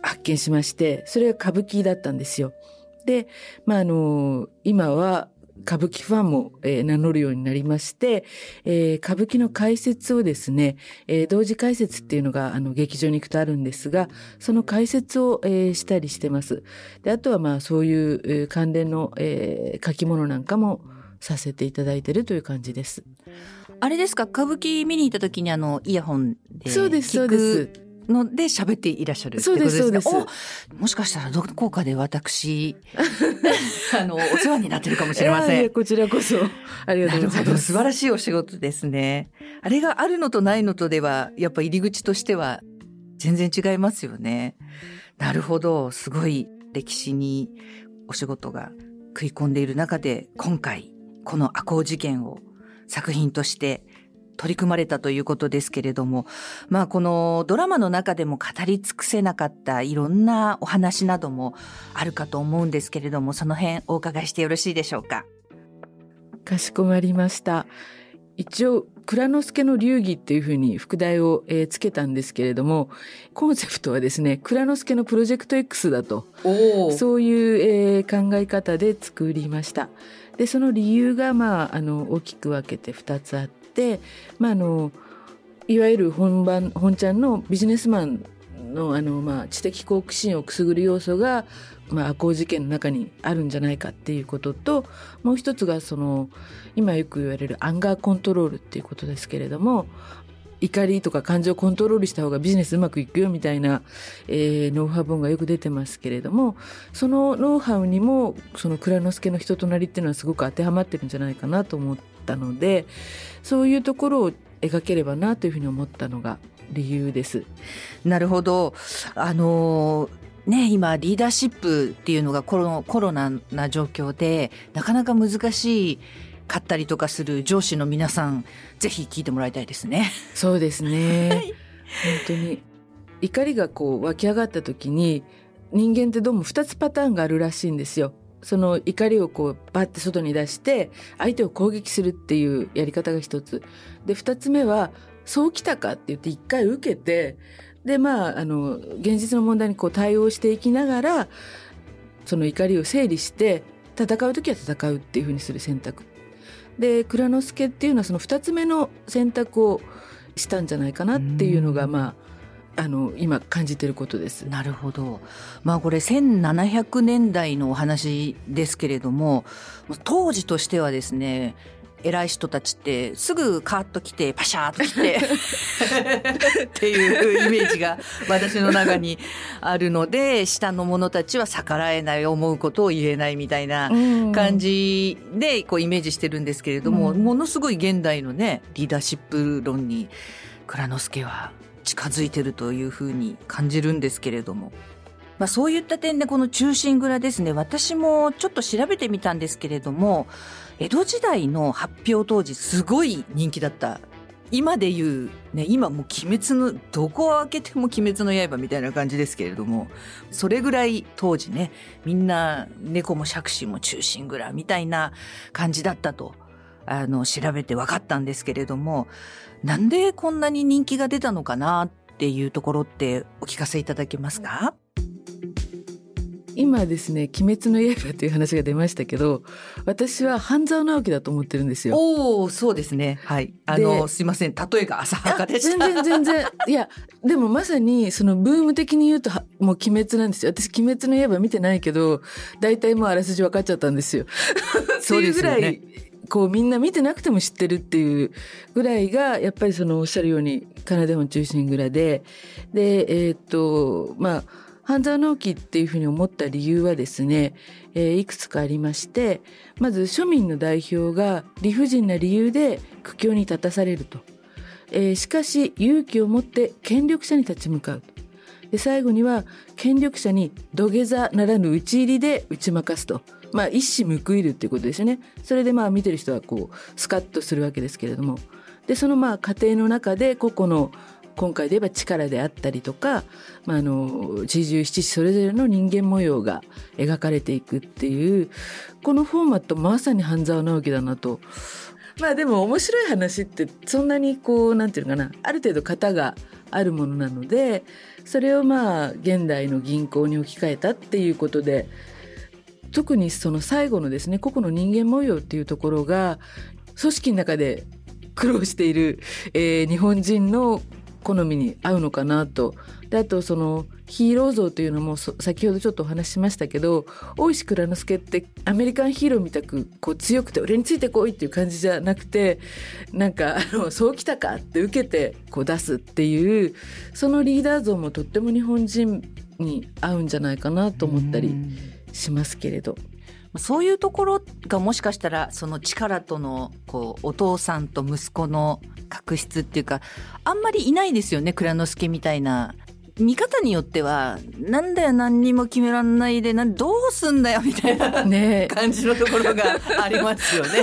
発見しまして、それが歌舞伎だったんですよ。で、今は歌舞伎ファンも、名乗るようになりまして、歌舞伎の解説をですね、同時解説っていうのが劇場に行くとあるんですが、その解説を、したりしてます。で、あとはそういう関連の、書き物なんかもさせていただいているという感じです。 あれですか、歌舞伎見に行った時にイヤホンでそうですそうです。 ので喋っていらっしゃるってことですか？ そうです。 もしかしたらどこかで私お世話になってるかもしれません。 いやこちらこそありがとうございます。 なるほど、素晴らしいお仕事ですね。あれがあるのとないのとではやっぱ入り口としては全然違いますよね。なるほど、すごい歴史にお仕事が食い込んでいる中で、今回この赤穂事件を作品として取り組まれたということですけれども、このドラマの中でも語り尽くせなかったいろんなお話などもあるかと思うんですけれども、その辺お伺いしてよろしいでしょうか？ かしこまりました。一応蔵之介の流儀っていうふうに副題を、つけたんですけれども、コンセプトはですね、蔵之介のプロジェクト X だと、そういう、考え方で作りました。でその理由が、大きく分けて2つあって、いわゆる本ちゃんのビジネスマンの、知的好奇心をくすぐる要素が、赤穂事件の中にあるんじゃないかっていうことと、もう一つが今よく言われるアンガーコントロールっていうことですけれども、怒りとか感情をコントロールした方がビジネスうまくいくよみたいな、ノウハウ本がよく出てますけれども、そのノウハウにもその蔵之介の人となりっていうのはすごく当てはまってるんじゃないかなと思ったので、そういうところを描ければなというふうに思ったのが理由です。 なるほど。今リーダーシップっていうのがコロナな状況でなかなか難しかったりとかする上司の皆さん、ぜひ聞いてもらいたいですね。 そうですね、はい、本当に怒りが湧き上がった時に、人間ってどうも2つパターンがあるらしいんですよ。その怒りをバッて外に出して相手を攻撃するっていうやり方が一つで、2つ目はそうきたかって言って一回受けて、で現実の問題に対応していきながら、その怒りを整理して戦うときは戦うっていうふうにする選択で、蔵之介っていうのはその2つ目の選択をしたんじゃないかなっていうのが今感じてることです。 なるほど。これ1700年代のお話ですけれども、当時としてはですね、偉い人たちってすぐカーッと来てパシャーッと来てっていうイメージが私の中にあるので、下の者たちは逆らえない、思うことを言えないみたいな感じでイメージしてるんですけれども、ものすごい現代のねリーダーシップ論に蔵之介は近づいてるというふうに感じるんですけれども、そういった点でこの忠臣蔵ですね、私もちょっと調べてみたんですけれども、江戸時代の発表当時すごい人気だった。今でいうね、今もう鬼滅のどこを開けても鬼滅の刃みたいな感じですけれども、それぐらい当時ね、みんな猫も杓子も忠臣蔵みたいな感じだったと調べて分かったんですけれども、なんでこんなに人気が出たのかなっていうところってお聞かせいただけますか？ 今ですね、鬼滅の刃という話が出ましたけど、私は半沢直樹だと思ってるんですよ。 そうですね。はい。すいません。例えが浅はかでした。 全然。いや、でもまさにそのブーム的に言うともう鬼滅なんですよ。私鬼滅の刃見てないけど、大体もうあらすじ分かっちゃったんですよ。そうですよね。っていうぐらいみんな見てなくても知ってるっていうぐらいが、やっぱりおっしゃるように奏でも忠臣蔵で、半沢直樹っていうふうに思った理由はですね、いくつかありまして、まず庶民の代表が理不尽な理由で苦境に立たされると、しかし勇気を持って権力者に立ち向かう。で最後には権力者に土下座ならぬ討ち入りで打ち負かすと、一矢報いるっていうことですよね。それで見てる人はスカッとするわけですけれども、でその過程の中で個々の今回で言えば力であったりとか、四十七士それぞれの人間模様が描かれていくっていう、このフォーマットまさに半沢直樹だなとまあでも面白い話ってそんなにこうなんていうのかな、ある程度型があるものなので、それをまあ現代の銀行に置き換えたっていうことで、特にその最後のですね、個々の人間模様っていうところが組織の中で苦労している、日本人の好みに合うのかなと。であとそのヒーロー像というのも先ほどちょっとお話ししましたけど、大石内蔵助ってアメリカンヒーローみたくこう強くて俺についてこいっていう感じじゃなくて、なんかそうきたかって受けてこう出すっていう、そのリーダー像もとっても日本人に合うんじゃないかなと思ったりしますけれど、 そういうところがもしかしたらその力とのこうお父さんと息子の確執っていうか、あんまりいないですよね、蔵之介みたいな。見方によってはなんだよ何にも決めらんないでどうすんだよみたいな感じのところがありますよね。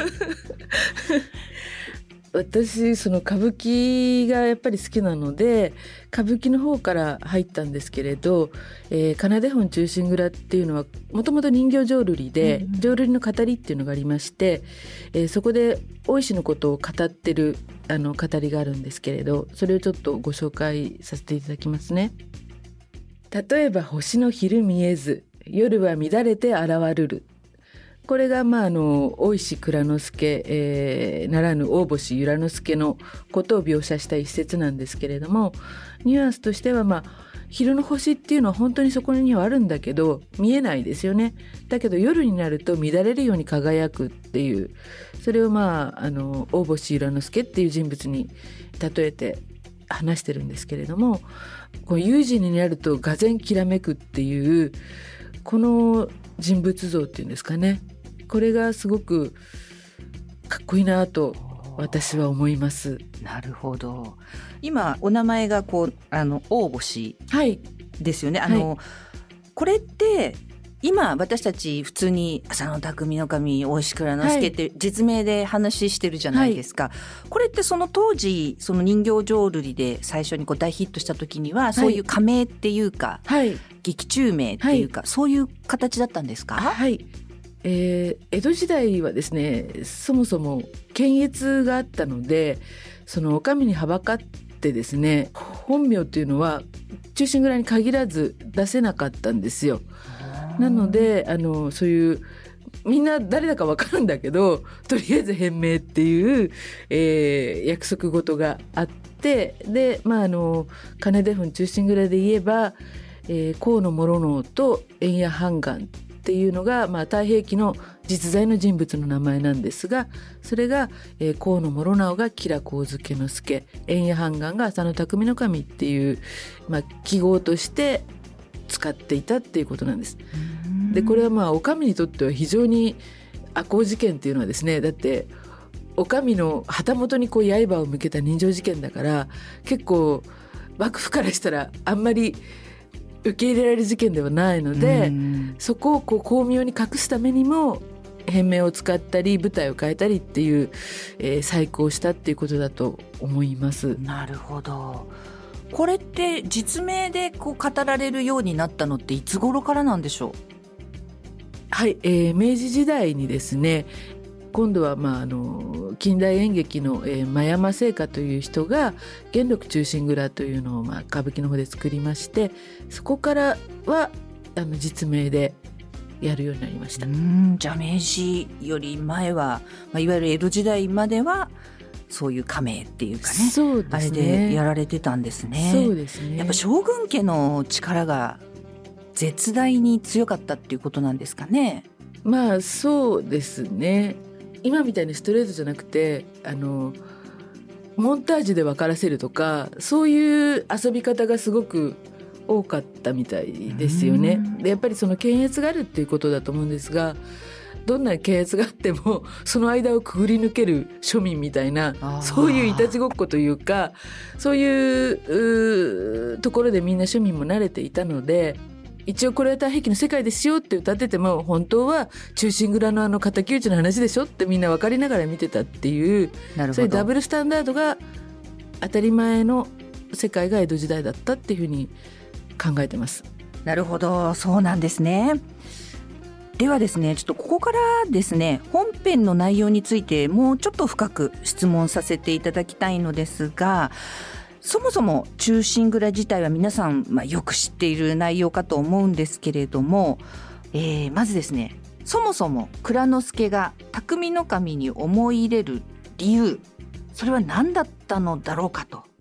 私その歌舞伎がやっぱり好きなので歌舞伎の方から入ったんですけれど、奏本忠臣蔵っていうのはもともと人形浄瑠璃で、浄瑠璃の語りっていうのがありまして、そこで大石のことを語ってる語りがあるんですけれど、それをちょっとご紹介させていただきますね。例えば星の昼見えず夜は乱れて現るる。これが大石内蔵助、ならぬ大星由良之助のことを描写した一節なんですけれども、ニュアンスとしては昼の星っていうのは本当にそこにはあるんだけど見えないですよね。だけど夜になると乱れるように輝くっていう、それを大星由良之助っていう人物に例えて話してるんですけれども、こう有事になるとがぜんきらめくっていうこの人物像っていうんですかね、これがすごくかっこいいなと私は思います。 なるほど。今お名前が大星ですよね。これって今私たち普通に浅野匠の神大石内蔵助って実名で話してるじゃないですか、これってその当時その人形浄瑠璃で最初に大ヒットした時にはそういう仮名っていうか、劇中名っていうか、そういう形だったんですか？ 江戸時代はですね、そもそも検閲があったので、そのお上にはばかってですね、本名っていうのは忠臣蔵に限らず出せなかったんですよ。なのでそういうみんな誰だか分かるんだけどとりあえず変名っていう、約束事があって、で奏本忠臣蔵で言えば、河野諸能と円谷半眼っていうのが、太平記の実在の人物の名前なんですが、それが、河野諸直が吉良上野介、円谷半眼が浅野匠の神っていう、記号として使っていたっていうことなんです。でこれはお上にとっては非常に赤穂事件っていうのはですね、だってお上の旗本に刃を向けた人情事件だから、結構幕府からしたらあんまり受け入れられる事件ではないので、そこを巧妙に隠すためにも変名を使ったり舞台を変えたりっていう、細工をしたっていうことだと思います。 なるほど。これって実名で語られるようになったのっていつ頃からなんでしょう？ 明治時代にですね、今度は近代演劇の、真山製菓という人が元禄忠臣蔵というのを歌舞伎の方で作りまして、そこからは実名でやるようになりました。 じゃあ明治より前は、いわゆる江戸時代まではそういう仮名っていうかね、 そうですね、 あれでやられてたんですね。 そうですね。 やっぱ将軍家の力が絶大に強かったっていうことなんですかね。 そうですね。今みたいにストレートじゃなくてモンタージュで分からせるとか、そういう遊び方がすごく多かったみたいですよね。でやっぱりその検閲があるっていうことだと思うんですが、どんな検閲があってもその間をくぐり抜ける庶民みたいな、そういういたちごっこというか、そういうところでみんな庶民も慣れていたので、一応これは太平記の世界ですよって歌ってても、本当は忠臣蔵の敵討ちの話でしょってみんな分かりながら見てたっていう、そういうダブルスタンダードが当たり前の世界が江戸時代だったっていうふうに考えてます。 なるほど、そうなんですね。 ではですね、ちょっとここからですね、本編の内容についてもうちょっと深く質問させていただきたいのですが、そもそも忠臣蔵自体は皆さん、よく知っている内容かと思うんですけれども、まずですね、そもそも蔵之介が匠の神に思い入れる理由、それは何だったのだろうかと。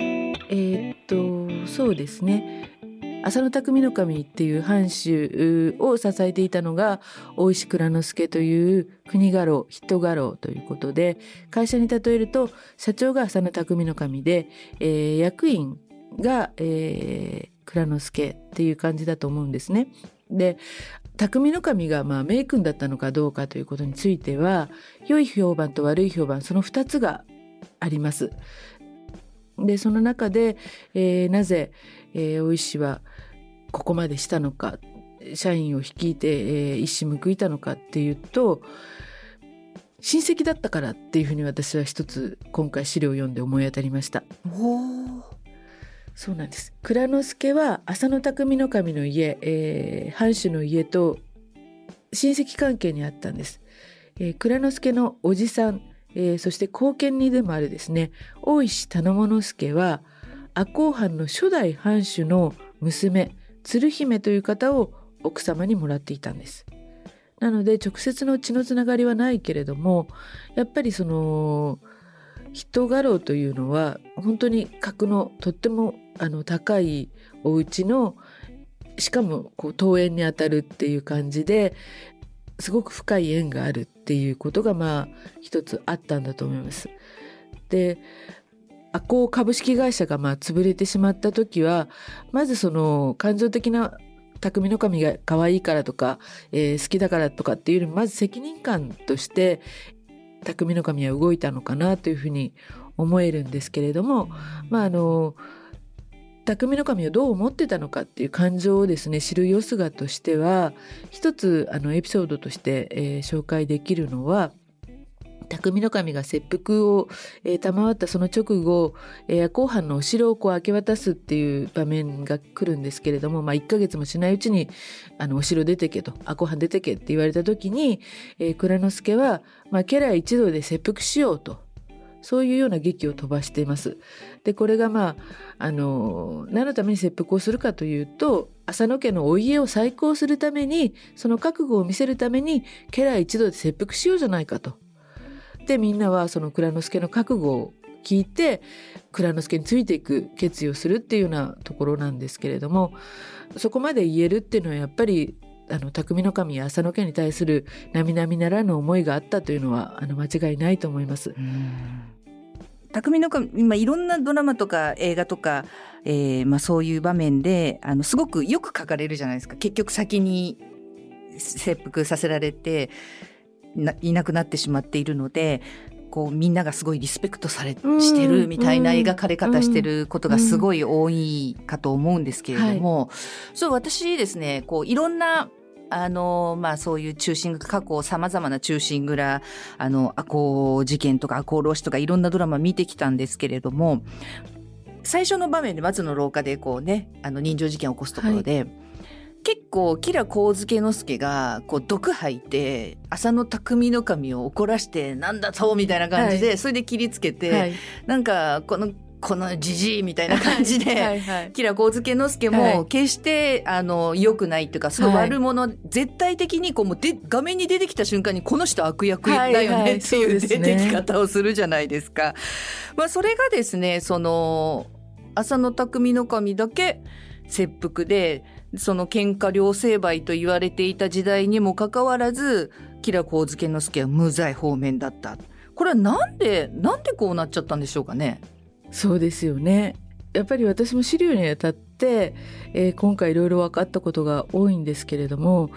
そうですね、浅野匠の神っていう藩主を支えていたのが大石内蔵助という国家老筆頭家老ということで、会社に例えると社長が浅野匠の神で、役員が、内蔵助っていう感じだと思うんですね。で、匠の神が名君だったのかどうかということについては、良い評判と悪い評判、その2つがあります。でその中で、なぜ、大石はここまでしたのか、社員を率いて、一矢報いたのかっていうと、親戚だったからっていうふうに私は一つ今回資料を読んで思い当たりました。そうなんです。内蔵助は浅野匠の神の家、藩主の家と親戚関係にあったんです。内蔵助のおじさん、そして後見人でもあるですね、大石頼母助は赤穂藩の初代藩主の娘鶴姫という方を奥様にもらっていたんです。なので直接の血のつながりはないけれども、やっぱりその筆頭家老というのは本当に格のとっても高いお家の、しかも遠縁にあたるっていう感じですごく深い縁があるっていうことが一つあったんだと思います。で、赤穂株式会社が潰れてしまった時は、まずその感情的な匠の神が可愛いからとか、好きだからとかっていうよりも、まず責任感として匠の神は動いたのかなというふうに思えるんですけれども、匠の神をどう思ってたのかっていう感情をですね知るよすがとしては、一つエピソードとして、紹介できるのは、匠の神が切腹を、賜ったその直後、赤穂藩のお城を明け渡すっていう場面が来るんですけれども、1ヶ月もしないうちにお城出てけと、赤穂藩出てけって言われた時に、内蔵助は、家来一同で切腹しようと、そういうような劇を飛ばしています。でこれが何のために切腹をするかというと、浅野家のお家を再興するために、その覚悟を見せるために家来一同で切腹しようじゃないかと。でみんなはその内蔵助の覚悟を聞いて内蔵助についていく決意をするっていうようなところなんですけれども、そこまで言えるっていうのはやっぱり匠の神や浅野家に対する並々ならぬ思いがあったというのは間違いないと思います。 匠の神、今いろんなドラマとか映画とか、そういう場面ですごくよく書かれるじゃないですか。結局先に切腹させられていなくなってしまっているので、みんながすごいリスペクトしてるみたいな描かれ方してることがすごい多いかと思うんですけれども、そう私ですね、いろんなそういう忠臣蔵、過去さまざまな忠臣蔵、赤穂事件とか赤穂浪士とかいろんなドラマ見てきたんですけれども、最初の場面で松の廊下で人情事件を起こすところで、結構吉良上野介が毒吐いて浅野匠の神を怒らしてなんだとみたいな感じで、それで切りつけて、なんかこのジジイみたいな感じで吉良上野介も決して良くないというか、すごい悪者、絶対的にもう画面に出てきた瞬間にこの人悪役だよねっていう出てき方をするじゃないですか。それがですね、その浅野匠の神だけ切腹で、その喧嘩両成敗と言われていた時代にもかかわらず吉良上野介は無罪放免だった。これはなんでこうなっちゃったんでしょうかね。 そうですよね。やっぱり私も資料にあたって、今回いろいろ分かったことが多いんですけれども、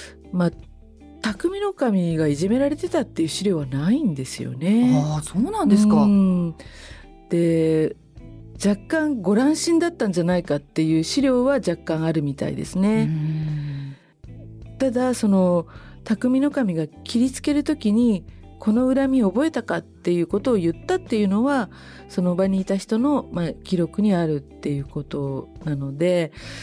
匠の神がいじめられてたっていう資料はないんですよね。 そうなんですか。 で若干ご乱心だったんじゃないかっていう資料は若干あるみたいですね。ただその匠の神が切りつけるときにこの恨みを覚えたかっていうことを言ったっていうのはその場にいた人の、記録にあるっていうことなので、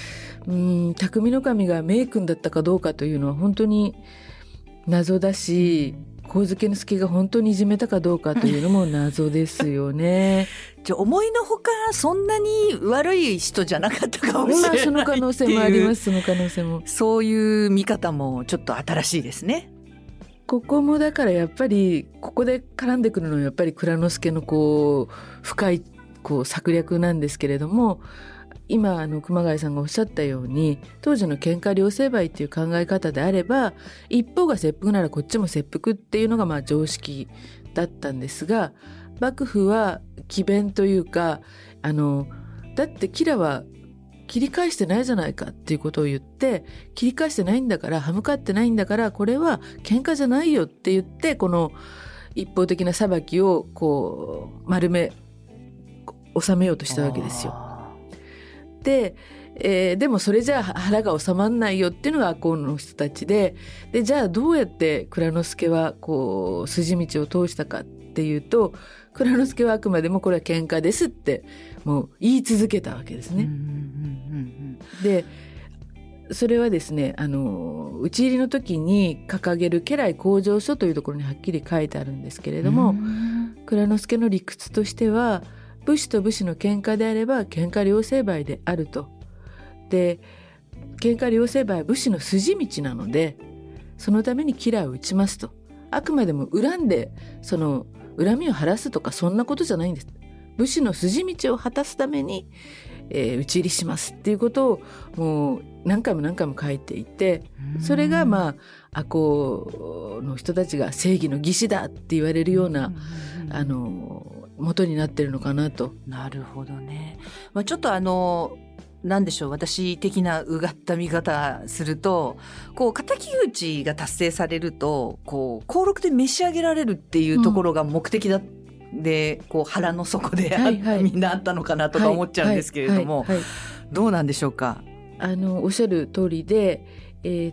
匠の神が名君だったかどうかというのは本当に謎だし、上野介が本当にいじめたかどうかというのも謎ですよね。 じゃあ思いのほかそんなに悪い人じゃなかったかもしれない、 その可能性もあります。その可能性も、 そういう見方もちょっと新しいですね。 ここもだからやっぱりここで絡んでくるのはやっぱり蔵之介の深い策略なんですけれども、今熊谷さんがおっしゃったように、当時の喧嘩両成敗っていう考え方であれば、一方が切腹ならこっちも切腹っていうのが常識だったんですが、幕府は詭弁というか、だって吉良は切り返してないじゃないかっていうことを言って、切り返してないんだから、歯向かってないんだから、これは喧嘩じゃないよって言って、この一方的な裁きを丸め収めようとしたわけですよ。でもそれじゃあ腹が収まんないよっていうのが赤穂の人たちで、じゃあどうやって蔵之介は筋道を通したかっていうと、蔵之介はあくまでもこれは喧嘩ですってもう言い続けたわけですね。でそれはですね、討ち入りの時に掲げる家来向上書というところにはっきり書いてあるんですけれども、蔵之介の理屈としては、武士と武士の喧嘩であれば喧嘩両成敗であると。で喧嘩両成敗は武士の筋道なので、そのために吉良を討ちますと。あくまでも恨んでその恨みを晴らすとかそんなことじゃないんです。武士の筋道を果たすために、討ち入りしますっていうことをもう何回も何回も書いていて、それが赤穂の人たちが正義の義士だって言われるような元になってるのかなと。 なるほどね。ちょっとなんでしょう、私的なうがった見方すると、敵討ちが達成されると幸禄で召し上げられるっていうところが目的だで、腹の底でみんなあったのかなとか思っちゃうんですけれども、どうなんでしょうか。 おっしゃる通りで、一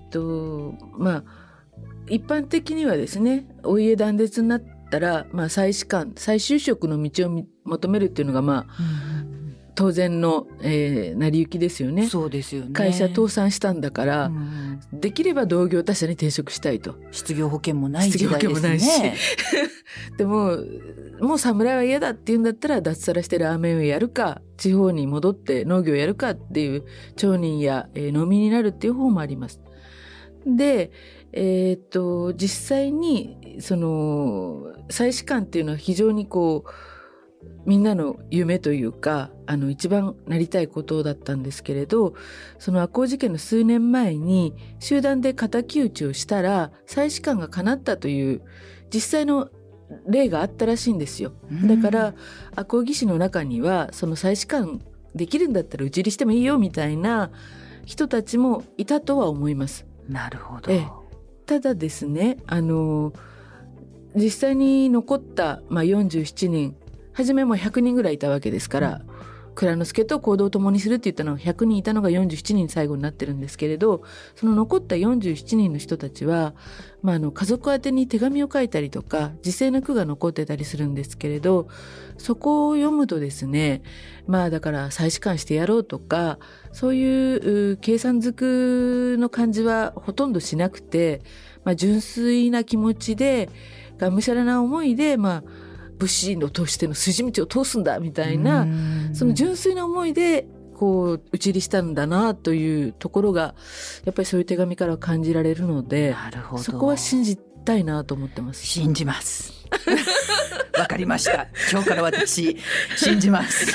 般的にはですね、お家断絶になったら、再仕官、再就職の道を求めるっていうのが当然の、成り行きですよね。 そうですよね。 会社倒産したんだから、できれば同業他社に転職したいと。 失業保険もない時代ですね。失業保険もないしでもう侍は嫌だって言うんだったら、脱サラしてラーメンをやるか、地方に戻って農業をやるかっていう町人や、農民になるっていう方もあります。で、実際にその再仕官っていうのは非常にみんなの夢というか、一番なりたいことだったんですけれど、その赤穂事件の数年前に集団で敵討ちをしたら再仕官が叶ったという実際の例があったらしいんですよ。だから赤穂義士の中には、その再仕官できるんだったら討ち入りしてもいいよみたいな人たちもいたとは思います。 なるほど。 ただですね、実際に残った、47人、初めも100人ぐらいいたわけですから、蔵之介と行動を共にするって言ったのは100人いたのが47人最後になってるんですけれど、その残った47人の人たちは、家族宛てに手紙を書いたりとか自世の句が残ってたりするんですけれど、そこを読むとですね、だから再仕官してやろうとか、そういう計算づくの感じはほとんどしなくて、純粋な気持ちで、がむしゃらな思いで、武士のとしての筋道を通すんだみたいな、その純粋な思いで討ち入りしたんだなというところが、やっぱりそういう手紙から感じられるので、 なるほど、 そこは信じたいなと思ってます。 信じますわかりました。今日から私信じます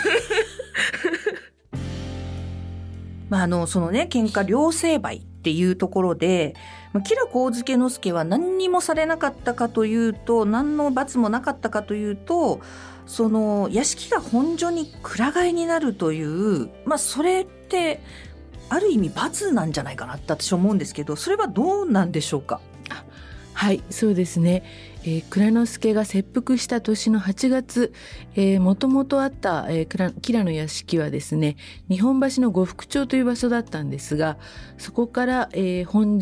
そのね、喧嘩両成敗っていうところで、吉良上野之助は何にもされなかったかというと、何の罰もなかったかというと、その屋敷が本所に蔵替えになるという、それってある意味罰なんじゃないかなって私思うんですけど、それはどうなんでしょうか。 はい、そうですね。蔵之介が切腹した年の8月、もともとあった、吉良の屋敷はですね、日本橋の呉服町という場所だったんですが、そこから、本所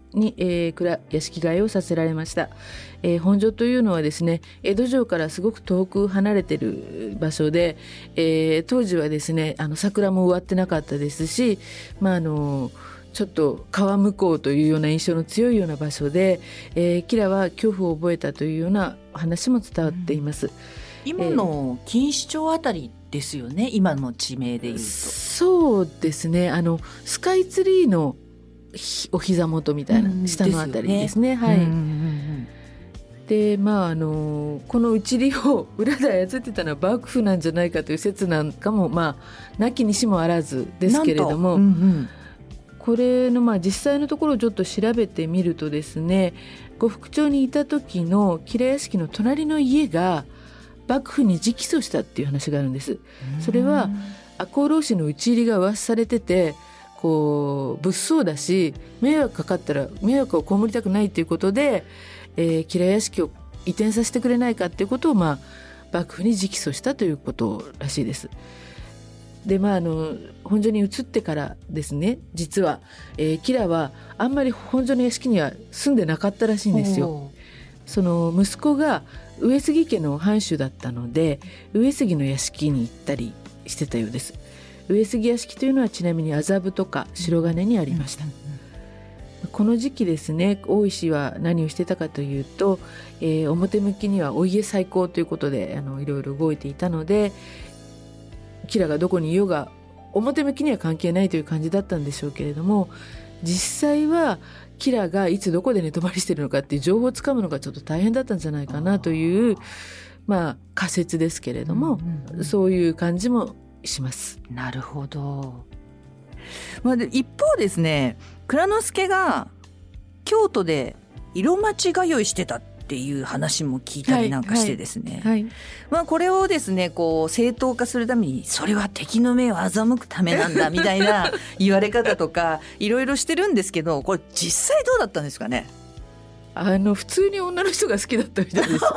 に、蔵屋敷替えをさせられました。本所というのはですね、江戸城からすごく遠く離れている場所で、当時はですね桜も植わってなかったですし、ちょっと川向こうというような印象の強いような場所で、吉良は恐怖を覚えたというような話も伝わっています。 今の錦糸町あたりですよね、今の地名でいうと。 そうですね、スカイツリーのお膝元みたいな下のあたりですね。はい。でこの内里を裏で操ってたのは幕府なんじゃないかという説なんかもなきにしもあらずですけれども、これの実際のところをちょっと調べてみるとですね、呉服町にいた時の吉良屋敷の隣の家が幕府に直訴したっていう話があるんです。それは赤穂浪士の討ち入りが噂されてて、物騒だし迷惑かかったら迷惑を被りたくないということで、吉良屋敷を移転させてくれないかということを幕府に直訴したということらしいです。で本所に移ってからですね、実は、吉良はあんまり本所の屋敷には住んでなかったらしいんですよ。その息子が上杉家の藩主だったので、上杉の屋敷に行ったりしてたようです。上杉屋敷というのはちなみに麻布とか白金にありました。この時期ですね、大石は何をしてたかというと、表向きにはお家再興ということでいろいろ動いていたので、吉良がどこにいようが表向きには関係ないという感じだったんでしょうけれども、実際は吉良がいつどこで寝泊まりしているのかっていう情報をつかむのがちょっと大変だったんじゃないかなという仮説ですけれども、そういう感じもします。 なるほど。一方ですね、蔵之介が京都で色町通いしてたっていう話も聞いたりなんかしてですね、これをですね正当化するために、それは敵の目を欺くためなんだみたいな言われ方とかいろいろしてるんですけど、これ実際どうだったんですかね。 普通に女の人が好きだったみたいです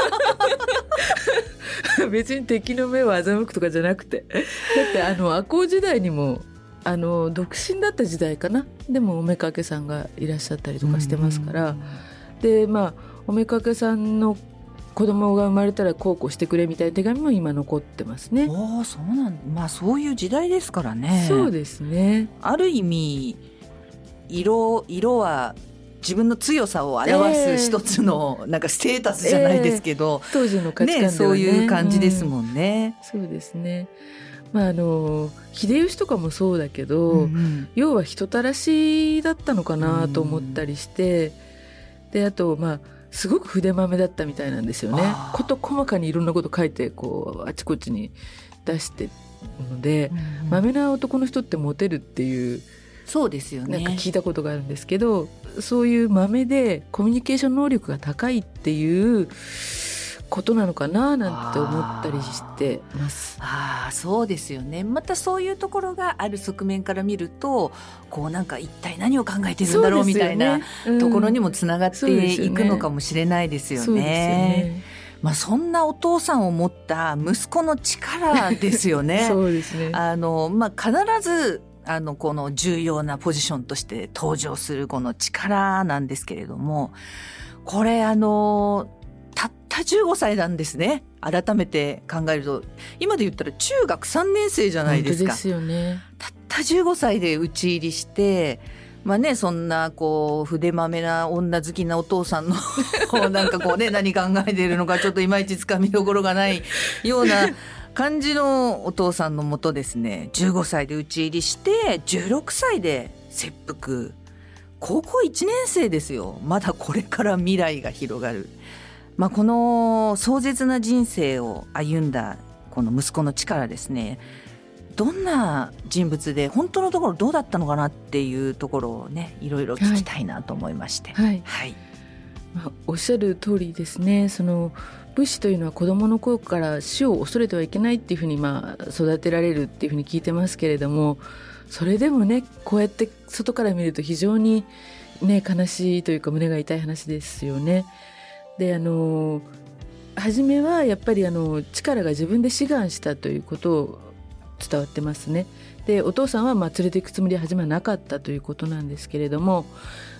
別に敵の目を欺くとかじゃなくて、だって赤穂時代にも独身だった時代かな、でもお妾さんがいらっしゃったりとかしてますから、でお妾さんの子供が生まれたら孝行してくれみたいな手紙も今残ってますね。 そうなん、そういう時代ですからね。 そうですね。 ある意味色は自分の強さを表す一つのなんかステータスじゃないですけど、 当時の価値観ではね、 そういう感じですもんね。 そうですね。秀吉とかもそうだけど、要は人たらしだったのかなと思ったりして、であとすごく筆まめだったみたいなんですよね。事細かにいろんなこと書いてあちこちに出してるので、まめな男の人ってモテるっていう、 そうですよね、 なんか聞いたことがあるんですけど、そういうまめでコミュニケーション能力が高いっていうことなのかななんて思ったりしてます。 そうですよね。またそういうところがある側面から見ると、なんか一体何を考えてるんだろうみたいなところにもつながっていくのかもしれないですよね。そんなお父さんを持った息子の力ですよね。 そうですね。 必ずこの重要なポジションとして登場するこの力なんですけれども、これたった15歳なんですね。改めて考えると、今で言ったら中学3年生じゃないですか。 本当ですよね。 たった15歳で討ち入りして、そんな筆まめな女好きなお父さんのなんか何考えているのかちょっといまいちつかみどころがないような感じのお父さんのもとですね、15歳で討ち入りして16歳で切腹、高校1年生ですよ。まだこれから未来が広がる。この壮絶な人生を歩んだこの息子の力ですね、どんな人物で本当のところどうだったのかなっていうところをね、いろいろ聞きたいなと思いまして、 おっしゃる通りですね。その武士というのは子どもの頃から死を恐れてはいけないっていうふうに育てられるっていうふうに聞いてますけれども、それでもね、こうやって外から見ると非常にね、悲しいというか胸が痛い話ですよね。で初めはやっぱり力が自分で志願したということを伝わってますね。でお父さんは連れていくつもりは初めはなかったということなんですけれども、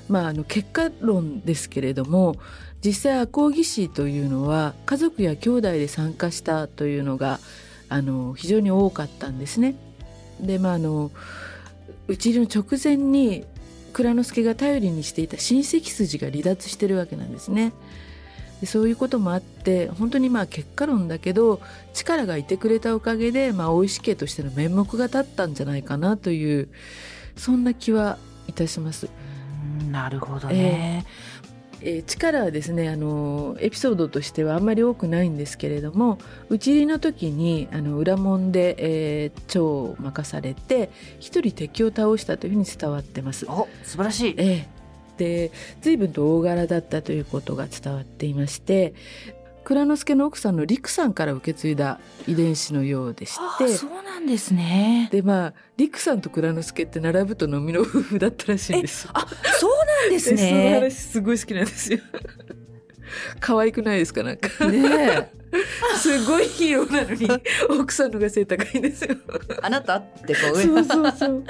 結果論ですけれども、実際赤穂義士というのは家族や兄弟で参加したというのが非常に多かったんですね。で、討ち入りの直前に蔵之介が頼りにしていた親戚筋が離脱してるわけなんですね。でそういうこともあって本当に結果論だけど力がいてくれたおかげで大石家としての面目が立ったんじゃないかなというそんな気はいたします。 なるほどね。 力はですねエピソードとしてはあんまり多くないんですけれども、討ち入りの時に裏門で、長を任されて一人敵を倒したというふうに伝わってます。 素晴らしい。 で随分と大柄だったということが伝わっていまして、蔵之介の奥さんの陸さんから受け継いだ遺伝子のようでして、 そうなんですね。 で陸さんと蔵之介って並ぶと飲みの夫婦だったらしいんです。 そうなんですね。 その話すごい好きなんですよ。可愛くないですか？なんかねすごいヒーローなのに奥さんのが背高いんですよ。 あなたってこうそう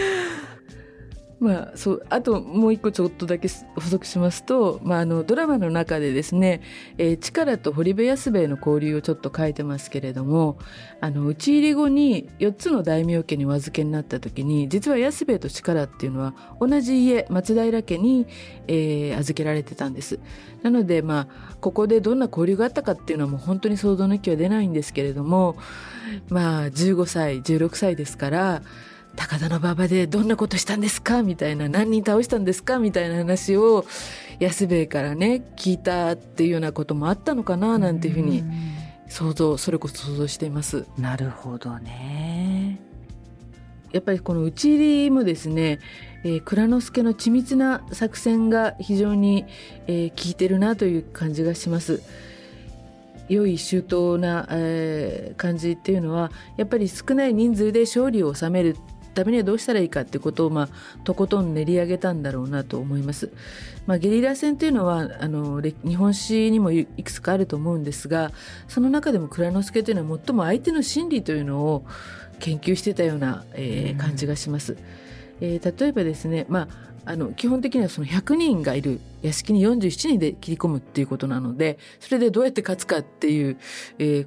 あともう一個ちょっとだけ補足しますと、ドラマの中でですね、力と堀部安兵衛の交流をちょっと書いてますけれども、討ち入り後に4つの大名家にお預けになった時に実は安兵衛と力っていうのは同じ家松平家に、預けられてたんです。なのでここでどんな交流があったかっていうのはもう本当に想像の域は出ないんですけれども、15歳16歳ですから高田馬場でどんなことしたんですかみたいな、何人倒したんですかみたいな話を安兵衛からね聞いたっていうようなこともあったのかななんていうふうにそれこそ想像しています。なるほどね。やっぱりこの討ち入りもですね、蔵之介の緻密な作戦が非常に、効いてるなという感じがします。良い周到な、感じっていうのはやっぱり少ない人数で勝利を収めるためにはどうしたらいいかってことをとことん練り上げたんだろうなと思います。ゲリラ戦というのは日本史にもいくつかあると思うんですが、その中でも蔵之介というのは最も相手の心理というのを研究してたような、感じがします。例えばですね、基本的にはその100人がいる屋敷に47人で切り込むっていうことなので、それでどうやって勝つかっていう、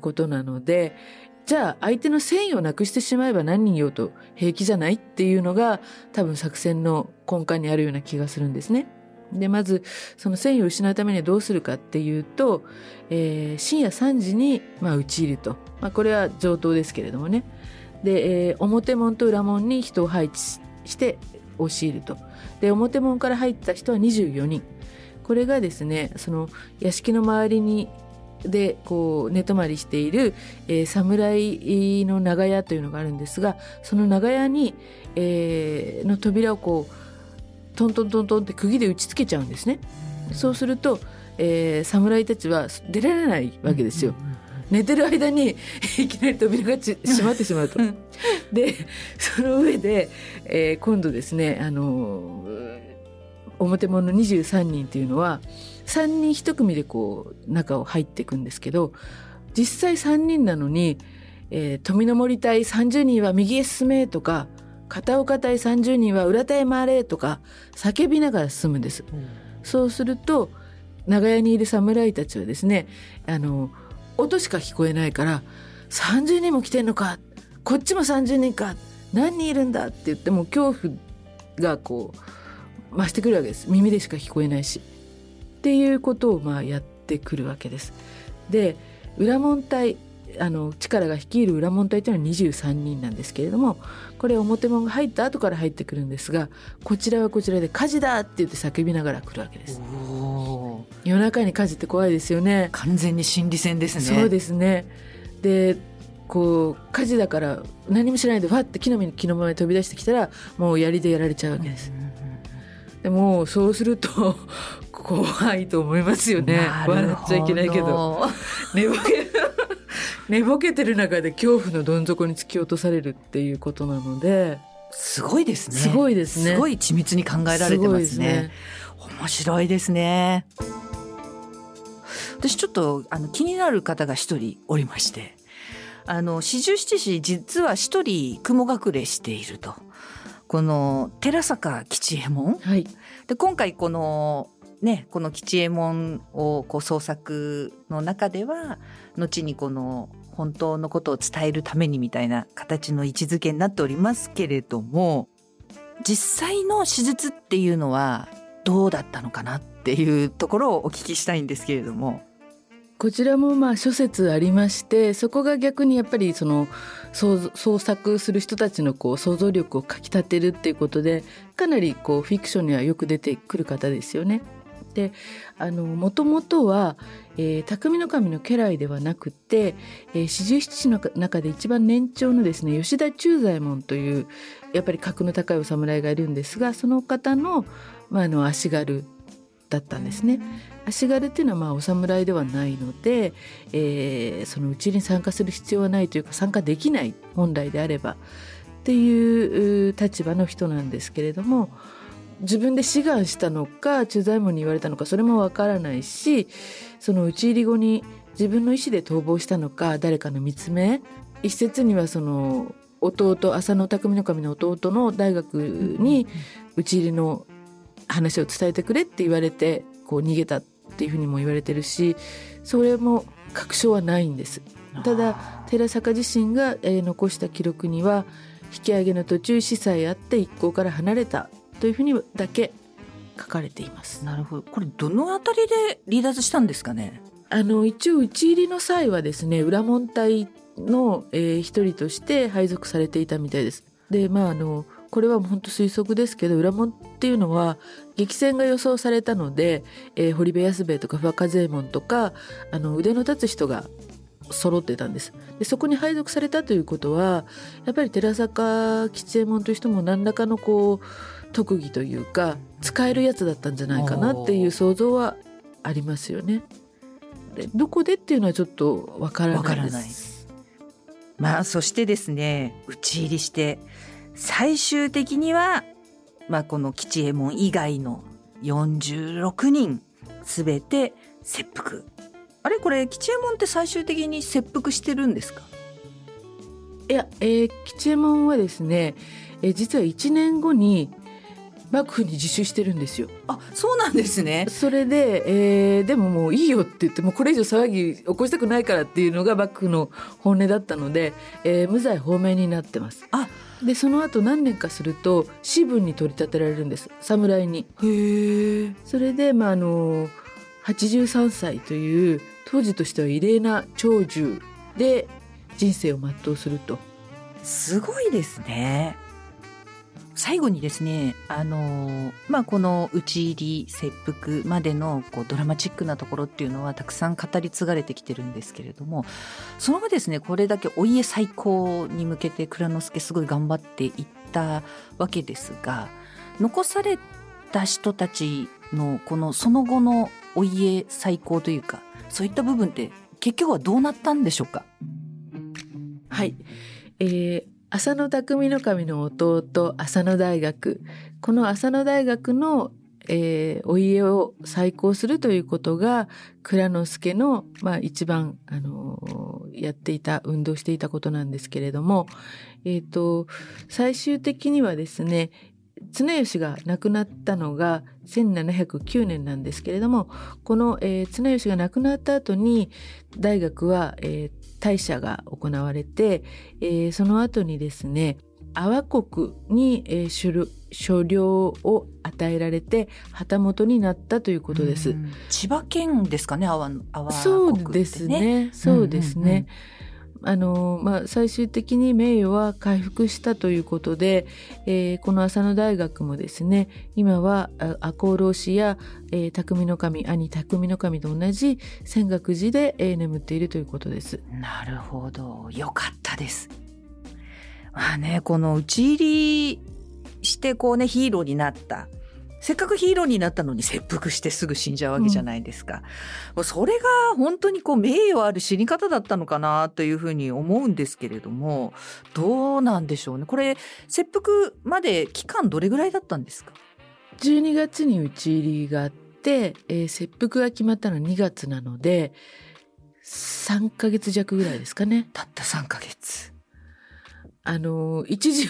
ことなので、じゃあ相手の戦意をなくしてしまえば何人いようと平気じゃないっていうのが多分作戦の根幹にあるような気がするんですね。でまずその戦意を失うためにはどうするかっていうと、深夜3時に討ち入ると、これは上等ですけれどもね。で、表門と裏門に人を配置して押し入ると。で表門から入った人は24人。これがですねその屋敷の周りにでこう寝泊まりしている、侍の長屋というのがあるんですが、その長屋に、の扉をこうトントントントンって釘で打ちつけちゃうんですね。そうすると、侍たちは出られないわけですよ。寝てる間にいきなり扉が閉まってしまうと。でその上で、今度ですね表門の23人というのは3人1組でこう中を入っていくんですけど、実際3人なのに、富の森隊30人は右へ進めとか、片岡隊30人は裏隊回れとか叫びながら進むんです。そうすると長屋にいる侍たちはですね音しか聞こえないから、30人も来てんのか、こっちも30人か、何人いるんだって言っても恐怖がこう増してくるわけです。耳でしか聞こえないしっていうことをやってくるわけです。で裏門隊力が率いる裏門隊というのは23人なんですけれども、これ表門が入った後から入ってくるんですが、こちらはこちらで火事だって言って叫びながら来るわけです。夜中に火事って怖いですよね。 完全に心理戦ですね。 そうですね。でこう火事だから何も知らないでファッて木のままに飛び出してきたらもう槍でやられちゃうわけです。でもそうすると怖いと思いますよね。笑っちゃいけないけど寝ぼけてる中で恐怖のどん底に突き落とされるっていうことなので、 すごいですね。 すごいですね。 すごい緻密に考えられてますね。面白いですね。私ちょっと気になる方が一人おりまして、四十七士実は一人雲隠れしていると。 この寺坂吉右衛門、 はい、 で今回この吉右衛門を創作の中では後にこの本当のことを伝えるためにみたいな形の位置づけになっておりますけれども、実際の手術っていうのはどうだったのかなっていうところをお聞きしたいんですけれども。 こちらも諸説ありまして、そこが逆にやっぱりその創作する人たちの想像力をかきたてるっていうことで、かなりフィクションにはよく出てくる方ですよね。でもともとは、匠の神の家来ではなくて、四十七士の中で一番年長のですね吉田忠左衛門というやっぱり格の高いお侍がいるんですが、その方の、足軽だったんですね。足軽っていうのはお侍ではないので、その討ち入りに参加する必要はないというか、参加できない本来であればっていう立場の人なんですけれども、自分で志願したのか忠左衛門に言われたのかそれもわからないし、その討ち入り後に自分の意思で逃亡したのか誰かの密命、一説にはその弟浅野匠の神の弟の大学に討ち入りの話を伝えてくれって言われて逃げたっていうふうにも言われてるし、それも確証はないんです。ただ寺坂自身が残した記録には、引き上げの途中死さえあって一行から離れたというふうにだけ書かれています。 なるほど。これどのあたりで離脱したんですかね。 一応討ち入りの際はですね、裏門隊の、一人として配属されていたみたいです。でこれは本当推測ですけど、裏門っていうのは激戦が予想されたので、堀部安兵衛とか不破和右衛門とか腕の立つ人が揃ってたんです。でそこに配属されたということは、やっぱり寺坂吉右衛門という人も何らかの特技というか使えるやつだったんじゃないかなっていう想像はありますよね。でどこでっていうのはちょっとわからないです。 そしてですね、討ち入りして最終的には、この吉右衛門以外の46人すべて切腹。あれこれ吉右衛門って最終的に切腹してるんですか？ いや、吉右衛門はですね、実は1年後に幕府に自首してるんですよ。 あ、そうなんですね。 それで、でももういいよって言って、もうこれ以上騒ぎ起こしたくないからっていうのが幕府の本音だったので、無罪放免になってます。でその後何年かすると士分に取り立てられるんです、侍に。それで、83歳という当時としては異例な長寿で人生を全うすると。 すごいですね。最後にですね、この討ち入り切腹までのドラマチックなところっていうのはたくさん語り継がれてきてるんですけれども、その後ですね、これだけお家再興に向けて蔵之介すごい頑張っていったわけですが、残された人たちのその後のお家再興というか、そういった部分って結局はどうなったんでしょうか？ はい、浅野匠の神の弟浅野大学、この浅野大学の、お家を再興するということが蔵之介の、一番、やっていた運動していたことなんですけれども、最終的にはですね、綱吉が亡くなったのが1709年なんですけれども、この、綱吉が亡くなった後に大学は、大社が行われて、その後にですね、阿波国に、所領を与えられて旗本になったということです。 千葉県ですかね、阿波国ってね。 そうですね、そうですね。最終的に名誉は回復したということで、この浅野大学もですね、今は赤穂浪士や、匠の神兄匠の神と同じ泉岳寺で、眠っているということです。 なるほど、よかったです。この討ち入りしてヒーローになった、せっかくヒーローになったのに切腹してすぐ死んじゃうわけじゃないですか。もうそれが本当に名誉ある死に方だったのかなというふうに思うんですけれども、どうなんでしょうね。これ切腹まで期間どれぐらいだったんですか ？12月に討ち入りがあって、切腹が決まったのは2月なので3ヶ月弱ぐらいですかね。 たった3ヶ月。 一時は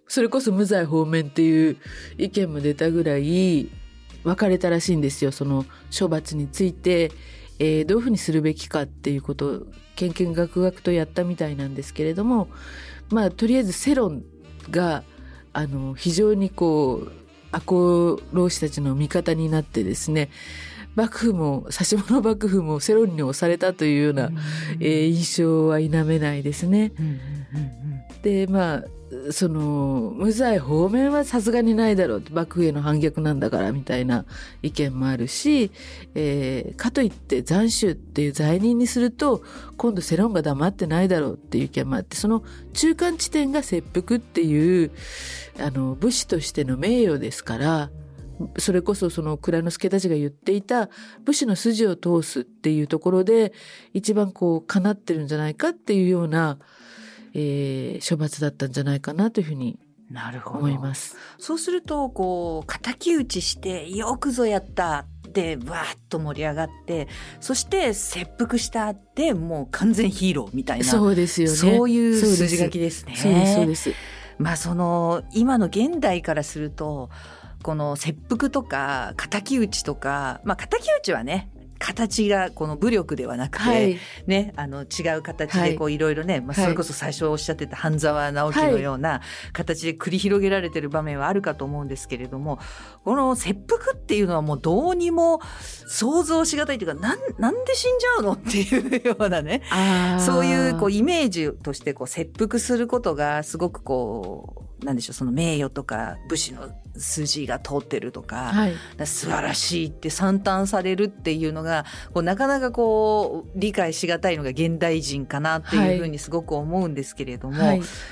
それこそ無罪放免っていう意見も出たぐらい分かれたらしいんですよ。その処罰について、どういうふうにするべきかっていうことをけんけんがくがくとやったみたいなんですけれども、とりあえず世論が非常に赤穂浪士たちの味方になってですね、幕府も指物幕府も世論に押されたというような、印象は否めないですね。でその無罪放免はさすがにないだろう、幕府への反逆なんだからみたいな意見もあるし、かといって斬首っていう罪人にすると今度世論が黙ってないだろうっていう意見もあって、その中間地点が切腹っていう武士としての名誉ですから、それこそその蔵之介たちが言っていた武士の筋を通すっていうところで一番かなってるんじゃないかっていうような、処罰だったんじゃないかなというふうに思います。 そうすると敵討ちしてよくぞやったでわーっと盛り上がって、そして切腹したってもう完全ヒーローみたいな、 そうですよね、 そういう筋書きですね。 そうです。 その今の現代からするとこの切腹とか敵討ちとか、敵討ちはね形がこの武力ではなくて、ね、違う形でいろいろね、それこそ最初おっしゃってた半沢直樹のような形で繰り広げられてる場面はあるかと思うんですけれども、この切腹っていうのはもうどうにも想像しがたいというか、なんで死んじゃうのっていうようなね、そういうイメージとして切腹することがすごくなんでしょう、その名誉とか武士の筋が通ってるとか、素晴らしいって賛嘆されるっていうのがなかなか理解しがたいのが現代人かなっていうふうにすごく思うんですけれども、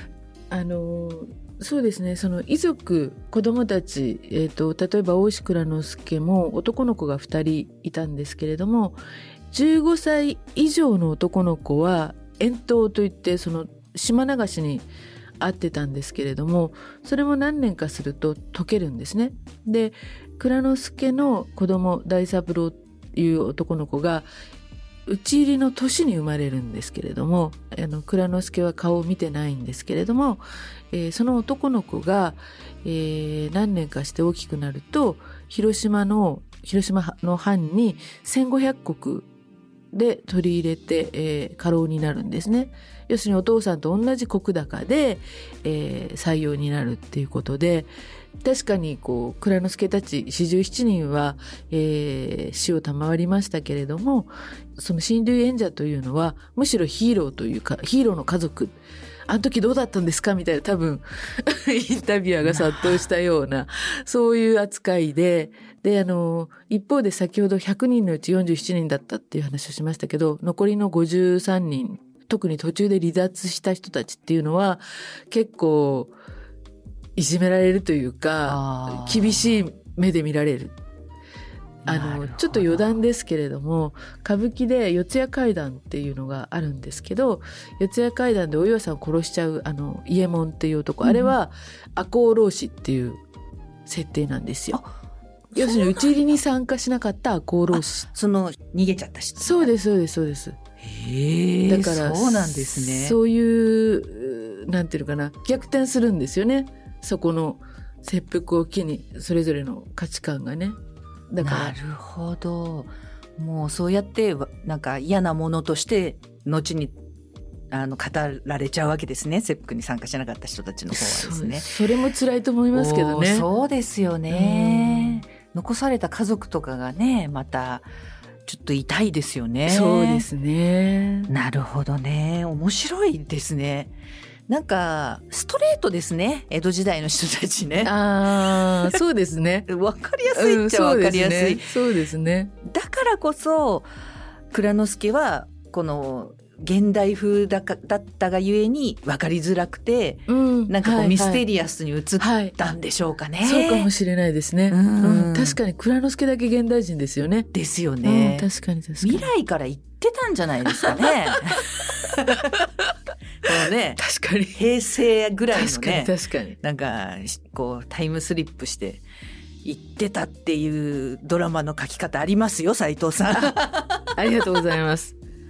そうですね、その遺族子供たち、例えば大石内蔵助も男の子が2人いたんですけれども、15歳以上の男の子は遠島といってその島流しにあってたんですけれども、それも何年かすると解けるんですね。で蔵之介の子供大三郎という男の子が討ち入りの年に生まれるんですけれども、蔵之介は顔を見てないんですけれども、その男の子が、何年かして大きくなると広島の藩に1500石で取り入れて、家老になるんですね。要するにお父さんと同じ石高で、採用になるっていうことで、確かに蔵之介たち47人は、死を賜りましたけれども、その親類縁者というのはむしろヒーローというかヒーローの家族、あの時どうだったんですかみたいな、多分インタビュアーが殺到したようなそういう扱いで、一方で先ほど100人のうち47人だったっていう話をしましたけど、残りの53人、特に途中で離脱した人たちっていうのは結構いじめられるというか厳しい目で見られる。ちょっと余談ですけれども、歌舞伎で四谷怪談っていうのがあるんですけど、四谷怪談でお岩さんを殺しちゃう伊右衛門っていう男、あれは赤穂浪士っていう設定なんですよ。要するに討ち入りに参加しなかった赤穂浪士、 逃げちゃった人。 そうです。だからそうなんですね。 そういうなんていうのかな、逆転するんですよね。そこの切腹を機にそれぞれの価値観がね。だからなるほど。もうそうやってなんか嫌なものとして後に語られちゃうわけですね。切腹に参加しなかった人たちの方はですね。 それも辛いと思いますけどね。 そうですよね。残された家族とかがね、またちょっと痛いですよね。 そうですね。 なるほどね。面白いですね。なんかストレートですね、江戸時代の人たちね。 そうですね。 わかりやすいっちゃわかりやすい。 そうですね。 だからこそ蔵之介はこの現代風だったがゆえに分かりづらくて、なんかミステリアスに映ったんでしょうかね。 そうかもしれないですね。確かに蔵之介だけ現代人ですよね。 ですよね。 確かに未来から言ってたんじゃないですかね。 確かに平成ぐらいのね、 確かになんかタイムスリップして言ってたっていうドラマの書き方ありますよ、斉藤さん。 ありがとうございます。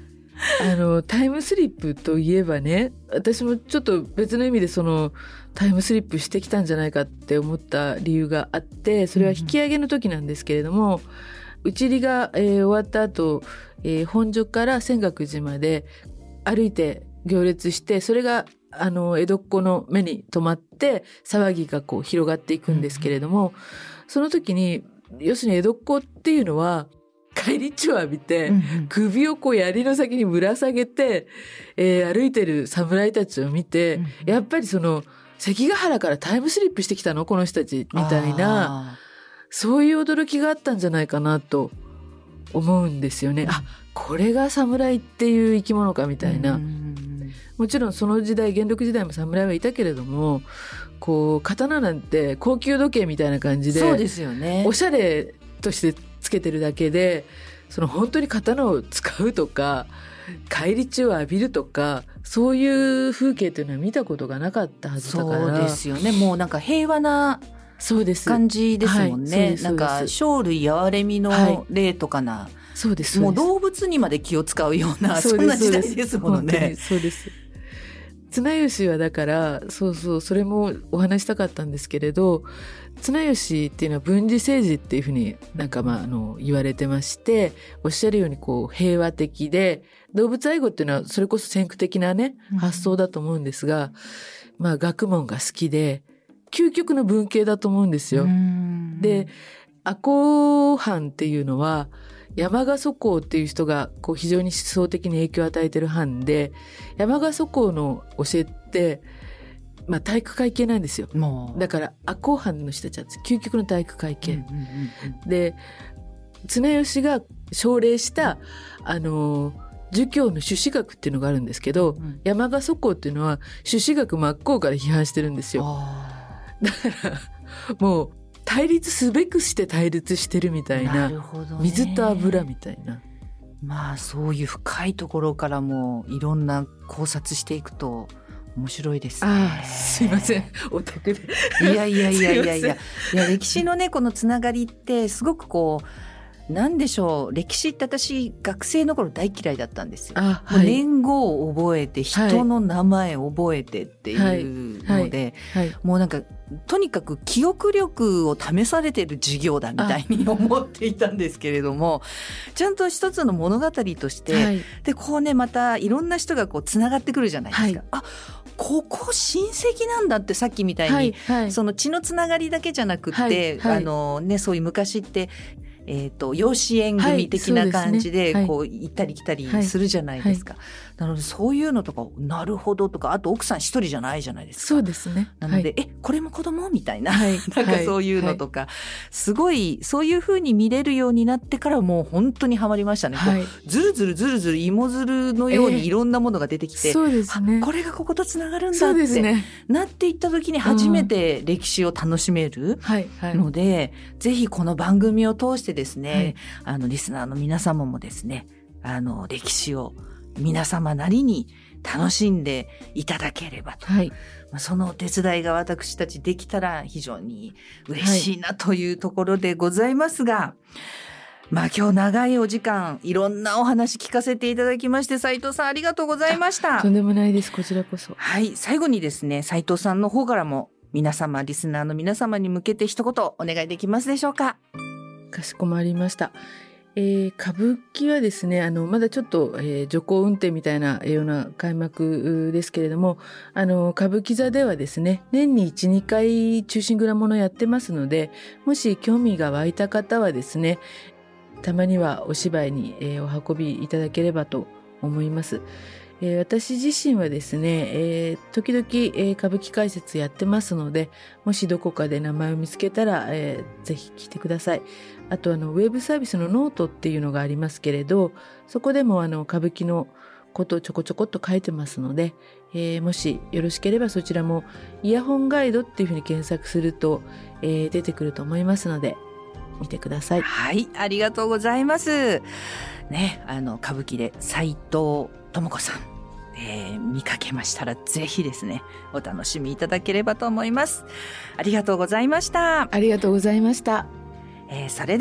タイムスリップといえばね、私もちょっと別の意味でそのタイムスリップしてきたんじゃないかって思った理由があって、それは引き上げの時なんですけれども、打ち入りが、終わった後、本所から泉岳寺まで歩いて行列して、それが江戸っ子の目に留まって騒ぎがこう広がっていくんですけれども、その時に要するに江戸っ子っていうのは返り血を浴びて、首をこう槍の先にぶら下げて、歩いてる侍たちを見て、やっぱりその関ヶ原からタイムスリップしてきたのこの人たちみたいな、そういう驚きがあったんじゃないかなと思うんですよね。あ、これが侍っていう生き物かみたいな。もちろんその時代、元禄時代も侍はいたけれども、こう刀なんて高級時計みたいな感じで、 そうですよね、 おしゃれとしてつけてるだけで、その本当に刀を使うとか返り血を浴びるとか、そういう風景というのは見たことがなかったはずだから。 そうですよね。もうなんか平和な感じですもんね。なんか生類憐れみの例とかな、 そうです。 もう動物にまで気を使うような、そんな時代ですものね。 そうです。綱吉はだから、それもお話したかったんですけれど、綱吉っていうのは文治政治っていうふうになんか言われてまして、おっしゃるようにこう平和的で、動物愛護っていうのはそれこそ先駆的なね、発想だと思うんですが、学問が好きで、究極の文系だと思うんですよ。で、赤穂藩っていうのは、山賀祖公っていう人がこう非常に思想的に影響を与えてる藩で、山賀祖公の教えって体育会系なんですよ。だから赤穂藩の人たちは究極の体育会系、で、綱吉が奨励した儒教の朱子学っていうのがあるんですけど、山賀祖公っていうのは朱子学真っ向から批判してるんですよ。だからもう対立すべくして対立してるみたい な、水と油みたいな。 そういう深いところからもいろんな考察していくと面白いですね。 すいません、オタクで。 いや歴史のね、このつながりってすごくこう、なんでしょう、歴史って私学生の頃大嫌いだったんですよ。年号を覚えて、人の名前を覚えてっていうので、もうなんかとにかく記憶力を試されてる授業だみたいに思っていたんですけれども、ちゃんと一つの物語として、でこうね、またいろんな人がこうつながってくるじゃないですか。あ、ここ親戚なんだって、さっきみたいに、その血のつながりだけじゃなくって、そういう昔って養子縁組的な感じでこう行ったり来たりするじゃないですか。なのでそういうのとか、なるほどとか、あと奥さん一人じゃないじゃないですか。 そうですね。 なので、これも子供みたいな、なんかそういうのとか、すごいそういう風に見れるようになってからもう本当にハマりましたね。ずるずる芋づるのようにいろんなものが出てきて、 そうですね、 これがこことつながるんだってなっていった時に初めて歴史を楽しめるので、ぜひこの番組を通してですね、リスナーの皆様もですね、歴史を皆様なりに楽しんでいただければと、そのお手伝いが私たちできたら非常に嬉しいなというところでございますが、今日長いお時間いろんなお話聞かせていただきまして、斉藤さんありがとうございました。 とんでもないです、こちらこそ。 最後にですね、斉藤さんの方からも皆様、リスナーの皆様に向けて一言お願いできますでしょうか。 かしこまりました。歌舞伎はですね、まだちょっと、徐行運転みたいなような開幕ですけれども、歌舞伎座ではですね、年に 1,2 回忠臣蔵ものやってますので、もし興味が湧いた方はですね、たまにはお芝居に、お運びいただければと思います。私自身はですね、時々、歌舞伎解説やってますので、もしどこかで名前を見つけたら、ぜひ来てください。あとウェブサービスのノートっていうのがありますけれど、そこでも歌舞伎のことをちょこちょこっと書いてますので、もしよろしければそちらもイヤホンガイドっていうふうに検索すると、出てくると思いますので見てください。 ありがとうございますね。歌舞伎で斉藤智子さん、見かけましたらぜひですね、お楽しみいただければと思います。ありがとうございました。 ありがとうございました。 それでは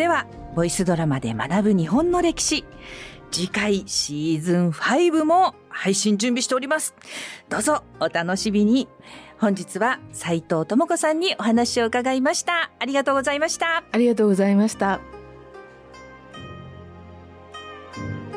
ボイスドラマで学ぶ日本の歴史。次回シーズン5も配信準備しております。どうぞお楽しみに。本日は斉藤智子さんにお話を伺いました。ありがとうございました。 ありがとうございました。